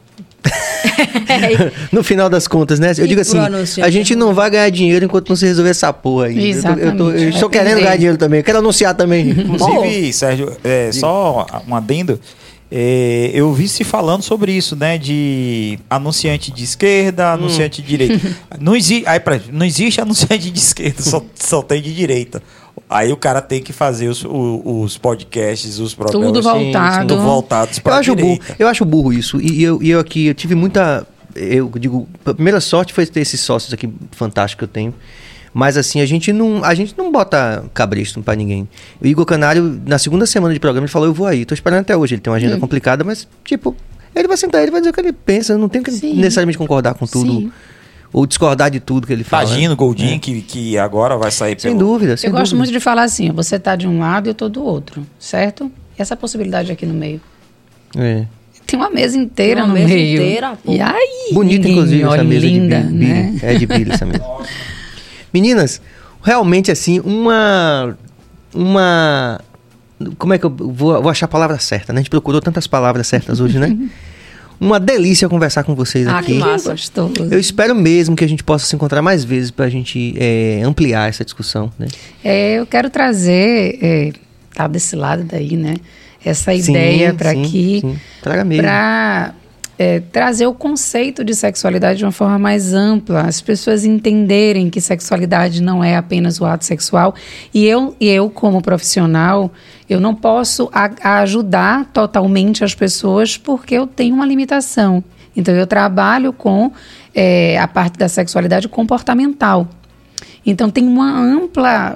S1: No final das contas, né? Eu e digo assim, a gente não vai ganhar dinheiro enquanto não se resolver essa porra aí.
S2: Exatamente.
S1: Eu, tô, eu, tô, eu estou querendo ganhar dinheiro também, eu quero anunciar também.
S4: Inclusive, Sérgio, é, só um adendo, é, eu vi se falando sobre isso, né? De anunciante de esquerda, anunciante hum. de direita. Não, exi aí, pra, não existe anunciante de esquerda, só, só tem de direita. Aí o cara tem que fazer os, os, os podcasts, os programas.
S2: Tudo voltado.
S4: Tudo voltados para
S1: Eu
S4: a
S1: acho burro,
S4: direita.
S1: eu acho burro isso. E eu, e eu aqui, eu tive muita... Eu digo, a primeira sorte foi ter esses sócios aqui fantásticos que eu tenho. Mas assim, a gente não, a gente não bota cabresto pra ninguém. O Igor Canário, na segunda semana de programa, ele falou, eu vou aí. Tô esperando até hoje. Ele tem uma agenda hum. complicada, mas, tipo, ele vai sentar, ele vai dizer o que ele pensa. Eu não tenho que Sim. necessariamente concordar com tudo. Sim. Ou discordar de tudo que ele fala.
S4: Imagina o Goldin,
S1: é.
S4: que, que agora vai sair
S1: sem
S4: pelo...
S1: dúvida, sem
S2: Eu
S1: dúvida.
S2: gosto muito de falar assim, você tá de um lado e eu tô do outro, certo? E essa possibilidade aqui no meio.
S1: É.
S2: Tem uma mesa inteira
S3: uma
S2: no
S3: mesa
S2: meio.
S3: Inteira, pô.
S2: E aí?
S1: Bonita, inclusive, essa mesa
S2: linda,
S1: de bilho.
S2: né?
S1: É de bilho essa mesa. Meninas, realmente assim, uma... Uma... Como é que eu vou, vou achar a palavra certa, né? A gente procurou tantas palavras certas hoje, né? Uma delícia conversar com vocês
S3: ah,
S1: aqui.
S3: Que massa.
S2: Gostoso.
S1: Eu espero mesmo que a gente possa se encontrar mais vezes para a gente é, ampliar essa discussão, né?
S2: É, eu quero trazer, é, tá desse lado daí, né? Essa
S1: Sim,
S2: ideia para
S1: sim,
S2: aqui,
S1: sim. Traga mesmo.
S2: para é, trazer o conceito de sexualidade de uma forma mais ampla, as pessoas entenderem que sexualidade não é apenas o ato sexual. E eu, e eu como profissional, eu não posso a, a ajudar totalmente as pessoas porque eu tenho uma limitação. Então, eu trabalho com é, a parte da sexualidade comportamental. Então, tem uma ampla...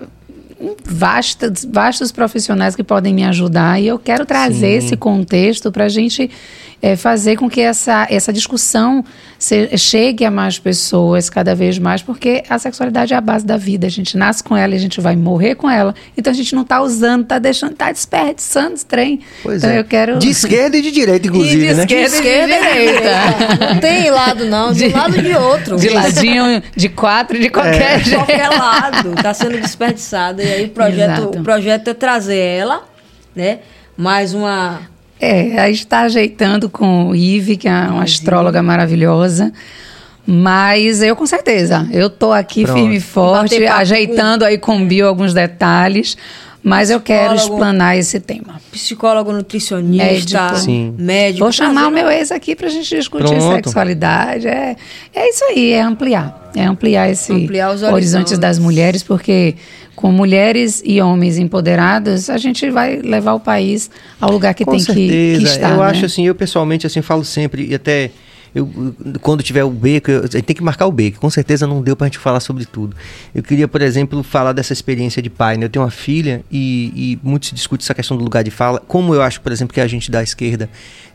S2: Vastas, vastos profissionais que podem me ajudar e eu quero trazer Sim. esse contexto para a gente é, fazer com que essa, essa discussão se, chegue a mais pessoas cada vez mais, porque a sexualidade é a base da vida, a gente nasce com ela e a gente vai morrer com ela, então a gente não está usando, está deixando, está desperdiçando esse trem.
S1: Pois
S2: então
S1: é.
S2: eu quero...
S1: De esquerda e de direita, inclusive,
S3: e de
S1: né?
S3: Esquerda, de esquerda e de direita. Não tem lado não, de um lado e de outro.
S2: De ladinho, de quatro, de qualquer
S3: é.
S2: jeito.
S3: De qualquer lado, está sendo desperdiçado. E aí o projeto, o projeto é trazer ela, né? Mais uma...
S2: É, a gente está ajeitando com o Ive, que é uma astróloga maravilhosa. Mas eu, com certeza, eu tô aqui Pronto. firme e forte, ajeitando com... aí com o Bio alguns detalhes. Mas eu quero explanar esse tema.
S3: Psicólogo, nutricionista,
S2: médico.
S1: Sim.
S3: médico.
S2: Vou chamar o meu ex aqui pra gente discutir Pronto. sexualidade. É, é isso aí, é ampliar. É ampliar esse
S3: ampliar os
S2: horizontes das mulheres, porque com mulheres e homens empoderados, a gente vai levar o país ao lugar que
S1: com
S2: tem
S1: certeza.
S2: que, que estar.
S1: Eu
S2: né?
S1: acho assim, eu pessoalmente assim, falo sempre, e até... Eu, quando tiver o beco, eu, a gente tem que marcar o beco. Com certeza não deu pra gente falar sobre tudo. Eu queria, por exemplo, falar dessa experiência de pai, né? Eu tenho uma filha e, e muito se discute essa questão do lugar de fala. Como eu acho, por exemplo, que a gente da esquerda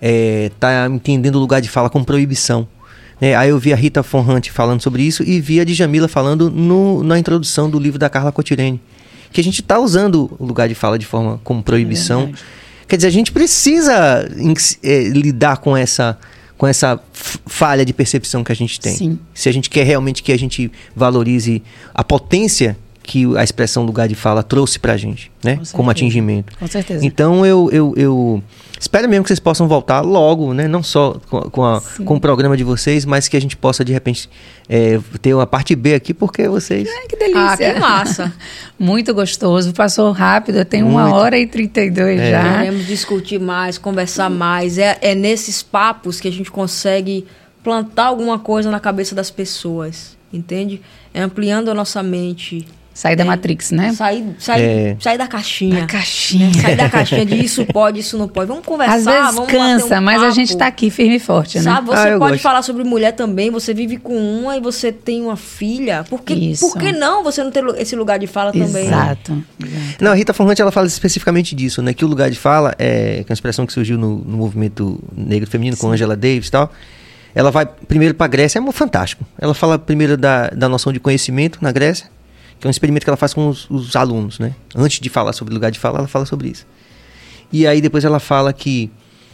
S1: é, tá entendendo o lugar de fala como proibição. Né? Aí eu vi a Rita Von Hunt falando sobre isso e vi a Djamila falando no, na introdução do livro da Carla Cotirene. Que a gente tá usando o lugar de fala de forma como proibição. É Quer dizer, a gente precisa é, lidar com essa... com essa falha de percepção que a gente tem.
S2: Sim.
S1: Se a gente quer realmente que a gente valorize a potência que a expressão lugar de fala trouxe pra gente, né? Como atingimento.
S2: Com certeza.
S1: Então, eu, eu, eu espero mesmo que vocês possam voltar logo, né? Não só com, com, a, com o programa de vocês, mas que a gente possa, de repente, é, ter uma parte B aqui, porque vocês...
S2: Ai, que delícia.
S3: Ah, que massa.
S2: Muito gostoso. Passou rápido. Eu tenho Muito. uma hora e trinta e dois é. já.
S3: Queremos discutir mais, conversar mais. É, é nesses papos que a gente consegue plantar alguma coisa na cabeça das pessoas, entende? É ampliando a nossa mente...
S2: Sair da é, Matrix, né?
S3: Sair, sair,
S1: é.
S3: sair da caixinha.
S2: Da caixinha.
S3: Né? Sair da caixinha de isso pode, isso não pode. Vamos conversar,
S2: Às vezes
S3: vamos
S2: cansa,
S3: um
S2: mas
S3: papo.
S2: a gente tá aqui firme e forte, né?
S3: Sabe, você
S1: ah,
S3: pode
S1: gosto.
S3: falar sobre mulher também, você vive com uma e você tem uma filha. Por que,
S2: Isso.
S3: por que não você não ter esse lugar de fala
S2: Exato.
S3: também?
S2: Exato.
S1: Não, a Rita Von Hunt, ela fala especificamente disso, né? Que o lugar de fala, é, que é uma expressão que surgiu no, no movimento negro feminino, Sim. com Angela Davis e tal. Ela vai primeiro pra Grécia, é fantástico. Ela fala primeiro da, da noção de conhecimento na Grécia, que é um experimento que ela faz com os, os alunos, né? Antes de falar sobre o lugar de fala, ela fala sobre isso. E aí depois ela fala que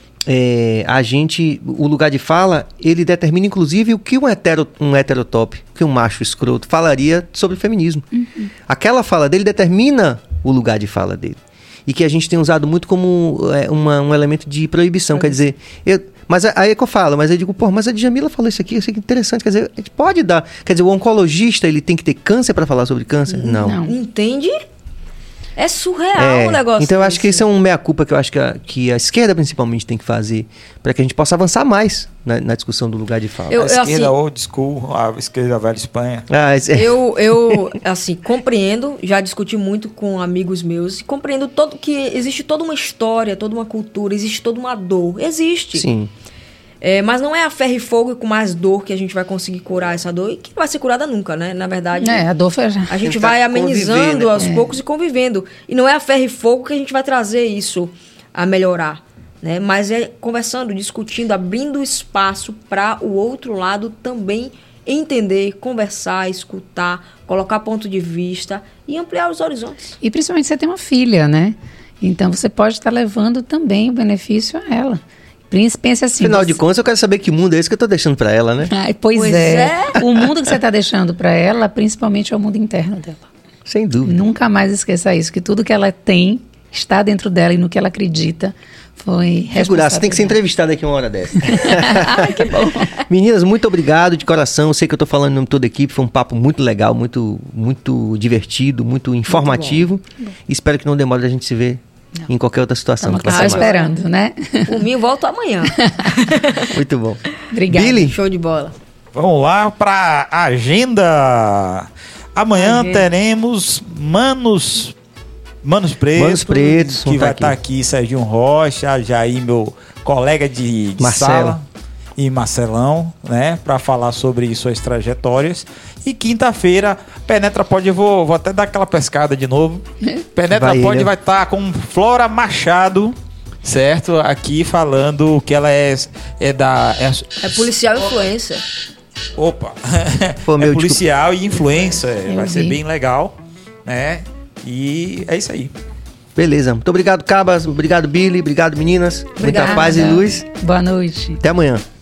S1: é, a gente, o lugar de fala, ele determina inclusive o que um, hetero, um heterotop, que um macho escroto falaria sobre o feminismo. Uhum. Aquela fala dele determina o lugar de fala dele. E que a gente tem usado muito como é, uma, um elemento de proibição. Quer dizer, eu, mas aí é que eu falo, mas eu digo, pô, mas a Djamila falou isso aqui, eu sei que interessante. Quer dizer, a gente pode dar. Quer dizer, o oncologista, ele tem que ter câncer para falar sobre câncer? Não.
S3: Não. Entende? É surreal o negócio.
S1: Então eu acho que
S3: desse.
S1: isso é um meia-culpa que eu acho que a, que a esquerda principalmente tem que fazer para que a gente possa avançar mais na, na discussão do lugar de fala.
S3: Eu-
S4: a esquerda
S3: assim-
S4: old school, a esquerda velha Espanha.
S1: Ah, esse-
S3: Eu, eu, assim, compreendo, já discuti muito com amigos meus, e compreendo todo, que existe toda uma história, toda uma cultura, existe toda uma dor. Existe.
S1: Sim.
S3: É, mas não é a ferro e fogo e com mais dor que a gente vai conseguir curar essa dor, e que não vai ser curada nunca, né? Na verdade,
S2: É, a dor foi já.
S3: a gente
S1: Tentar
S3: vai amenizando
S1: conviver, né?
S3: aos poucos e convivendo. E não é a ferro e fogo que a gente vai trazer isso a melhorar, né? Mas é conversando, discutindo, abrindo espaço para o outro lado também entender, conversar, escutar, colocar ponto de vista e ampliar os horizontes.
S2: E principalmente você tem uma filha, né? Então você pode estar levando também o benefício a ela. Príncipe, pense assim.
S1: Afinal
S2: você...
S1: de contas, eu quero saber que mundo é esse que eu tô deixando para ela, né?
S2: Ai, pois,
S3: Pois
S2: é.
S3: é.
S2: O mundo que você está deixando para ela, principalmente, é o mundo interno dela.
S1: Sem dúvida.
S2: Nunca mais esqueça isso, que tudo que ela tem está dentro dela e no que ela acredita foi
S1: Segurar, você tem que ser
S2: responsabilidade.
S1: entrevistado aqui uma hora dessa.
S2: Ai, que bom.
S1: Meninas, muito obrigado de coração. Eu sei que eu tô falando em nome de toda a equipe. Foi um papo muito legal, muito, muito divertido, muito informativo. Espero que não demore a gente se ver
S2: Não.
S1: em qualquer outra situação.
S2: Estamos
S1: que vai
S2: aqui
S1: ser
S2: só
S1: mais.
S2: esperando, né?
S3: Por mim, eu volto amanhã.
S1: Muito bom.
S2: Obrigada.
S1: Billy,
S3: Show de bola.
S4: Vamos lá para agenda. Amanhã
S3: Agenda.
S4: teremos Manos Manos Pretos.
S1: Manos Pretos,
S4: Que
S1: vão
S4: vai
S1: tá
S4: estar
S1: aqui.
S4: aqui Serginho Rocha, Jair, meu colega de, de
S1: Marcelo.
S4: sala. E Marcelão, né? Para falar sobre suas trajetórias. E quinta-feira, Penetra Pod, eu vou, vou até dar aquela pescada de novo. Penetra
S1: Vai
S4: Pod
S1: ele.
S4: vai estar com Flora Machado, certo? Aqui falando que ela é, é da. É,
S3: É policial influencer.
S4: Opa!
S1: Pô, meu,
S4: é policial e influencer.
S2: Eu
S4: Vai ser
S2: vi.
S4: bem legal, né? E é isso aí.
S1: beleza. Muito obrigado, Cabas. Obrigado, Billy. Obrigado, meninas. Muita
S3: Obrigada.
S1: paz e luz.
S2: Boa noite.
S1: Até amanhã.